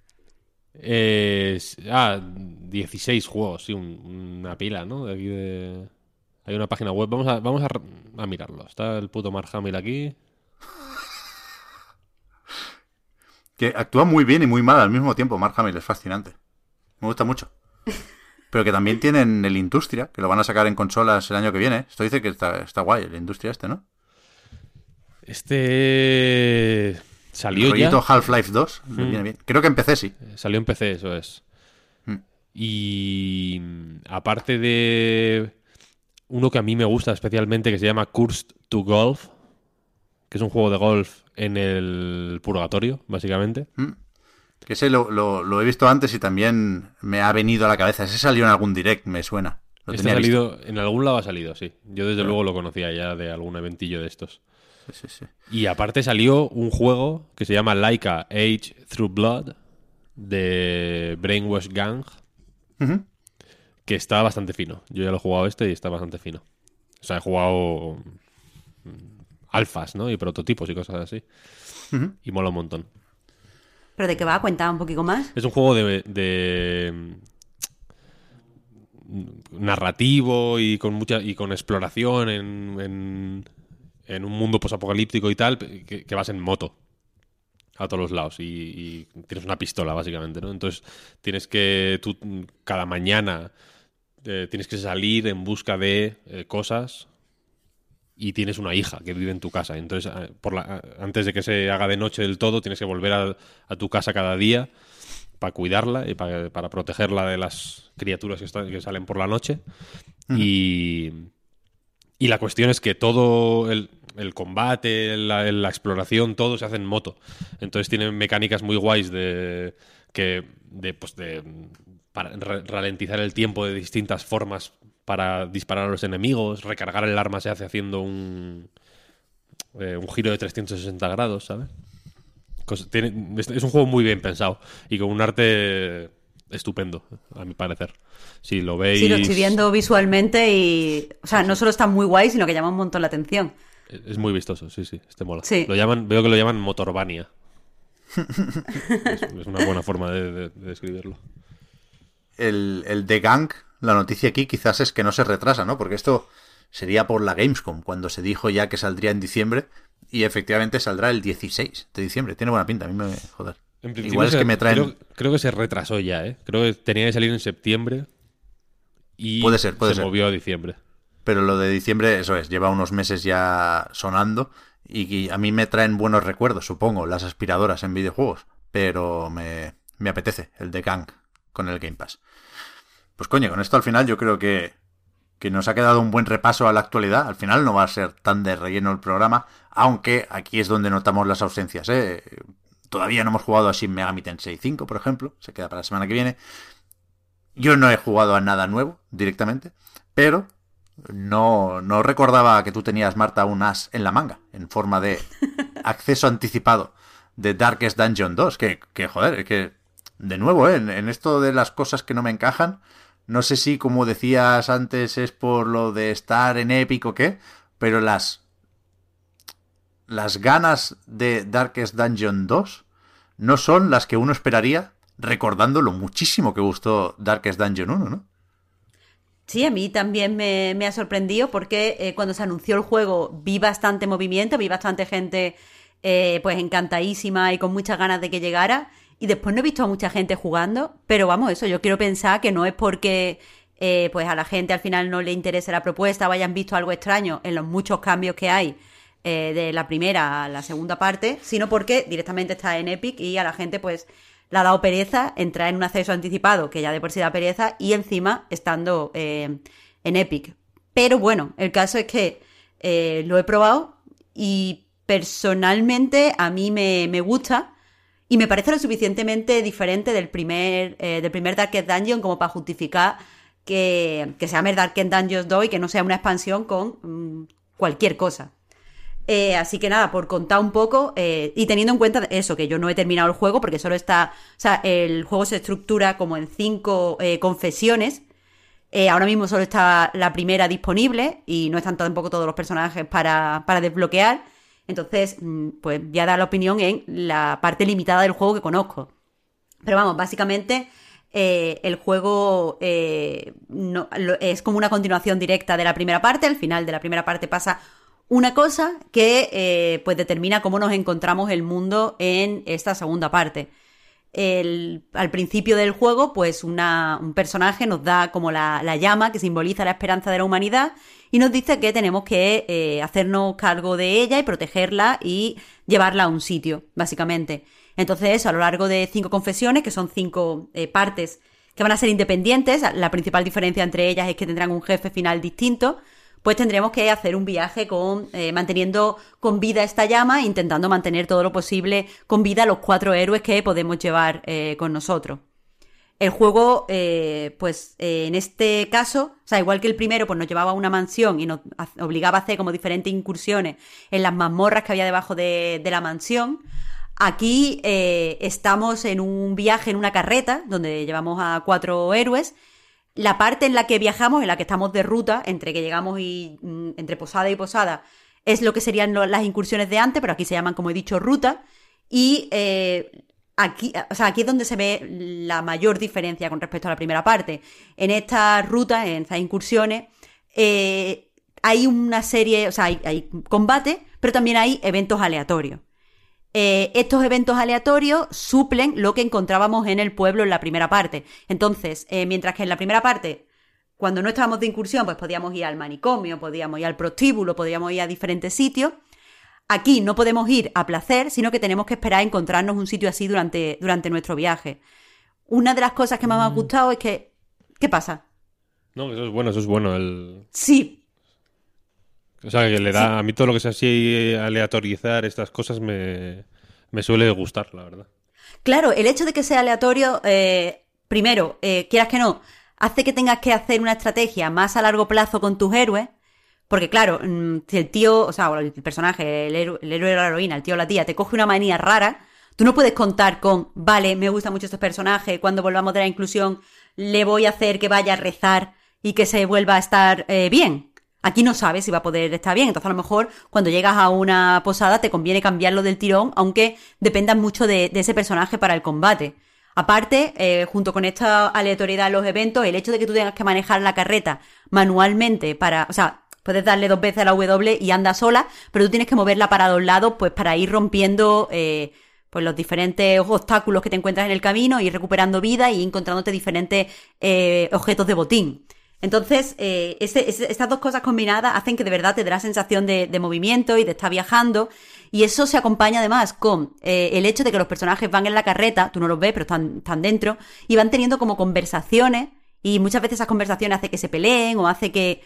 16 juegos, sí, una pila, ¿no? De aquí hay una página web. Vamos a mirarlo. Está el puto Mark Hamill aquí. Que actúa muy bien y muy mal al mismo tiempo. Mark Hamill es fascinante. Me gusta mucho. Pero que también tienen el Industria, que lo van a sacar en consolas el año que viene. Esto dice que está guay, el Industria ¿no? Salió el ya. Half-Life 2. Viene bien. Creo que en PC sí. Salió en PC, eso es. Y aparte de uno que a mí me gusta especialmente, que se llama Cursed to Golf, que es un juego de golf en el purgatorio, básicamente. Que ese lo he visto antes y también me ha venido a la cabeza. Ese salió en algún direct, me suena. Este ha salido, en algún lado ha salido, sí. Yo desde luego lo conocía ya de algún eventillo de estos. Sí. Y aparte salió un juego que se llama Laika Age Through Blood, de Brainwash Gang, que está bastante fino. Yo ya lo he jugado y está bastante fino. O sea, he jugado alfas, ¿no? Y prototipos y cosas así. Y mola un montón. ¿Pero de qué va? Cuenta un poquito más. Es un juego de narrativo y con exploración en un mundo posapocalíptico y tal, que vas en moto a todos los lados y tienes una pistola, básicamente, ¿no? Entonces tú cada mañana tienes que salir en busca de cosas y tienes una hija que vive en tu casa. Entonces, antes de que se haga de noche del todo, tienes que volver a tu casa cada día para cuidarla y para protegerla de las criaturas que salen por la noche. Y la cuestión es que todo el combate, la exploración, todo se hace en moto. Entonces tienen mecánicas muy guays para ralentizar el tiempo de distintas formas para disparar a los enemigos. Recargar el arma se hace haciendo un giro de 360 grados, ¿sabes? Es un juego muy bien pensado y con un arte estupendo, a mi parecer. Si lo veis... Sí, lo estoy viendo visualmente y... O sea, no solo está muy guay, sino que llama un montón la atención. Es muy vistoso, sí, mola. Sí. Veo que lo llaman Motorvania. es una buena forma de describirlo. El The Gang, la noticia aquí quizás es que no se retrasa, ¿no? Porque esto sería por la Gamescom, cuando se dijo ya que saldría en diciembre, y efectivamente saldrá el 16 de diciembre. Tiene buena pinta, a mí me... Joder. Igual es que me traen... Creo que se retrasó ya, ¿eh? Creo que tenía que salir en septiembre y puede ser. Movió a diciembre. Pero lo de diciembre, eso es, lleva unos meses ya sonando y a mí me traen buenos recuerdos, supongo, las aspiradoras en videojuegos, pero me apetece el The Gang con el Game Pass. Pues coño, con esto al final yo creo que nos ha quedado un buen repaso a la actualidad. Al final no va a ser tan de relleno el programa, aunque aquí es donde notamos las ausencias, ¿eh? Todavía no hemos jugado a Shin Megami Tensei 5, por ejemplo, se queda para la semana que viene. Yo no he jugado a nada nuevo directamente, pero no recordaba que tú tenías, Marta, un as en la manga, en forma de acceso anticipado de Darkest Dungeon 2, que joder, es que de nuevo, en esto de las cosas que no me encajan, no sé si, como decías antes, es por lo de estar en Epic o qué, pero las ganas de Darkest Dungeon 2 no son las que uno esperaría, recordando lo muchísimo que gustó Darkest Dungeon 1, ¿no? Sí, a mí también me ha sorprendido porque cuando se anunció el juego vi bastante movimiento, vi bastante gente pues encantadísima y con muchas ganas de que llegara, y después no he visto a mucha gente jugando, pero vamos, eso, yo quiero pensar que no es porque pues a la gente al final no le interese la propuesta o hayan visto algo extraño en los muchos cambios que hay de la primera a la segunda parte, sino porque directamente está en Epic y a la gente pues le ha dado pereza entrar en un acceso anticipado, que ya de por sí da pereza, y encima estando en Epic. Pero bueno, el caso es que lo he probado y personalmente a mí me gusta y me parece lo suficientemente diferente del primer Darkest Dungeon como para justificar que se llame Darkest Dungeon 2 y que no sea una expansión con cualquier cosa. Así que nada, por contar un poco, y teniendo en cuenta eso, que yo no he terminado el juego porque solo está, o sea, el juego se estructura como en 5 confesiones. Ahora mismo solo está la primera disponible y no están tampoco todos los personajes para desbloquear. Entonces, pues voy a dar la opinión en la parte limitada del juego que conozco. Pero vamos, básicamente el juego es como una continuación directa de la primera parte. Al final de la primera parte pasa una cosa que pues determina cómo nos encontramos el mundo en esta segunda parte. Al principio del juego, pues un personaje nos da como la llama que simboliza la esperanza de la humanidad y nos dice que tenemos que hacernos cargo de ella y protegerla y llevarla a un sitio, básicamente. Entonces eso, a lo largo de 5 confesiones, que son 5 partes que van a ser independientes, la principal diferencia entre ellas es que tendrán un jefe final distinto, pues tendremos que hacer un viaje manteniendo con vida esta llama, intentando mantener todo lo posible con vida a los 4 héroes que podemos llevar con nosotros. El juego, en este caso, o sea, igual que el primero, pues nos llevaba a una mansión y nos obligaba a hacer como diferentes incursiones en las mazmorras que había debajo de la mansión. Aquí estamos en un viaje en una carreta donde llevamos a 4 héroes. La parte en la que viajamos, en la que estamos de ruta, entre que llegamos y entre posada y posada, es lo que serían las incursiones de antes, pero aquí se llaman, como he dicho, ruta. Y aquí es donde se ve la mayor diferencia con respecto a la primera parte. En esta ruta, en estas incursiones, hay una serie, o sea, hay combate, pero también hay eventos aleatorios. Estos eventos aleatorios suplen lo que encontrábamos en el pueblo en la primera parte. Entonces, mientras que en la primera parte, cuando no estábamos de incursión, pues podíamos ir al manicomio, podíamos ir al prostíbulo, podíamos ir a diferentes sitios. Aquí no podemos ir a placer, sino que tenemos que esperar a encontrarnos un sitio así durante nuestro viaje. Una de las cosas que más me ha gustado es que... ¿Qué pasa? No, eso es bueno. Sí. O sea, que le da a mí todo lo que sea así, aleatorizar estas cosas me suele gustar, la verdad. Claro, el hecho de que sea aleatorio, primero, quieras que no, hace que tengas que hacer una estrategia más a largo plazo con tus héroes, porque claro, si el tío, o sea, el personaje, el héroe o la heroína, el tío o la tía, te coge una manía rara, tú no puedes contar con, vale, me gusta mucho este personaje, cuando volvamos de la inclusión le voy a hacer que vaya a rezar y que se vuelva a estar bien. Aquí no sabes si va a poder estar bien, entonces a lo mejor cuando llegas a una posada te conviene cambiarlo del tirón, aunque dependas mucho de ese personaje para el combate. Aparte, junto con esta aleatoriedad en los eventos, el hecho de que tú tengas que manejar la carreta manualmente o sea, puedes darle 2 veces a la W y anda sola, pero tú tienes que moverla para 2 lados pues para ir rompiendo pues los diferentes obstáculos que te encuentras en el camino, ir recuperando vida y encontrándote diferentes objetos de botín. Entonces, estas 2 cosas combinadas hacen que de verdad te dé la sensación de movimiento y de estar viajando, y eso se acompaña además con el hecho de que los personajes van en la carreta, tú no los ves, pero están dentro, y van teniendo como conversaciones, y muchas veces esas conversaciones hacen que se peleen o hace que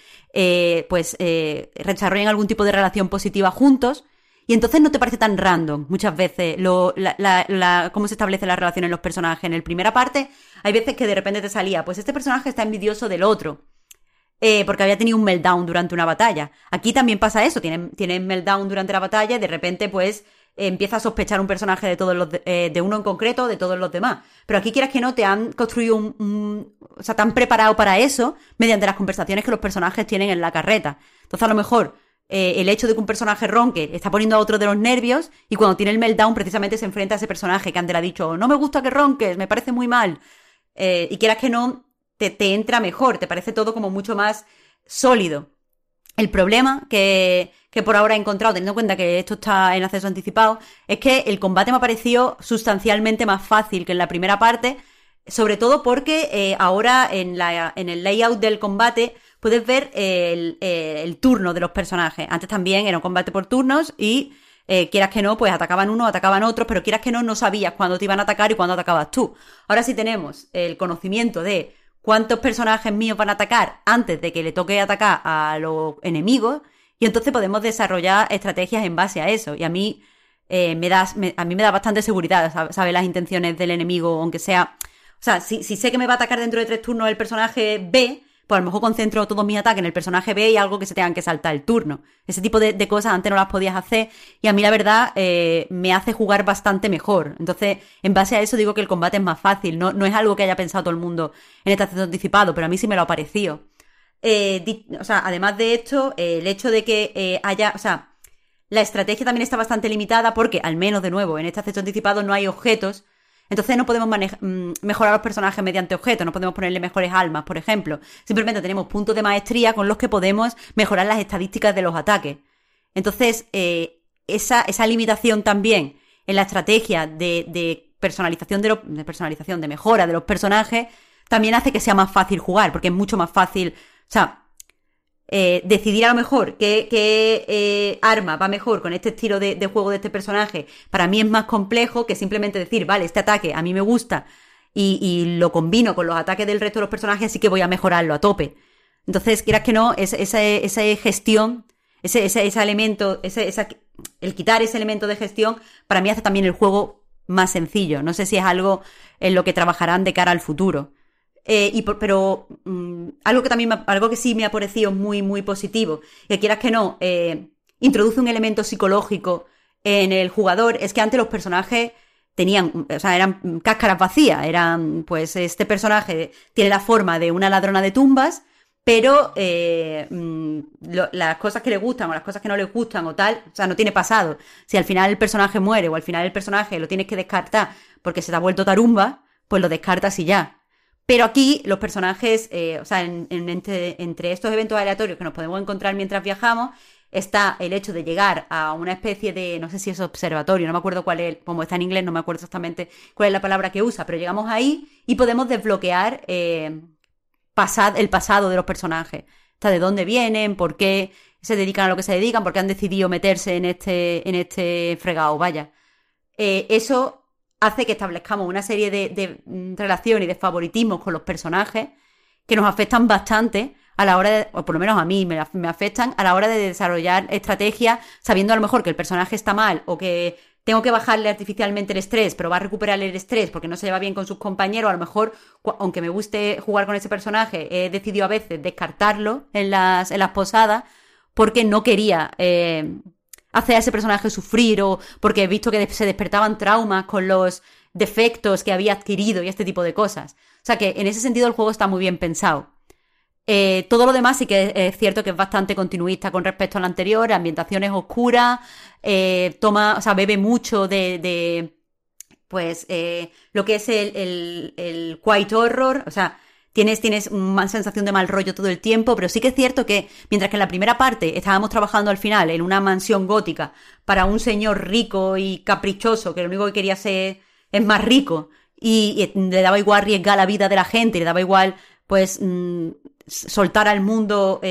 desarrollen algún tipo de relación positiva juntos, y entonces no te parece tan random muchas veces cómo se establecen las relaciones en los personajes. En la primera parte hay veces que de repente te salía, pues este personaje está envidioso del otro porque había tenido un meltdown durante una batalla. Aquí también pasa eso, tienen meltdown durante la batalla y de repente pues empieza a sospechar un personaje de todos de uno en concreto, de todos los demás. Pero aquí, quieras que no, te han construido o sea, te han preparado para eso mediante las conversaciones que los personajes tienen en la carreta. Entonces, a lo mejor, el hecho de que un personaje ronque está poniendo a otro de los nervios, y cuando tiene el meltdown precisamente se enfrenta a ese personaje que antes le ha dicho, no me gusta que ronques, me parece muy mal. Y quieras que no, te entra mejor, te parece todo como mucho más sólido. El problema que por ahora he encontrado, teniendo en cuenta que esto está en acceso anticipado, es que el combate me ha parecido sustancialmente más fácil que en la primera parte, sobre todo porque ahora en el layout del combate puedes ver el turno de los personajes. Antes también era un combate por turnos y quieras que no, pues atacaban unos, atacaban otros, pero quieras que no sabías cuándo te iban a atacar y cuándo atacabas tú. Ahora sí tenemos el conocimiento de cuántos personajes míos van a atacar antes de que le toque atacar a los enemigos, y entonces podemos desarrollar estrategias en base a eso. Y a mí a mí me da bastante seguridad saber las intenciones del enemigo, aunque sea... O sea, si sé que me va a atacar dentro de 3 turnos el personaje B, pues a lo mejor concentro todos mis ataques en el personaje B y algo que se tengan que saltar el turno. Ese tipo de cosas antes no las podías hacer, y a mí la verdad me hace jugar bastante mejor. Entonces, en base a eso digo que el combate es más fácil. No es algo que haya pensado todo el mundo en este acceso anticipado, pero a mí sí me lo ha parecido. O sea, además de esto, el hecho de que haya... O sea, la estrategia también está bastante limitada porque, al menos de nuevo, en este acceso anticipado no hay objetos. Entonces no podemos mejorar a los personajes mediante objetos, no podemos ponerle mejores almas, por ejemplo. Simplemente tenemos puntos de maestría con los que podemos mejorar las estadísticas de los ataques. Entonces, esa limitación también en la estrategia de personalización de mejora de los personajes, también hace que sea más fácil jugar, porque es mucho más fácil, o sea, decidir a lo mejor qué arma va mejor con este estilo de juego de este personaje, para mí es más complejo que simplemente decir, vale, este ataque a mí me gusta y lo combino con los ataques del resto de los personajes, así que voy a mejorarlo a tope. Entonces, quieras que no, esa gestión, ese elemento, el quitar ese elemento de gestión, para mí hace también el juego más sencillo. No sé si es algo en lo que trabajarán de cara al futuro. Pero algo que sí me ha parecido muy, muy positivo, que quieras que no, introduce un elemento psicológico en el jugador, es que antes los personajes eran cáscaras vacías, pues este personaje tiene la forma de una ladrona de tumbas, pero las cosas que le gustan o las cosas que no le gustan o tal, o sea, no tiene pasado. Si al final el personaje muere o al final el personaje lo tienes que descartar porque se te ha vuelto tarumba, pues lo descartas y ya. Pero aquí los personajes, o sea, entre estos eventos aleatorios que nos podemos encontrar mientras viajamos, está el hecho de llegar a una especie de, no sé si es observatorio, no me acuerdo cuál es, como está en inglés, no me acuerdo exactamente cuál es la palabra que usa, pero llegamos ahí y podemos desbloquear el pasado de los personajes. O sea, de dónde vienen, por qué se dedican a lo que se dedican, por qué han decidido meterse en este fregado, vaya. Eso hace que establezcamos una serie de relaciones y de favoritismos con los personajes que nos afectan bastante a la hora de, o por lo menos a mí me afectan a la hora de desarrollar estrategias, sabiendo a lo mejor que el personaje está mal o que tengo que bajarle artificialmente el estrés, pero va a recuperar el estrés porque no se lleva bien con sus compañeros. A lo mejor, aunque me guste jugar con ese personaje, he decidido a veces descartarlo en las posadas porque no quería hacer a ese personaje sufrir, o porque he visto que se despertaban traumas con los defectos que había adquirido y este tipo de cosas. O sea que en ese sentido el juego está muy bien pensado. Todo lo demás sí que es cierto que es bastante continuista con respecto al anterior. Ambientación es oscura, bebe mucho de lo que es el quiet horror. O sea, tienes una sensación de mal rollo todo el tiempo, pero sí que es cierto que mientras que en la primera parte estábamos trabajando al final en una mansión gótica para un señor rico y caprichoso que lo único que quería ser es más rico y le daba igual arriesgar la vida de la gente, le daba igual pues soltar al mundo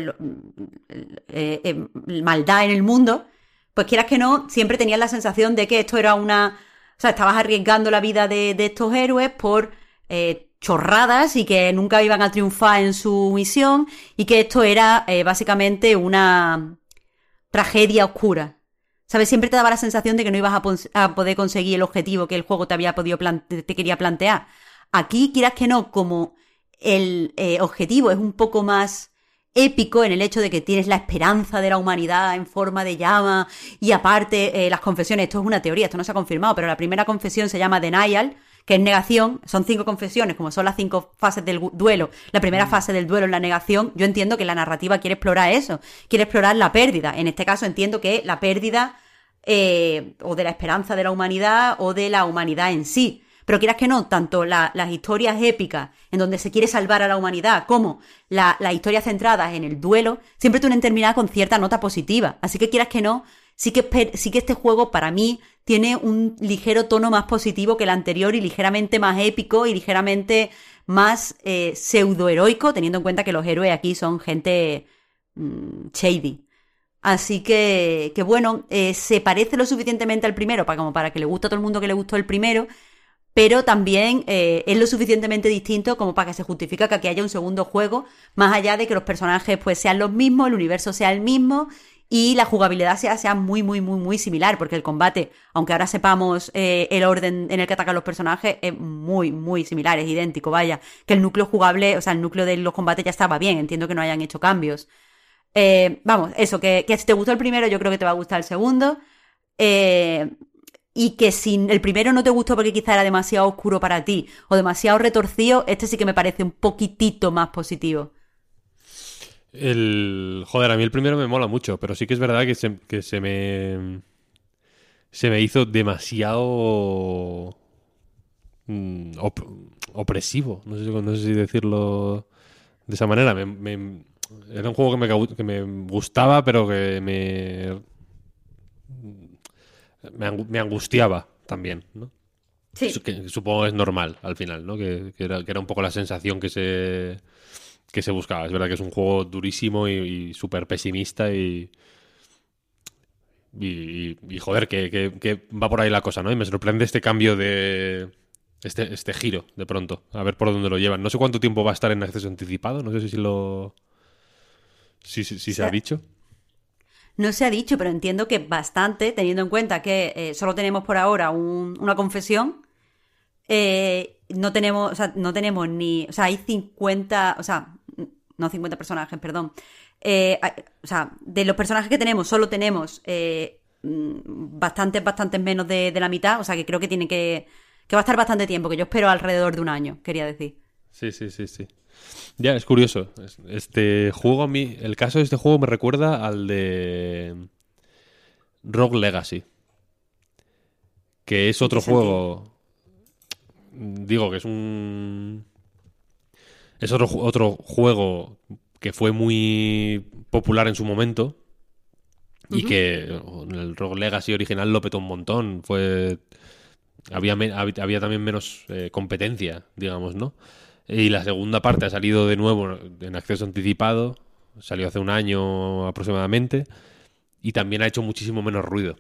maldad en el mundo, pues quieras que no, siempre tenías la sensación de que esto era estabas arriesgando la vida de estos héroes por chorradas y que nunca iban a triunfar en su misión y que esto era básicamente una tragedia oscura. ¿Sabes? Siempre te daba la sensación de que no ibas a poder conseguir el objetivo que el juego te quería plantear. Aquí, quieras que no, como el objetivo es un poco más épico en el hecho de que tienes la esperanza de la humanidad en forma de llama y aparte las confesiones, esto es una teoría, esto no se ha confirmado, pero la primera confesión se llama Denial, que es negación, son 5 confesiones, como son las 5 fases del duelo. La primera fase del duelo es la negación. Yo entiendo que la narrativa quiere explorar eso, quiere explorar la pérdida. En este caso entiendo que la pérdida o de la esperanza de la humanidad o de la humanidad en sí. Pero quieras que no, tanto las historias épicas en donde se quiere salvar a la humanidad como las historias centradas en el duelo, siempre tienen terminado con cierta nota positiva. Así que quieras que no, sí que este juego para mí tiene un ligero tono más positivo que el anterior y ligeramente más épico y ligeramente más pseudoheroico, teniendo en cuenta que los héroes aquí son gente shady. Así que bueno, se parece lo suficientemente al primero como para que le guste a todo el mundo que le gustó el primero, pero también es lo suficientemente distinto como para que se justifique que aquí haya un segundo juego, más allá de que los personajes pues sean los mismos, el universo sea el mismo y la jugabilidad sea muy, muy, muy, muy similar, porque el combate, aunque ahora sepamos el orden en el que atacan los personajes, es muy, muy similar, es idéntico, vaya. Que el núcleo jugable, o sea, el núcleo de los combates ya estaba bien, entiendo que no hayan hecho cambios. Vamos, eso, que si te gustó el primero, yo creo que te va a gustar el segundo. Y que si el primero no te gustó porque quizá era demasiado oscuro para ti o demasiado retorcido, este sí que me parece un poquitito más positivo. Joder, a mí el primero me mola mucho, pero sí que es verdad que se me hizo demasiado opresivo. No sé si decirlo de esa manera. Era un juego que me gustaba, pero que me angustiaba también, ¿no? Sí. Que supongo es normal al final, ¿no? Que era un poco la sensación que se buscaba. Es verdad que es un juego durísimo y súper pesimista y joder, que va por ahí la cosa, ¿no? Y me sorprende este cambio de este giro de pronto, a ver por dónde lo llevan. No sé cuánto tiempo va a estar en acceso anticipado, no sé si se ha dicho. No se ha dicho, pero entiendo que bastante, teniendo en cuenta que solo tenemos por ahora una confesión. No tenemos ni... O sea, hay 50... O sea, no 50 personajes, perdón. O sea, de los personajes que tenemos, solo tenemos bastantes menos de la mitad. O sea, que creo que tiene que va a estar bastante tiempo, que yo espero alrededor de un año, quería decir. Sí. Ya, es curioso. Este juego a mí... El caso de este juego me recuerda al de Rogue Legacy. Que es otro juego... Digo que es otro juego que fue muy popular en su momento y que el Rogue Legacy original lo petó un montón. Había también menos competencia, digamos, ¿no? Y la segunda parte ha salido de nuevo en acceso anticipado, salió hace un año aproximadamente y también ha hecho muchísimo menos ruido.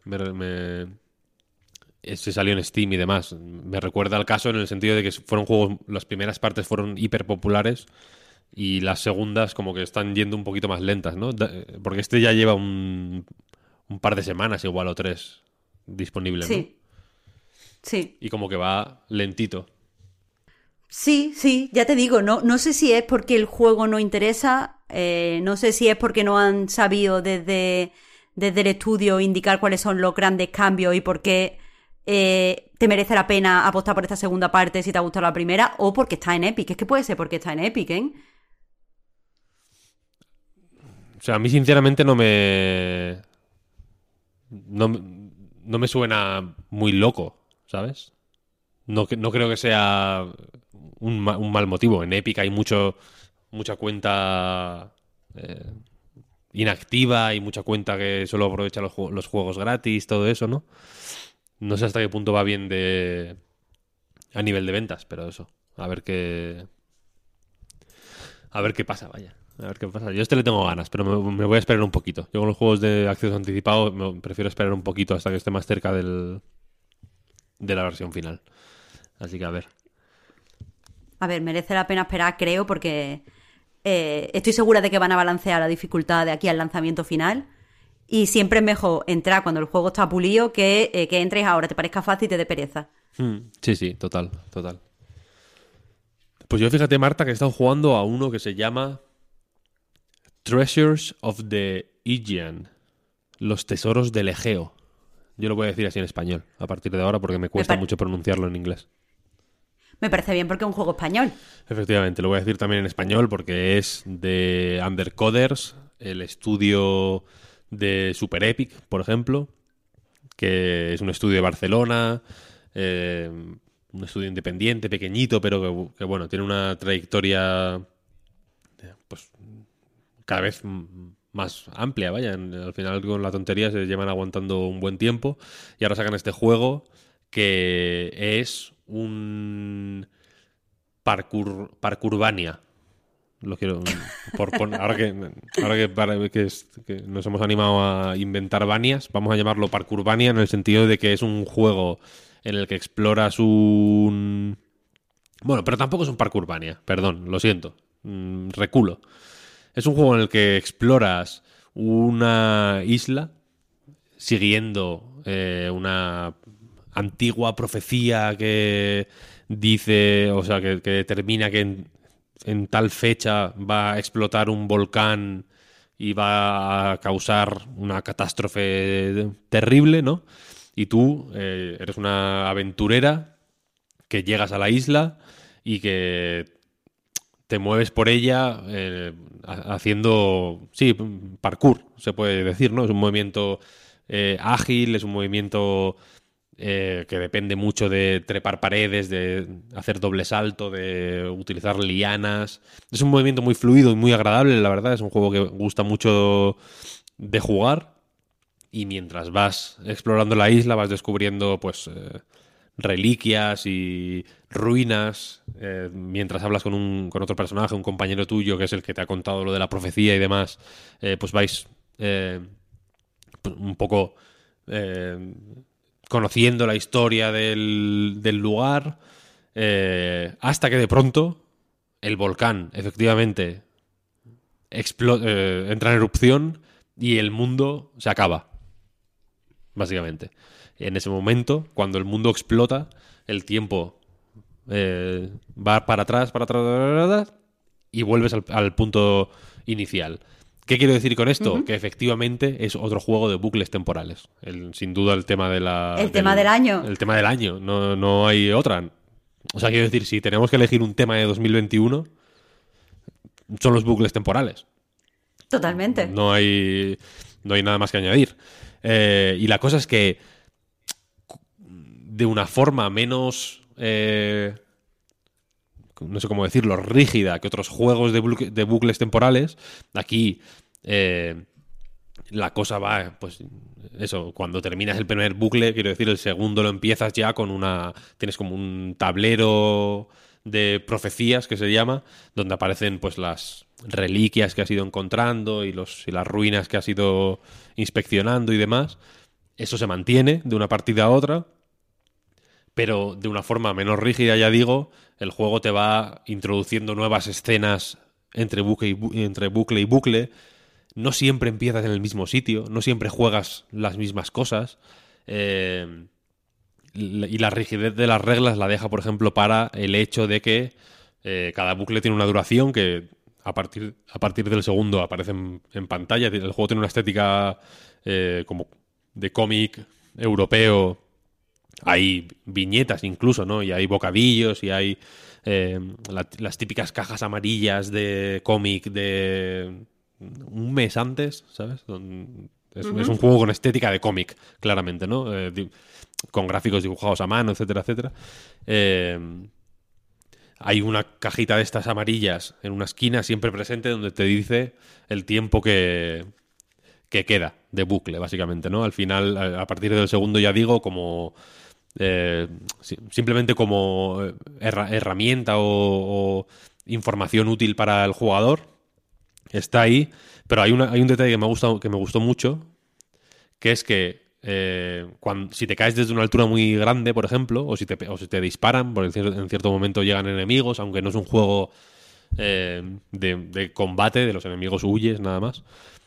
Se salió en Steam y demás. Me recuerda al caso en el sentido de que fueron juegos, las primeras partes fueron hiper populares y las segundas como que están yendo un poquito más lentas, ¿no? Porque este ya lleva un par de semanas igual o 3 disponible, ¿no? Sí. Y como que va lentito. Sí, ya te digo, no sé si es porque el juego no interesa, no sé si es porque no han sabido desde el estudio indicar cuáles son los grandes cambios y por qué te merece la pena apostar por esta segunda parte si te ha gustado la primera, o porque está en Epic. Es que puede ser porque está en Epic, ¿eh? O sea, a mí sinceramente no me suena muy loco, ¿sabes? No creo que sea un mal motivo. En Epic hay mucha cuenta inactiva y mucha cuenta que solo aprovecha los juegos gratis, todo eso, ¿no? No sé hasta qué punto va bien a nivel de ventas, pero eso. A ver qué pasa, vaya. A ver qué pasa. Yo le tengo ganas, pero me voy a esperar un poquito. Yo con los juegos de acceso anticipado prefiero esperar un poquito hasta que esté más cerca de la versión final. Así que a ver. A ver, merece la pena esperar, creo, porque estoy segura de que van a balancear la dificultad de aquí al lanzamiento final. Y siempre es mejor entrar cuando el juego está pulido que entres ahora, te parezca fácil y te dé pereza. Sí, total. Pues yo fíjate, Marta, que he estado jugando a uno que se llama Treasures of the Aegean. Los tesoros del Egeo. Yo lo voy a decir así en español a partir de ahora porque me cuesta mucho pronunciarlo en inglés. Me parece bien porque es un juego español. Efectivamente, lo voy a decir también en español porque es de Undercoders, el estudio de Super Epic, por ejemplo, que es un estudio de Barcelona, un estudio independiente, pequeñito, pero que bueno, tiene una trayectoria pues cada vez más amplia, vaya. Al final con la tontería se llevan aguantando un buen tiempo y ahora sacan este juego que es un parkourvania. Lo quiero ahora que nos hemos animado a inventar vanias, vamos a llamarlo parkourvania en el sentido de que es un juego en el que exploras un... Bueno, pero tampoco es un parkourvania, perdón, lo siento, reculo. Es un juego en el que exploras una isla siguiendo una antigua profecía que dice, o sea, que determina que en tal fecha va a explotar un volcán y va a causar una catástrofe terrible, ¿no? Y tú eres una aventurera que llegas a la isla y que te mueves por ella haciendo, sí, parkour, se puede decir, ¿no? Es un movimiento ágil, es un movimiento que depende mucho de trepar paredes, de hacer doble salto, de utilizar lianas. Es un movimiento muy fluido y muy agradable, la verdad. Es un juego que gusta mucho de jugar. Y mientras vas explorando la isla, vas descubriendo, pues, reliquias y ruinas. Mientras hablas con otro personaje, un compañero tuyo, que es el que te ha contado lo de la profecía y demás, pues vais un poco... conociendo la historia del lugar, hasta que de pronto el volcán efectivamente entra en erupción y el mundo se acaba, básicamente. En ese momento, cuando el mundo explota, el tiempo va para atrás, y vuelves al punto inicial. ¿Qué quiero decir con esto? Uh-huh. Que efectivamente es otro juego de bucles temporales. Sin duda el tema del año. El tema del año. No hay otra. O sea, quiero decir, si tenemos que elegir un tema de 2021, son los bucles temporales. Totalmente. No hay nada más que añadir. Y la cosa es que de una forma menos... no sé cómo decirlo, rígida que otros juegos de bucles temporales, aquí la cosa va, pues eso, cuando terminas el primer bucle, quiero decir, el segundo lo empiezas ya con tienes como un tablero de profecías que se llama, donde aparecen pues las reliquias que has ido encontrando y las ruinas que has ido inspeccionando y demás. Eso se mantiene de una partida a otra, pero de una forma menos rígida, ya digo. El juego te va introduciendo nuevas escenas entre bucle y bucle. No siempre empiezas en el mismo sitio, no siempre juegas las mismas cosas. Y la rigidez de las reglas la deja, por ejemplo, para el hecho de que cada bucle tiene una duración que a partir del segundo aparece en pantalla. El juego tiene una estética como de cómic europeo. Hay viñetas incluso, ¿no? Y hay bocadillos y hay las típicas cajas amarillas de cómic de un mes antes, ¿sabes? Es un juego con estética de cómic, claramente, ¿no? Con gráficos dibujados a mano, etcétera, etcétera. Hay una cajita de estas amarillas en una esquina siempre presente donde te dice el tiempo que queda de bucle, básicamente, ¿no? Al final, a partir del segundo, ya digo, como... simplemente como herramienta o información útil para el jugador, está ahí. Pero hay un detalle que me gustó mucho, que es que si te caes desde una altura muy grande, por ejemplo, o si te disparan, porque en cierto momento llegan enemigos, aunque no es un juego de combate, de los enemigos huyes nada más.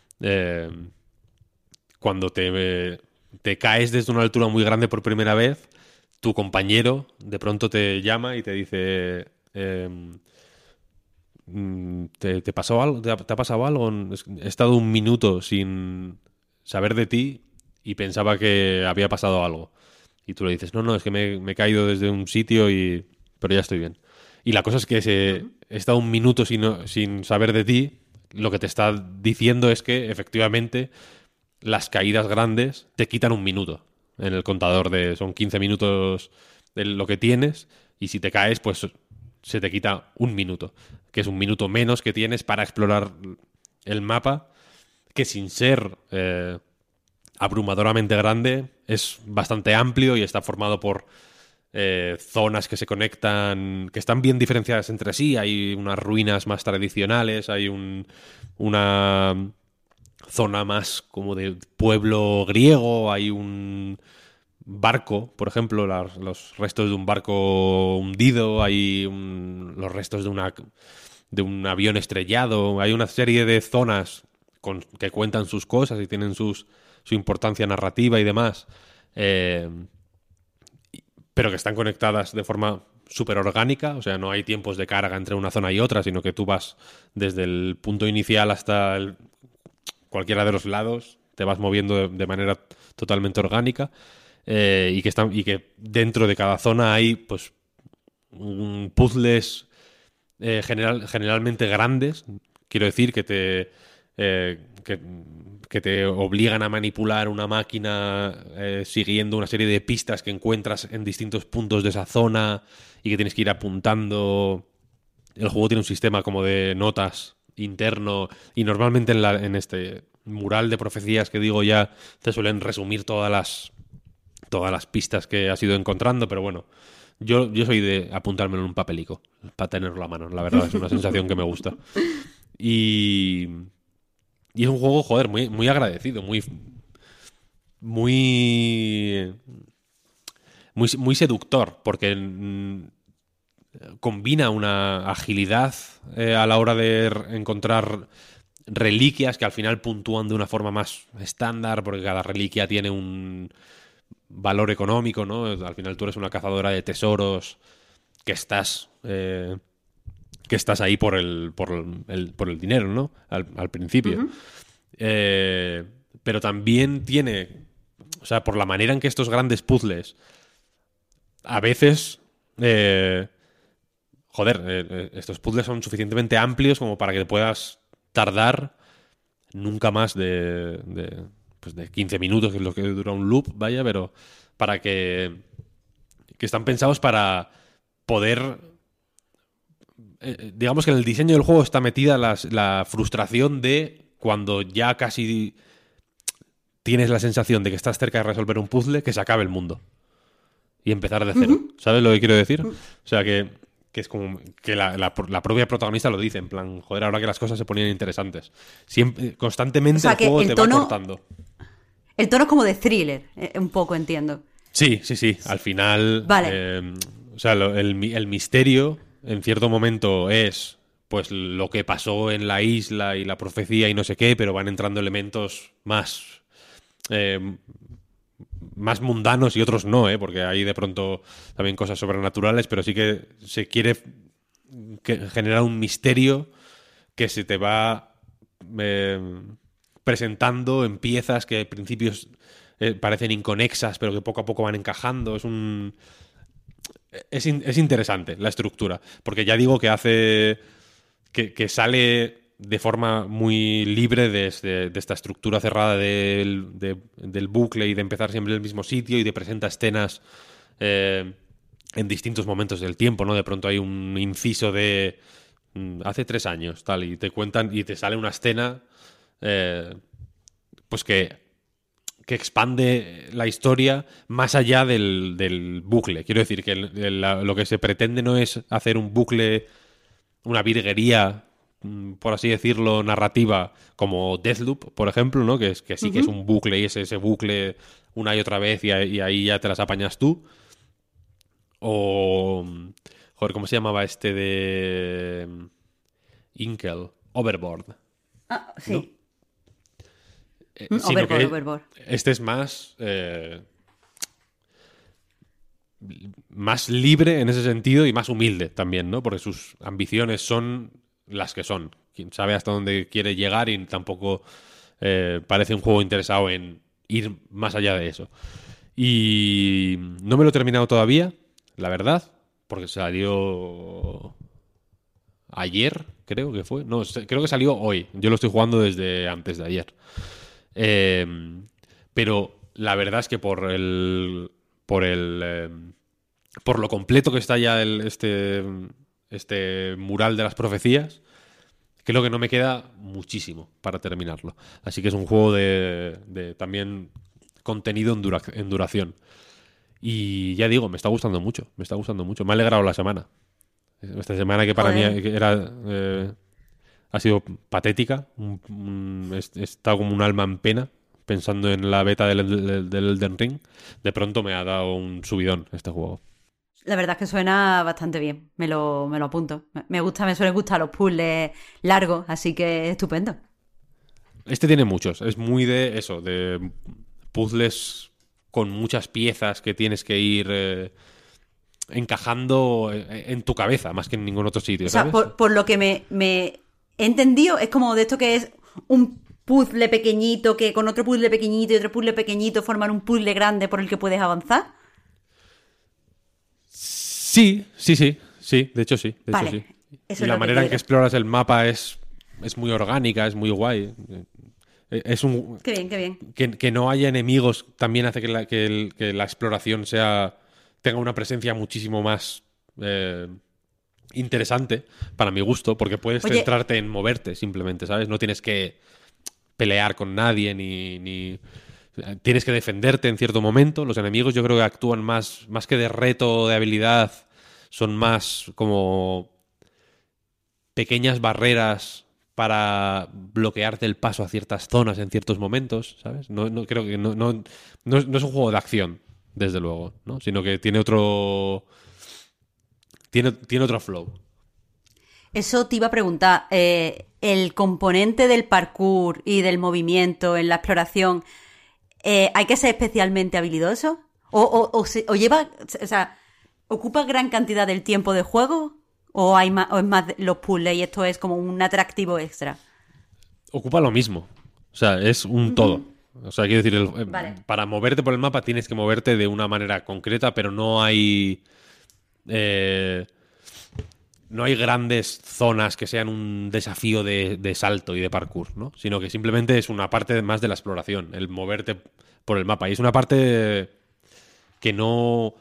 Cuando te caes desde una altura muy grande por primera vez, tu compañero de pronto te llama y te dice ¿te pasó algo? ¿Te ha pasado algo? He estado un minuto sin saber de ti y pensaba que había pasado algo. Y tú le dices, no, es que me he caído desde un sitio pero ya estoy bien. Y la cosa es que he estado un minuto sin saber de ti. Lo que te está diciendo es que efectivamente las caídas grandes te quitan un minuto en el contador. Son 15 minutos de lo que tienes, y si te caes, pues se te quita un minuto, que es un minuto menos que tienes para explorar el mapa, que sin ser abrumadoramente grande es bastante amplio y está formado por zonas que se conectan, que están bien diferenciadas entre sí. Hay unas ruinas más tradicionales, hay una zona más como de pueblo griego, hay un barco, por ejemplo, los restos de un barco hundido, hay los restos de un avión estrellado, hay una serie de zonas que cuentan sus cosas y tienen su importancia narrativa y demás, pero que están conectadas de forma súper orgánica. O sea, no hay tiempos de carga entre una zona y otra, sino que tú vas desde el punto inicial hasta cualquiera de los lados, te vas moviendo de manera totalmente orgánica, y que dentro de cada zona hay pues puzzles generalmente grandes. Quiero decir que te obligan a manipular una máquina siguiendo una serie de pistas que encuentras en distintos puntos de esa zona y que tienes que ir apuntando. El juego tiene un sistema como de notas interno, y normalmente en este mural de profecías que digo ya te suelen resumir todas las pistas que has ido encontrando, pero bueno, yo soy de apuntármelo en un papelico para tenerlo a mano. La verdad, es una sensación que me gusta. Y es un juego, joder, muy, muy agradecido, muy seductor, porque combina una agilidad a la hora de encontrar reliquias que al final puntúan de una forma más estándar, porque cada reliquia tiene un valor económico, ¿no? Al final tú eres una cazadora de tesoros que estás ahí por el dinero, ¿no? Al principio. Uh-huh. Pero también tiene, o sea, por la manera en que estos grandes puzzles a veces estos puzzles son suficientemente amplios como para que te puedas tardar nunca más de 15 minutos, que es lo que dura un loop, vaya, pero para que están pensados para poder... digamos que en el diseño del juego está metida la frustración de cuando ya casi tienes la sensación de que estás cerca de resolver un puzzle, que se acabe el mundo y empezar de cero. Uh-huh. ¿Sabes lo que quiero decir? O sea, que es como que la propia protagonista lo dice, en plan, joder, ahora que las cosas se ponían interesantes. Siempre, constantemente, o sea, el juego te va cortando. El tono es como de thriller, un poco, entiendo. Sí. Al final, vale. O sea, el misterio, en cierto momento, es pues lo que pasó en la isla y la profecía y no sé qué, pero van entrando elementos más mundanos y otros no, porque hay de pronto también cosas sobrenaturales, pero sí que se quiere generar un misterio que se te va presentando en piezas que al principio parecen inconexas, pero que poco a poco van encajando. Es interesante la estructura, porque ya digo que hace que sale de forma muy libre de esta estructura cerrada del bucle y de empezar siempre en el mismo sitio, y te presenta escenas en distintos momentos del tiempo, ¿no? De pronto hay un inciso de hace 3 años, tal, y te cuentan y te sale una escena pues que expande la historia más allá del bucle. Quiero decir que lo que se pretende no es hacer un bucle, una virguería, por así decirlo, narrativa, como Deathloop, por ejemplo, ¿no? Que sí que es un bucle, y es ese bucle una y otra vez, y ahí ya te las apañas tú. O... joder, ¿cómo se llamaba este de Inkel? Overboard. Ah, sí. ¿No? Overboard. Este es más libre en ese sentido, y más humilde también, ¿no? Porque sus ambiciones son las que son. Quién sabe hasta dónde quiere llegar y tampoco parece un juego interesado en ir más allá de eso. Y no me lo he terminado todavía, la verdad, porque salió ayer, creo que fue. No, creo que salió hoy. Yo lo estoy jugando desde antes de ayer. Pero la verdad es que por lo completo que está ya este mural de las profecías, creo que no me queda muchísimo para terminarlo. Así que es un juego de también contenido en duración. Y ya digo, me está gustando mucho. Me ha alegrado la semana. Esta semana que para mí ha sido patética. He estado como un alma en pena pensando en la beta del Elden Ring. De pronto me ha dado un subidón este juego. La verdad es que suena bastante bien. Me lo apunto. Me suelen gustar los puzzles largos, así que estupendo. Este tiene muchos. Es muy de eso, de puzzles con muchas piezas que tienes que ir encajando en tu cabeza, más que en ningún otro sitio, ¿sabes? O sea, por lo que me he entendido, es como de esto que es un puzzle pequeñito que con otro puzzle pequeñito y otro puzzle pequeñito forman un puzzle grande por el que puedes avanzar. Sí, de hecho sí. Vale, Y la manera en que exploras el mapa es muy orgánica, es muy guay. Qué bien. Que no haya enemigos también hace que la exploración tenga una presencia muchísimo más interesante para mi gusto, porque puedes centrarte en moverte simplemente, ¿sabes? No tienes que pelear con nadie ni tienes que defenderte en cierto momento. Los enemigos yo creo que actúan más que de reto de habilidad, son más como pequeñas barreras para bloquearte el paso a ciertas zonas en ciertos momentos, ¿sabes? No creo que no es un juego de acción, desde luego, ¿no? Sino que tiene otro flow. Eso te iba a preguntar. El componente del parkour y del movimiento en la exploración, ¿hay que ser especialmente habilidoso? ¿O lleva, o sea, ocupa gran cantidad del tiempo de juego? ¿O es más los puzzles y esto es como un atractivo extra? Ocupa lo mismo. O sea, es un todo. O sea, quiero decir, Vale. Para moverte por el mapa tienes que moverte de una manera concreta, pero no hay grandes zonas que sean un desafío de salto y de parkour, ¿no? Sino que simplemente es una parte más de la exploración, el moverte por el mapa. Y es una parte que no...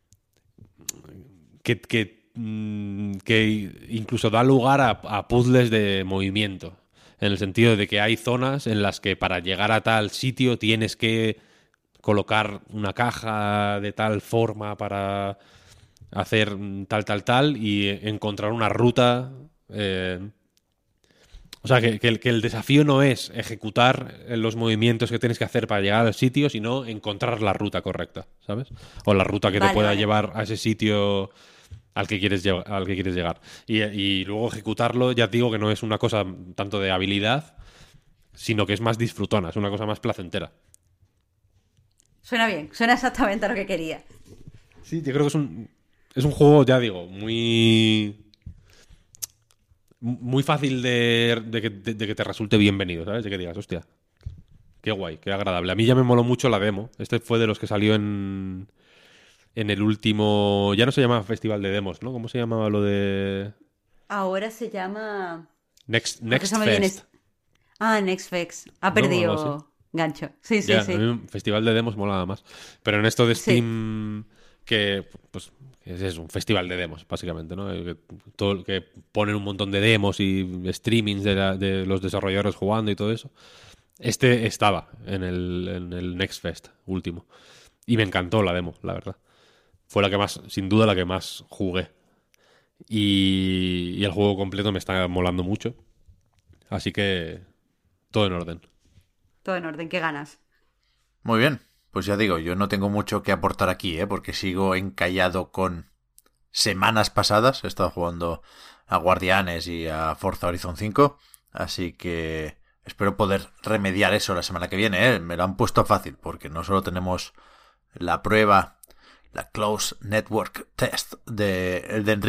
que incluso da lugar a puzzles de movimiento, en el sentido de que hay zonas en las que para llegar a tal sitio tienes que colocar una caja de tal forma para hacer tal y encontrar una ruta. O sea, que el desafío no es ejecutar los movimientos que tienes que hacer para llegar al sitio, sino encontrar la ruta correcta, ¿sabes? O la ruta que te pueda llevar a ese sitio al que quieres llegar. Y luego ejecutarlo, ya te digo que no es una cosa tanto de habilidad, sino que es más disfrutona, es una cosa más placentera. Suena bien, suena exactamente a lo que quería. Sí, yo creo que es un juego, ya digo, muy fácil de que te resulte bienvenido, ¿sabes? De que digas, hostia, qué guay, qué agradable. A mí ya me moló mucho la demo. Este fue de los que salió en el último... Ya no se llamaba Festival de Demos, ¿no? ¿Cómo se llamaba lo de...? Ahora se llama... Next Fest. Next Fest. Ha perdido gancho. Sí. A mí un Festival de Demos molaba más. Pero en esto de Steam, que pues es un festival de demos, básicamente, ¿no? Que ponen un montón de demos y streamings de los desarrolladores jugando y todo eso. Este estaba en el Next Fest último. Y me encantó la demo, la verdad. Fue la que más, sin duda, la que más jugué. Y el juego completo me está molando mucho. Así que todo en orden. Todo en orden, qué ganas. Muy bien, pues ya digo, yo no tengo mucho que aportar aquí, porque sigo encallado con semanas pasadas. He estado jugando a Guardianes y a Forza Horizon 5, así que espero poder remediar eso la semana que viene, Me lo han puesto fácil, porque no solo tenemos la prueba, la Close Network Test de Elden Ring,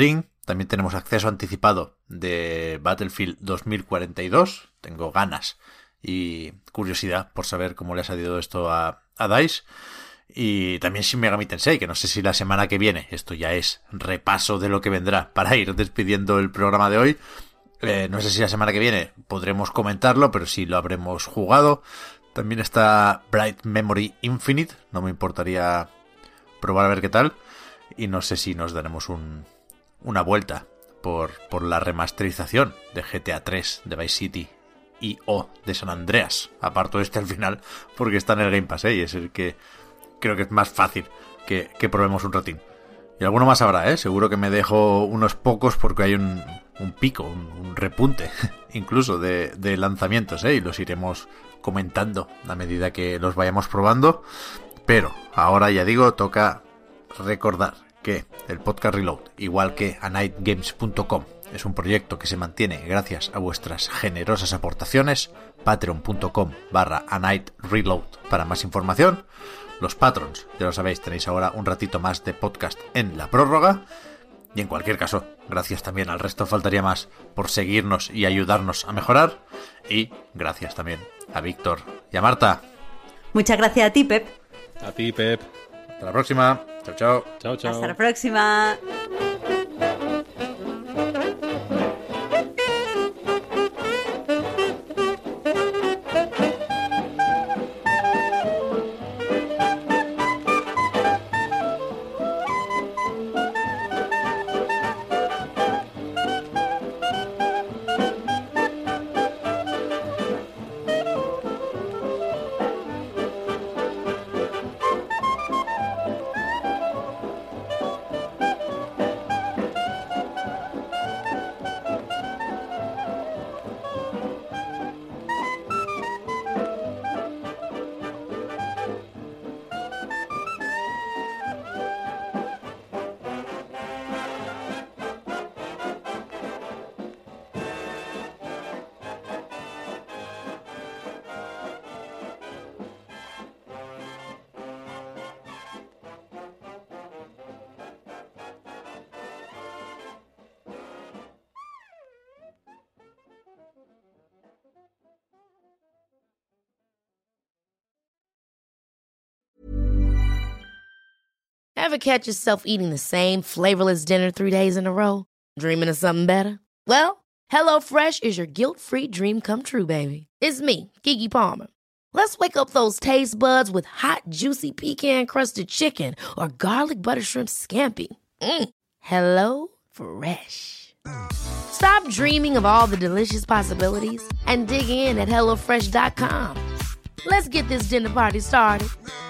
También tenemos acceso anticipado de Battlefield 2042. Tengo ganas y curiosidad por saber cómo le ha salido esto a DICE. Y también Shin Megami Tensei, que no sé si la semana que viene, esto ya es repaso de lo que vendrá para ir despidiendo el programa de hoy. No sé si la semana que viene podremos comentarlo, pero sí lo habremos jugado. También está Bright Memory Infinite, no me importaría probar a ver qué tal. Y no sé si nos daremos una vuelta por la remasterización de GTA 3, de Vice City y de San Andreas. Aparto al final porque está en el Game Pass, y es el que creo que es más fácil que probemos un ratín. Y alguno más habrá, seguro que me dejo unos pocos porque hay un pico, un repunte incluso de lanzamientos, y los iremos comentando a medida que los vayamos probando. Pero ahora ya digo, toca recordar que el Podcast Reload, igual que anightgames.com, es un proyecto que se mantiene gracias a vuestras generosas aportaciones. Patreon.com/anightreload para más información. Los patrons, ya lo sabéis, tenéis ahora un ratito más de podcast en la prórroga. Y en cualquier caso, gracias también al resto, faltaría más, por seguirnos y ayudarnos a mejorar. Y gracias también a Víctor y a Marta. Muchas gracias a ti, Pep. A ti, Pep. Hasta la próxima. Chao, chao. Chao, chao. Hasta la próxima. Ever catch yourself eating the same flavorless dinner 3 days in a row? Dreaming of something better? Well, HelloFresh is your guilt-free dream come true, baby. It's me, Keke Palmer. Let's wake up those taste buds with hot, juicy pecan-crusted chicken or garlic butter shrimp scampi. Hello Fresh. Stop dreaming of all the delicious possibilities and dig in at HelloFresh.com. Let's get this dinner party started.